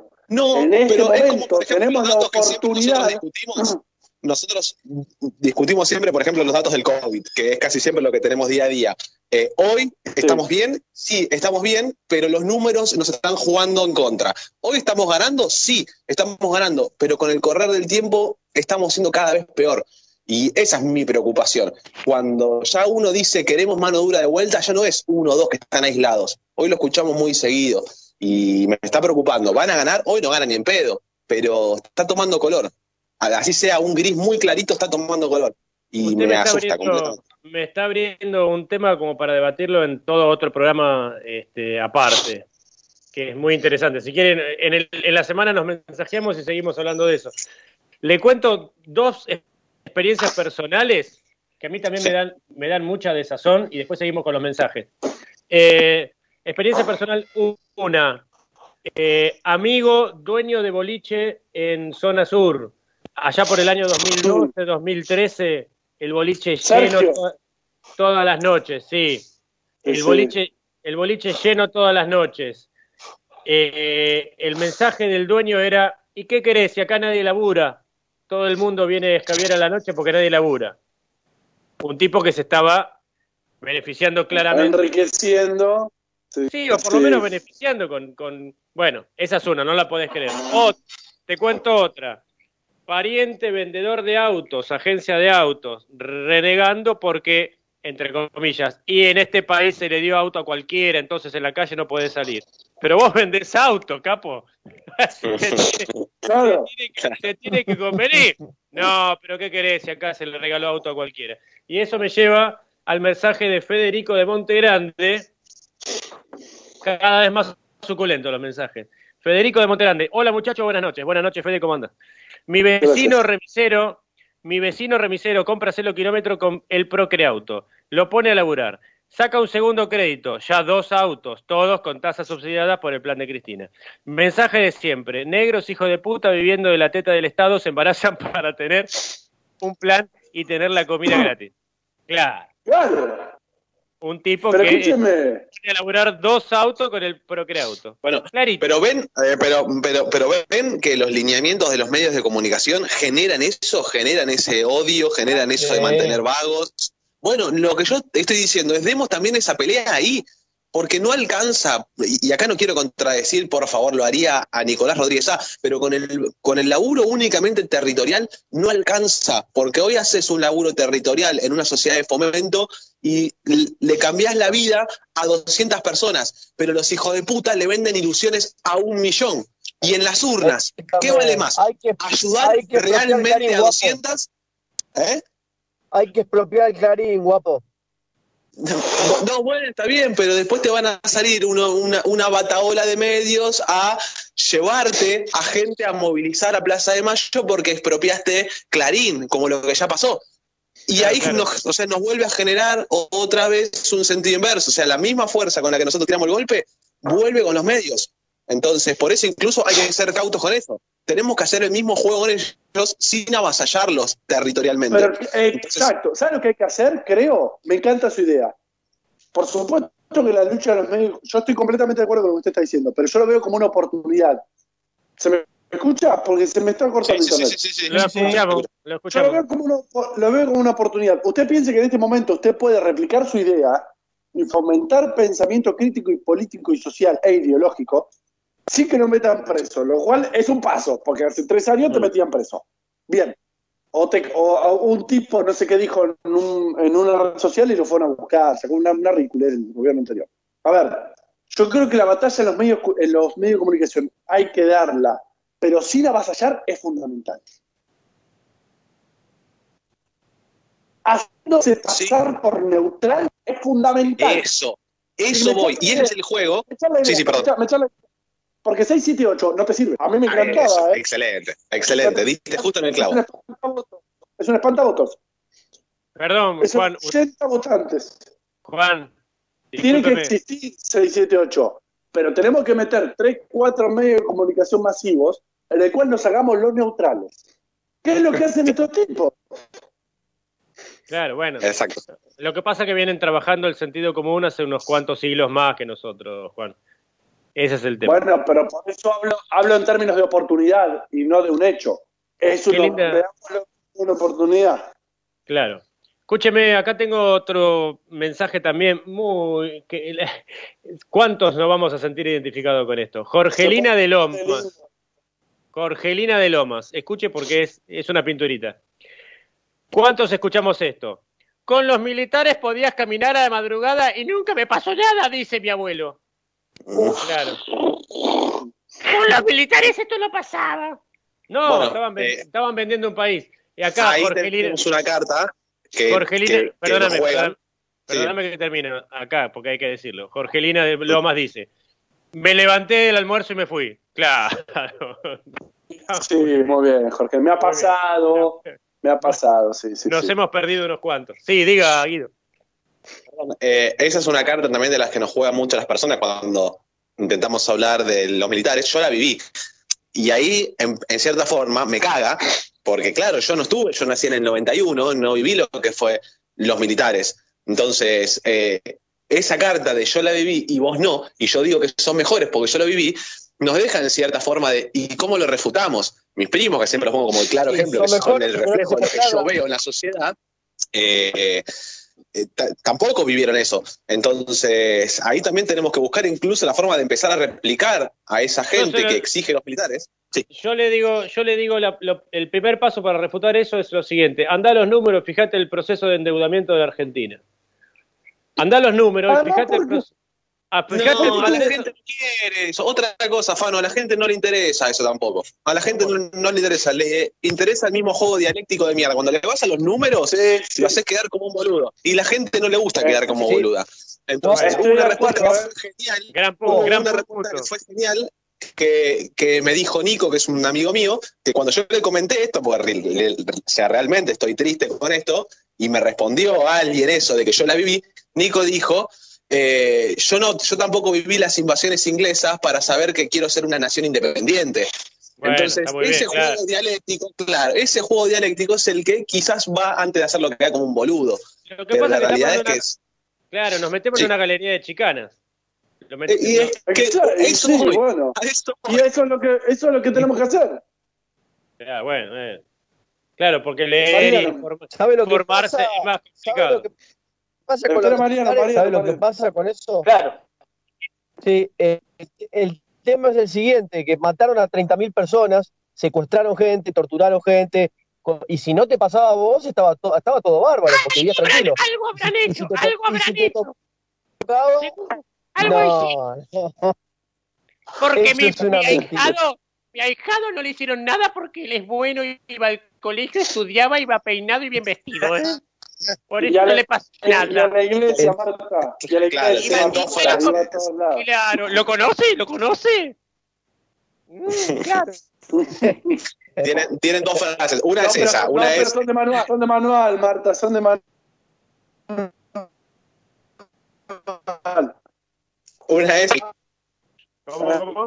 No, en este pero momento es como, por ejemplo, tenemos los la datos que siempre oportunidad. nosotros discutimos. Nosotros discutimos siempre, por ejemplo, los datos del COVID, que es casi siempre lo que tenemos día a día. Eh, hoy estamos sí. bien, sí, estamos bien, pero los números nos están jugando en contra. Hoy estamos ganando, sí, estamos ganando, pero con el correr del tiempo estamos siendo cada vez peor. Y esa es mi preocupación. Cuando ya uno dice queremos mano dura de vuelta, ya no es uno o dos que están aislados. Hoy lo escuchamos muy seguido y me está preocupando. ¿Van a ganar? Hoy no ganan ni en pedo, pero está tomando color. Así sea un gris muy clarito, está tomando color. Y me, me asusta abriendo, completamente. Me está abriendo un tema como para debatirlo en todo otro programa este, aparte, que es muy interesante. Si quieren, en, el, en la semana nos mensajeamos y seguimos hablando de eso. Le cuento dos experiencias personales que a mí también me dan, me dan mucha desazón y después seguimos con los mensajes. Eh, experiencia personal, una, eh, amigo dueño de boliche en zona sur, allá por el año dos mil doce, dos mil trece, el boliche Sergio. lleno to todas las noches, sí, el sí. boliche, el boliche lleno todas las noches. Eh, el mensaje del dueño era, ¿y qué querés si acá nadie labura? Todo el mundo viene a escabiar a la noche porque nadie labura. Un tipo que se estaba beneficiando claramente. Enriqueciendo. Sí, sí o por sí. lo menos beneficiando con, con... Bueno, esa es una, no la podés creer. O, te cuento otra. Pariente vendedor de autos, agencia de autos, renegando porque, entre comillas, y en este país se le dio auto a cualquiera, entonces en la calle no podés salir. Pero vos vendés auto, capo. te, tiene, claro. te, tiene que, te tiene que convenir. No, pero ¿qué querés si acá se le regaló auto a cualquiera? Y eso me lleva al mensaje de Federico de Montegrande, cada vez más suculento los mensajes. Federico de Montegrande, hola muchachos, buenas noches. Buenas noches, Fede, ¿cómo andas? Mi vecino Gracias. remisero, mi vecino remisero compra cero kilómetros con el Procreauto, lo pone a laburar. Saca un segundo crédito, ya dos autos, todos con tasas subsidiadas por el plan de Cristina. Mensaje de siempre, negros hijos de puta viviendo de la teta del Estado se embarazan para tener un plan y tener la comida gratis. Claro. Claro. Un tipo pero que escúcheme. pone a laburar dos autos con el Procreauto. Bueno, Clarito. pero ven, eh, pero, pero, pero ven que los lineamientos de los medios de comunicación generan eso, generan ese odio, generan eso de mantener vagos. Bueno, lo que yo estoy diciendo es demos también esa pelea ahí, porque no alcanza, y acá no quiero contradecir, por favor, lo haría a Nicolás Rodríguez A, pero con el, con el laburo únicamente territorial no alcanza, porque hoy haces un laburo territorial en una sociedad de fomento y le cambiás la vida a doscientas personas, pero los hijos de puta le venden ilusiones a un millón. Y en las urnas, ¿qué También, vale más? hay que, ¿Ayudar hay que expropiar realmente Clarín, a guapo. doscientas? ¿Eh? Hay que expropiar el Clarín, guapo. No, no, bueno, está bien, pero después te van a salir uno, una, una bataola de medios a llevarte a gente a movilizar a Plaza de Mayo porque expropiaste Clarín, como lo que ya pasó. Y Claro, ahí claro. Nos, o sea, nos vuelve a generar otra vez un sentido inverso. O sea, la misma fuerza con la que nosotros tiramos el golpe vuelve con los medios. Entonces, por eso incluso hay que ser cautos con eso. Tenemos que hacer el mismo juego con ellos sin avasallarlos territorialmente. Pero, eh, exacto. ¿Sabes lo que hay que hacer? Creo. Me encanta su idea. Por supuesto que la lucha de los medios, yo estoy completamente de acuerdo con lo que usted está diciendo, pero yo lo veo como una oportunidad. ¿Se me escucha? Porque se me está cortando Sí, sí, internet. sí, sí, sí. Lo escuchamos, lo Yo lo escuchamos. veo, como una, lo veo como una oportunidad. Usted piense que en este momento usted puede replicar su idea y fomentar pensamiento crítico y político y social e ideológico sin que nos metan preso, lo cual es un paso, porque hace tres años te metían preso. Bien. O, te, o, o un tipo, no sé qué dijo en, un, en una red social y lo fueron a buscar, sacó una, una ridiculez del gobierno anterior. A ver, yo creo que la batalla en los medios, en los medios de comunicación hay que darla, pero sin avasallar es fundamental. Haciéndose pasar sí. por neutral es fundamental. Eso, eso voy. Y ese es el juego. Sí, sí, perdón. Me echarle, porque seis, siete, ocho no te sirve. A mí me encantaba. Eso, ¿eh? Excelente, excelente. Diste justo en el clavo. Es un espantavotos. Perdón, es Juan. ochenta votantes. Juan. Tiene que existir seis, siete, ocho. Pero tenemos que meter tres, cuatro medios de comunicación masivos en el cual nos hagamos los neutrales. ¿Qué es lo que hacen estos tipos? Claro, bueno. Exacto. Lo que pasa es que vienen trabajando el sentido común hace unos cuantos siglos más que nosotros, Juan. Ese es el tema. Bueno, pero por eso hablo, hablo en términos de oportunidad y no de un hecho. Es una, linda... una oportunidad. Claro. Escúcheme, acá tengo otro mensaje también muy... Que, ¿cuántos nos vamos a sentir identificados con esto? Jorgelina de Lomas. Jorgelina de Lomas. Escuche porque es, es una pinturita. ¿Cuántos escuchamos esto? Con los militares podías caminar a la madrugada y nunca me pasó nada, dice mi abuelo. Uf. Claro. Con los militares esto no pasaba. No, bueno, estaban, eh, estaban vendiendo un país. Y acá ahí Jorgelina... tenemos una carta que... Jorgelina, que, perdóname, que perdóname, sí. perdóname que termine acá, porque hay que decirlo. Jorgelina de Lomas dice, me levanté del almuerzo y me fui. Claro. Sí, muy bien, Jorge. Me ha pasado, me ha pasado, sí, sí. Nos sí. hemos perdido unos cuantos. Sí, diga, Guido. Eh, esa es una carta también de las que nos juegan mucho las personas cuando intentamos hablar de los militares. Yo la viví. Y ahí, en, en cierta forma, me caga, porque claro, yo no estuve, yo nací en el noventa y uno, no viví lo que fue los militares. Entonces, eh, esa carta de yo la viví y vos no, y yo digo que son mejores porque yo lo viví, nos deja en cierta forma de, ¿y cómo lo refutamos? Mis primos, que siempre los pongo como el claro ejemplo, que son el reflejo de lo que yo veo en la sociedad, eh, eh, tampoco vivieron eso. Entonces, ahí también tenemos que buscar incluso la forma de empezar a replicar a esa gente que exige los militares. Sí. Yo le digo, yo le digo la, lo, el primer paso para refutar eso es lo siguiente. Andá los números, fíjate el proceso de endeudamiento de la Argentina. Andá los números, ah, fíjate no, el proceso. Ah, fíjate no, el a la gente no quiere eso. Otra cosa, Fano, a la gente no le interesa eso tampoco. A la gente no, no le interesa. Le interesa el mismo juego dialéctico de mierda. Cuando le vas a los números, sí, sí. lo haces quedar como un boludo. Y la gente no le gusta quedar como sí. boluda. Entonces, no, hubo una respuesta que fue genial. Gran punto, gran una respuesta que fue genial. Que, que me dijo Nico, que es un amigo mío, que cuando yo le comenté esto, porque le, le, o sea, realmente estoy triste con esto, y me respondió alguien eso de que yo la viví, Nico dijo, eh, yo no, yo tampoco viví las invasiones inglesas para saber que quiero ser una nación independiente. Bueno, entonces, ese bien, juego claro. dialéctico, claro, ese juego dialéctico es el que quizás va antes de hacerlo que queda como un boludo. Lo que Pero pasa la que realidad es una... que es... Claro, nos metemos sí. en una galería de chicanas. Lo Eh, y es que claro, eso sí, voy, bueno. a esto voy. Y eso es lo que eso es lo que tenemos que hacer. Ya, bueno, eh. Claro, porque leer y inform ¿sabe lo que formarse pasa? es más ¿Sabe lo complicado. que pasa con Espera, los Mariano, militares? Mariano, ¿Sabe lo que Mariano. pasa con eso? Claro. Sí, eh, el tema es el siguiente, que mataron a treinta mil personas, secuestraron gente, torturaron gente, con, y si no te pasaba a vos, estaba, to, estaba todo bárbaro, porque vivías tranquilo. Algo habrán Y si hecho, te to- algo y habrán si te hecho. tocaba, Seguro, algo hicieron. no, no, Porque eso mi, es una mi mentira. ahijado, mi ahijado no le hicieron nada porque él es bueno, iba al colegio, estudiaba, iba peinado y bien vestido, ¿eh? Por eso Y a no la- le pasó y a nada. la iglesia, Marta. Y a la Claro, iglesia, tienen Marta, dos iba a frases. todos lados. Claro, ¿lo conoce? ¿Lo conoce? Mm, claro. Tienen, tienen dos frases. Una No, es pero, esa, no, una pero es. son de manual, son de manual, Marta, son de manual. Una es. ¿Cómo, cómo?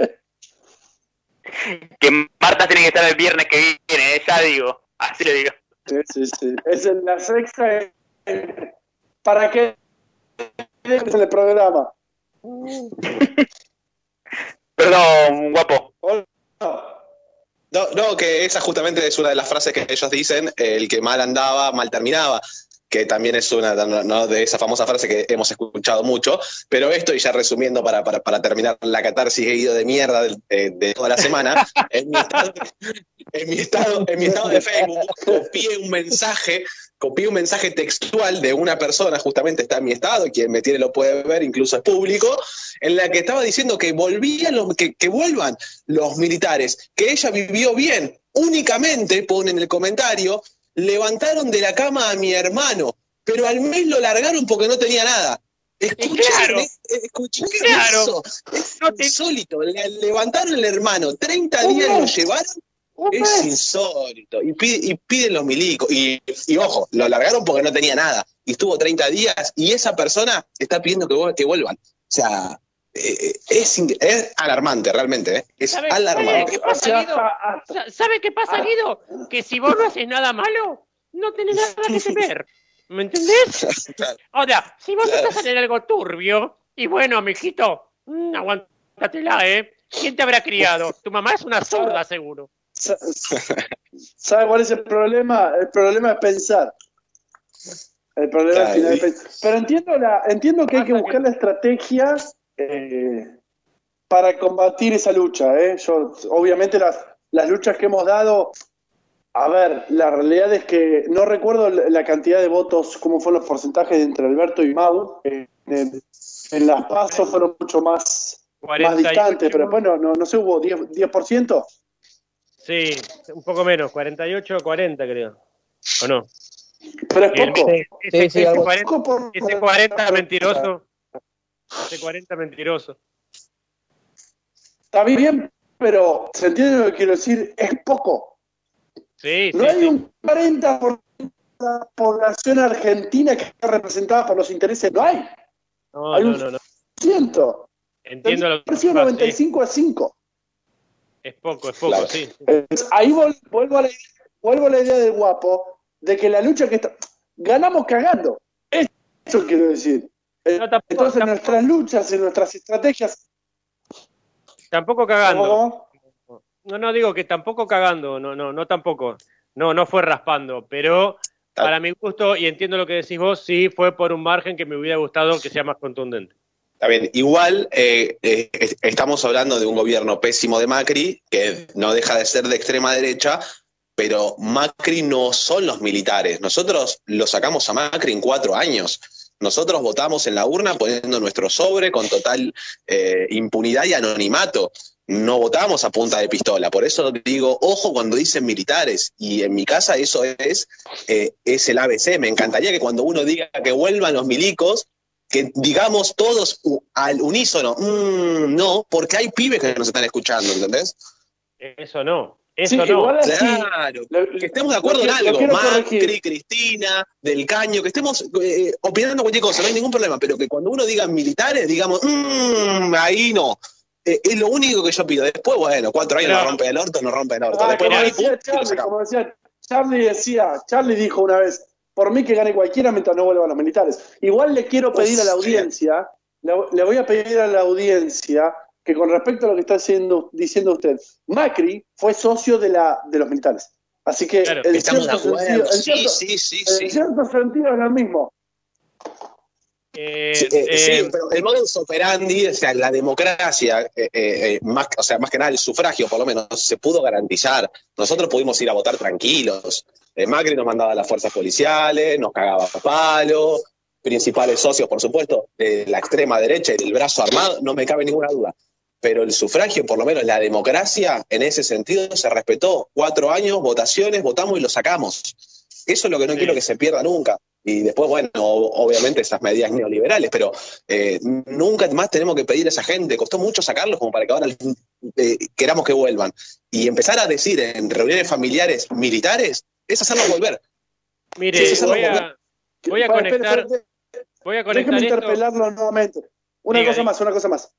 Que Marta tiene que estar el viernes que viene, ¿eh? Ya digo. Así lo digo. Sí, sí, sí. Es en la sexta. eh, ¿Para qué es el programa? Perdón, guapo. No, no, que esa justamente es una de las frases que ellos dicen, el que mal andaba, mal terminaba, que también es una, ¿no?, de esa famosa frase que hemos escuchado mucho, pero esto, y ya resumiendo para, para, para terminar la catarsis he ido de mierda de, de, de toda la semana, en mi estado, en mi estado, en mi estado de Facebook copié un mensaje, copié un mensaje textual de una persona, justamente está en mi estado, quien me tiene lo puede ver, incluso es público, en la que estaba diciendo que volvían los, que, que vuelvan los militares, que ella vivió bien, únicamente, pone en el comentario, levantaron de la cama a mi hermano, pero al mes lo largaron porque no tenía nada. Escucharon, Claro. eh, escucharon Claro. eso, es No te- insólito, le levantaron el hermano, treinta Un días mes. lo llevaron, Un es mes. insólito, y, pide- y piden los milicos, y, y ojo, lo largaron porque no tenía nada, y estuvo treinta días, y esa persona está pidiendo que, vu- que vuelvan, o sea, eh, es, in- es alarmante realmente, ¿eh? Es ¿Sabe, ¿sabe alarmante. qué O pasa, sea, Guido? hasta- hasta- Sa- ¿Sabe qué pasa, Guido? Que si vos no haces nada malo, no tenés nada que temer. ¿Me entendés? Claro. Ahora, si vos Claro. estás en algo turbio, y bueno, mijito, mm, aguántatela, ¿eh? ¿Quién te habrá criado? Tu mamá es una zurda, seguro. sa- ¿Sabe cuál es el problema? El problema es pensar. El problema Claro, al final es y- pensar. Pero entiendo, la, entiendo que hay que buscar la estrategia eh, para combatir esa lucha. ¿eh? Yo, obviamente las, las luchas que hemos dado, a ver, la realidad es que no recuerdo la la cantidad de votos, cómo fueron los porcentajes entre Alberto y Mau. Eh, en, en las pasos fueron mucho más, más cuarenta y ocho. distantes, pero después no, no, no sé, hubo diez, diez por ciento. Sí, un poco menos, cuarenta y ocho o cuarenta, creo. ¿O no? Pero es Y el- poco. ese, Sí, sí, ese algo- cuarenta, Poco por- ese cuarenta mentiroso. Ese cuarenta mentiroso. Está bien, pero ¿se entiende lo que quiero decir? Es poco. Sí, No sí, hay sí. un cuarenta por ciento de la población argentina que está representada por los intereses. No hay. No, hay no, un no, no. ciento. Entiendo lo que Precio pasa, noventa y sí. cinco a cinco. Es poco, es poco, Claro. sí. Entonces, ahí vol- vuelvo a, la, vuelvo a la idea del guapo, de que la lucha que está... Ganamos cagando. Eso quiero decir. No, tampoco, Entonces, en tampoco, nuestras luchas, en nuestras estrategias... tampoco cagando. ¿Cómo, cómo? No, no digo que tampoco cagando, no, no, no tampoco. No, no fue raspando, pero para mi gusto, y entiendo lo que decís vos, sí fue por un margen que me hubiera gustado que sea más contundente. Está bien, igual eh, eh, es- estamos hablando de un gobierno pésimo de Macri, que no deja de ser de extrema derecha, pero Macri no son los militares. Nosotros lo sacamos a Macri en cuatro años. Nosotros votamos en la urna poniendo nuestro sobre con total eh, impunidad y anonimato. No votamos a punta de pistola. Por eso digo, ojo cuando dicen militares. Y en mi casa eso es, eh, es el A B C. Me encantaría que cuando uno diga que vuelvan los milicos, que digamos todos u- al unísono, mm, no, porque hay pibes que nos están escuchando, ¿entendés? Eso no, eso Sí, no. igual así, Claro, lo- que estemos de acuerdo lo en que- lo algo, quiero Macri, corregir. Cristina, Del Caño, que estemos eh, opinando cualquier cosa, no hay ningún problema, pero que cuando uno diga militares, digamos, mmm, ahí no. Eh, es lo único que yo pido. Después, bueno, cuatro años Pero- no rompe el orto, no rompe el orto. Ah, Después como va y decía pum, y lo Charlie, sacamos. como decía Charlie decía, Charlie dijo una vez, por mí que gane cualquiera mientras no vuelvan los militares. Igual le quiero pedir a la Uf, audiencia, le, le voy a pedir a la audiencia que con respecto a lo que está haciendo, diciendo usted, Macri fue socio de la de los militares. Así que Claro, en Estamos de cierto acuerdo, sentido, en sí, cierto, sí, sí, en sí. cierto sentido es lo mismo. Eh, Sí, eh, eh, sí, pero el modus operandi, o sea, la democracia, eh, eh, eh, más, o sea, más que nada el sufragio, por lo menos, se pudo garantizar. Nosotros pudimos ir a votar tranquilos. Eh, Macri nos mandaba a las fuerzas policiales, nos cagaba a palo, principales socios, por supuesto, de la extrema derecha y del brazo armado, no me cabe ninguna duda. pero el sufragio, por lo menos la democracia, en ese sentido se respetó. Cuatro años, votaciones, votamos y lo sacamos. Eso es lo que no sí. quiero que se pierda nunca. Y después, bueno, obviamente esas medidas neoliberales, pero eh, nunca más tenemos que pedir a esa gente. Costó mucho sacarlos como para que ahora eh, queramos que vuelvan. Y empezar a decir en reuniones familiares militares es hacerlos volver. Mire, es voy, a, voy a conectar... Voy a conectar Déjeme esto. interpelarlo nuevamente. Una Diga, cosa diga. más, una cosa más.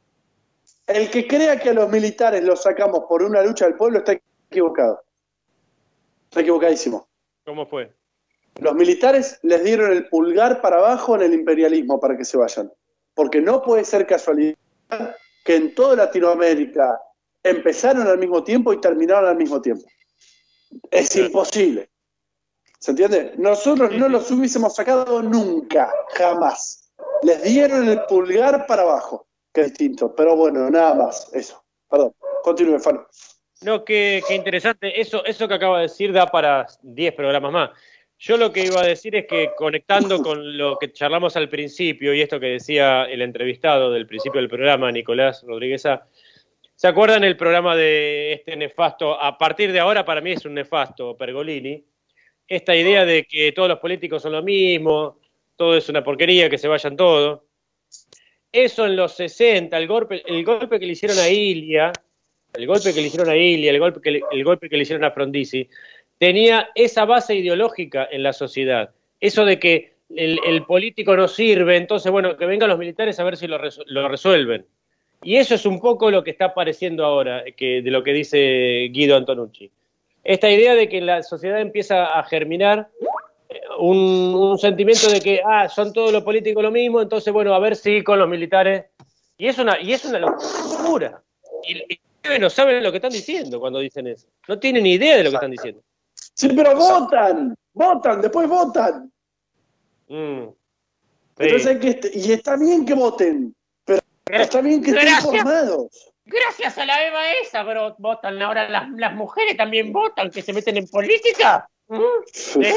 El que crea que a los militares los sacamos por una lucha del pueblo está equivocado. Está equivocadísimo. ¿Cómo fue? Los militares les dieron el pulgar para abajo en el imperialismo para que se vayan. Porque no puede ser casualidad que en toda Latinoamérica empezaron al mismo tiempo y terminaron al mismo tiempo. Es imposible. ¿Se entiende? Nosotros no los hubiésemos sacado nunca, jamás. Les dieron el pulgar para abajo, que es distinto. Pero bueno, nada más, eso. Perdón, continúe, Fano. No, qué, qué interesante. Eso, eso que acaba de decir da para diez programas más. Yo lo que iba a decir es que conectando con lo que charlamos al principio y esto que decía el entrevistado del principio del programa, Nicolás Rodríguez A., ¿se acuerdan el programa de este nefasto? A partir de ahora para mí es un nefasto, Pergolini. Esta idea de que todos los políticos son lo mismo, todo es una porquería, que se vayan todos. Eso en los sesenta, el golpe, el golpe que le hicieron a Ilia, el golpe que le hicieron a Ilia, el golpe que le, el golpe que le hicieron a Frondizi, tenía esa base ideológica en la sociedad. Eso de que el, el político no sirve, entonces, bueno, que vengan los militares a ver si lo, resu- lo resuelven. Y eso es un poco lo que está apareciendo ahora, que, de lo que dice Guido Antonucci. Esta idea de que la sociedad empieza a germinar un, un sentimiento de que, ah, son todos los políticos lo mismo, entonces, bueno, a ver si con los militares... Y es una, y es una locura. Y, y no saben lo que están diciendo cuando dicen eso. No tienen ni idea de lo que están diciendo. Sí, pero votan, votan, después votan. Mm. Sí. Entonces hay que est- y está bien que voten, pero está bien que estén Gracias. informados. Gracias a la Eva esa, pero votan ahora las, las mujeres también votan, que se meten en política. ¿Mm? ¿Eh?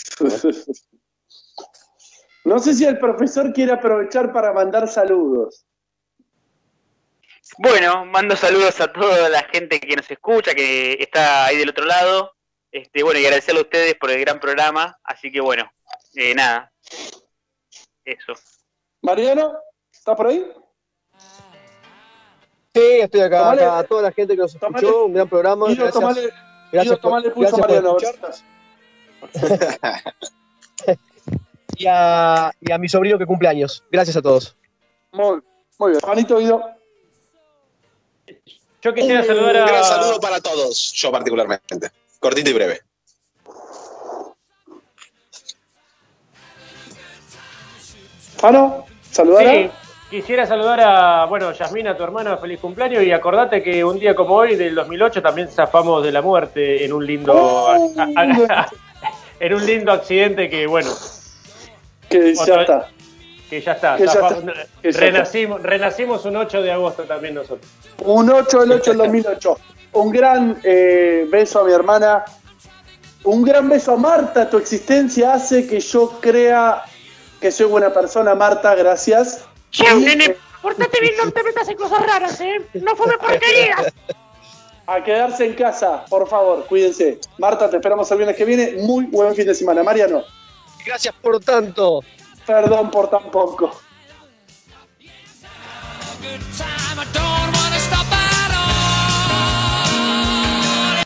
No sé si el profesor quiere aprovechar para mandar saludos. Bueno, mando saludos a toda la gente que nos escucha, que está ahí del otro lado. Este, bueno, y agradecerle a ustedes por el gran programa. Así que bueno, eh, nada. Eso. Mariano, ¿estás por ahí? Sí, estoy acá, Tomale, acá, a toda la gente que nos escuchó, tomale, un gran programa. Guido, Gracias, tomale, gracias Guido, por, tomale pulso gracias a Mariano. por escuchar. y, a, y a mi sobrino que cumple años. Gracias a todos. Muy, muy bien. Juanito, Guido. Yo quisiera Un saludar a... gran saludo para todos, yo particularmente. Cortito y breve. Fano, saludar. Sí, quisiera saludar a, bueno, Yasmina, tu hermana, feliz cumpleaños, y acordate que un día como hoy, del dos mil ocho, también zafamos de la muerte en un lindo, Oh, a- a- en un lindo accidente que, bueno, que ya otra- está. que ya está, Que ya zafamos- está, que ya renacimos, renacimos un ocho de agosto también nosotros. Un ocho del ocho del dos mil ocho. Un gran eh, beso a mi hermana. Un gran beso a Marta. Tu existencia hace que yo crea que soy buena persona, Marta. Gracias. Che, Y, nene, eh, portate bien, no te metas en cosas raras, ¿eh? No fume porquerías. a quedarse en casa, por favor. Cuídense. Marta, te esperamos el viernes que viene. Muy buen fin de semana. Mariano, Gracias por tanto. perdón por tan poco.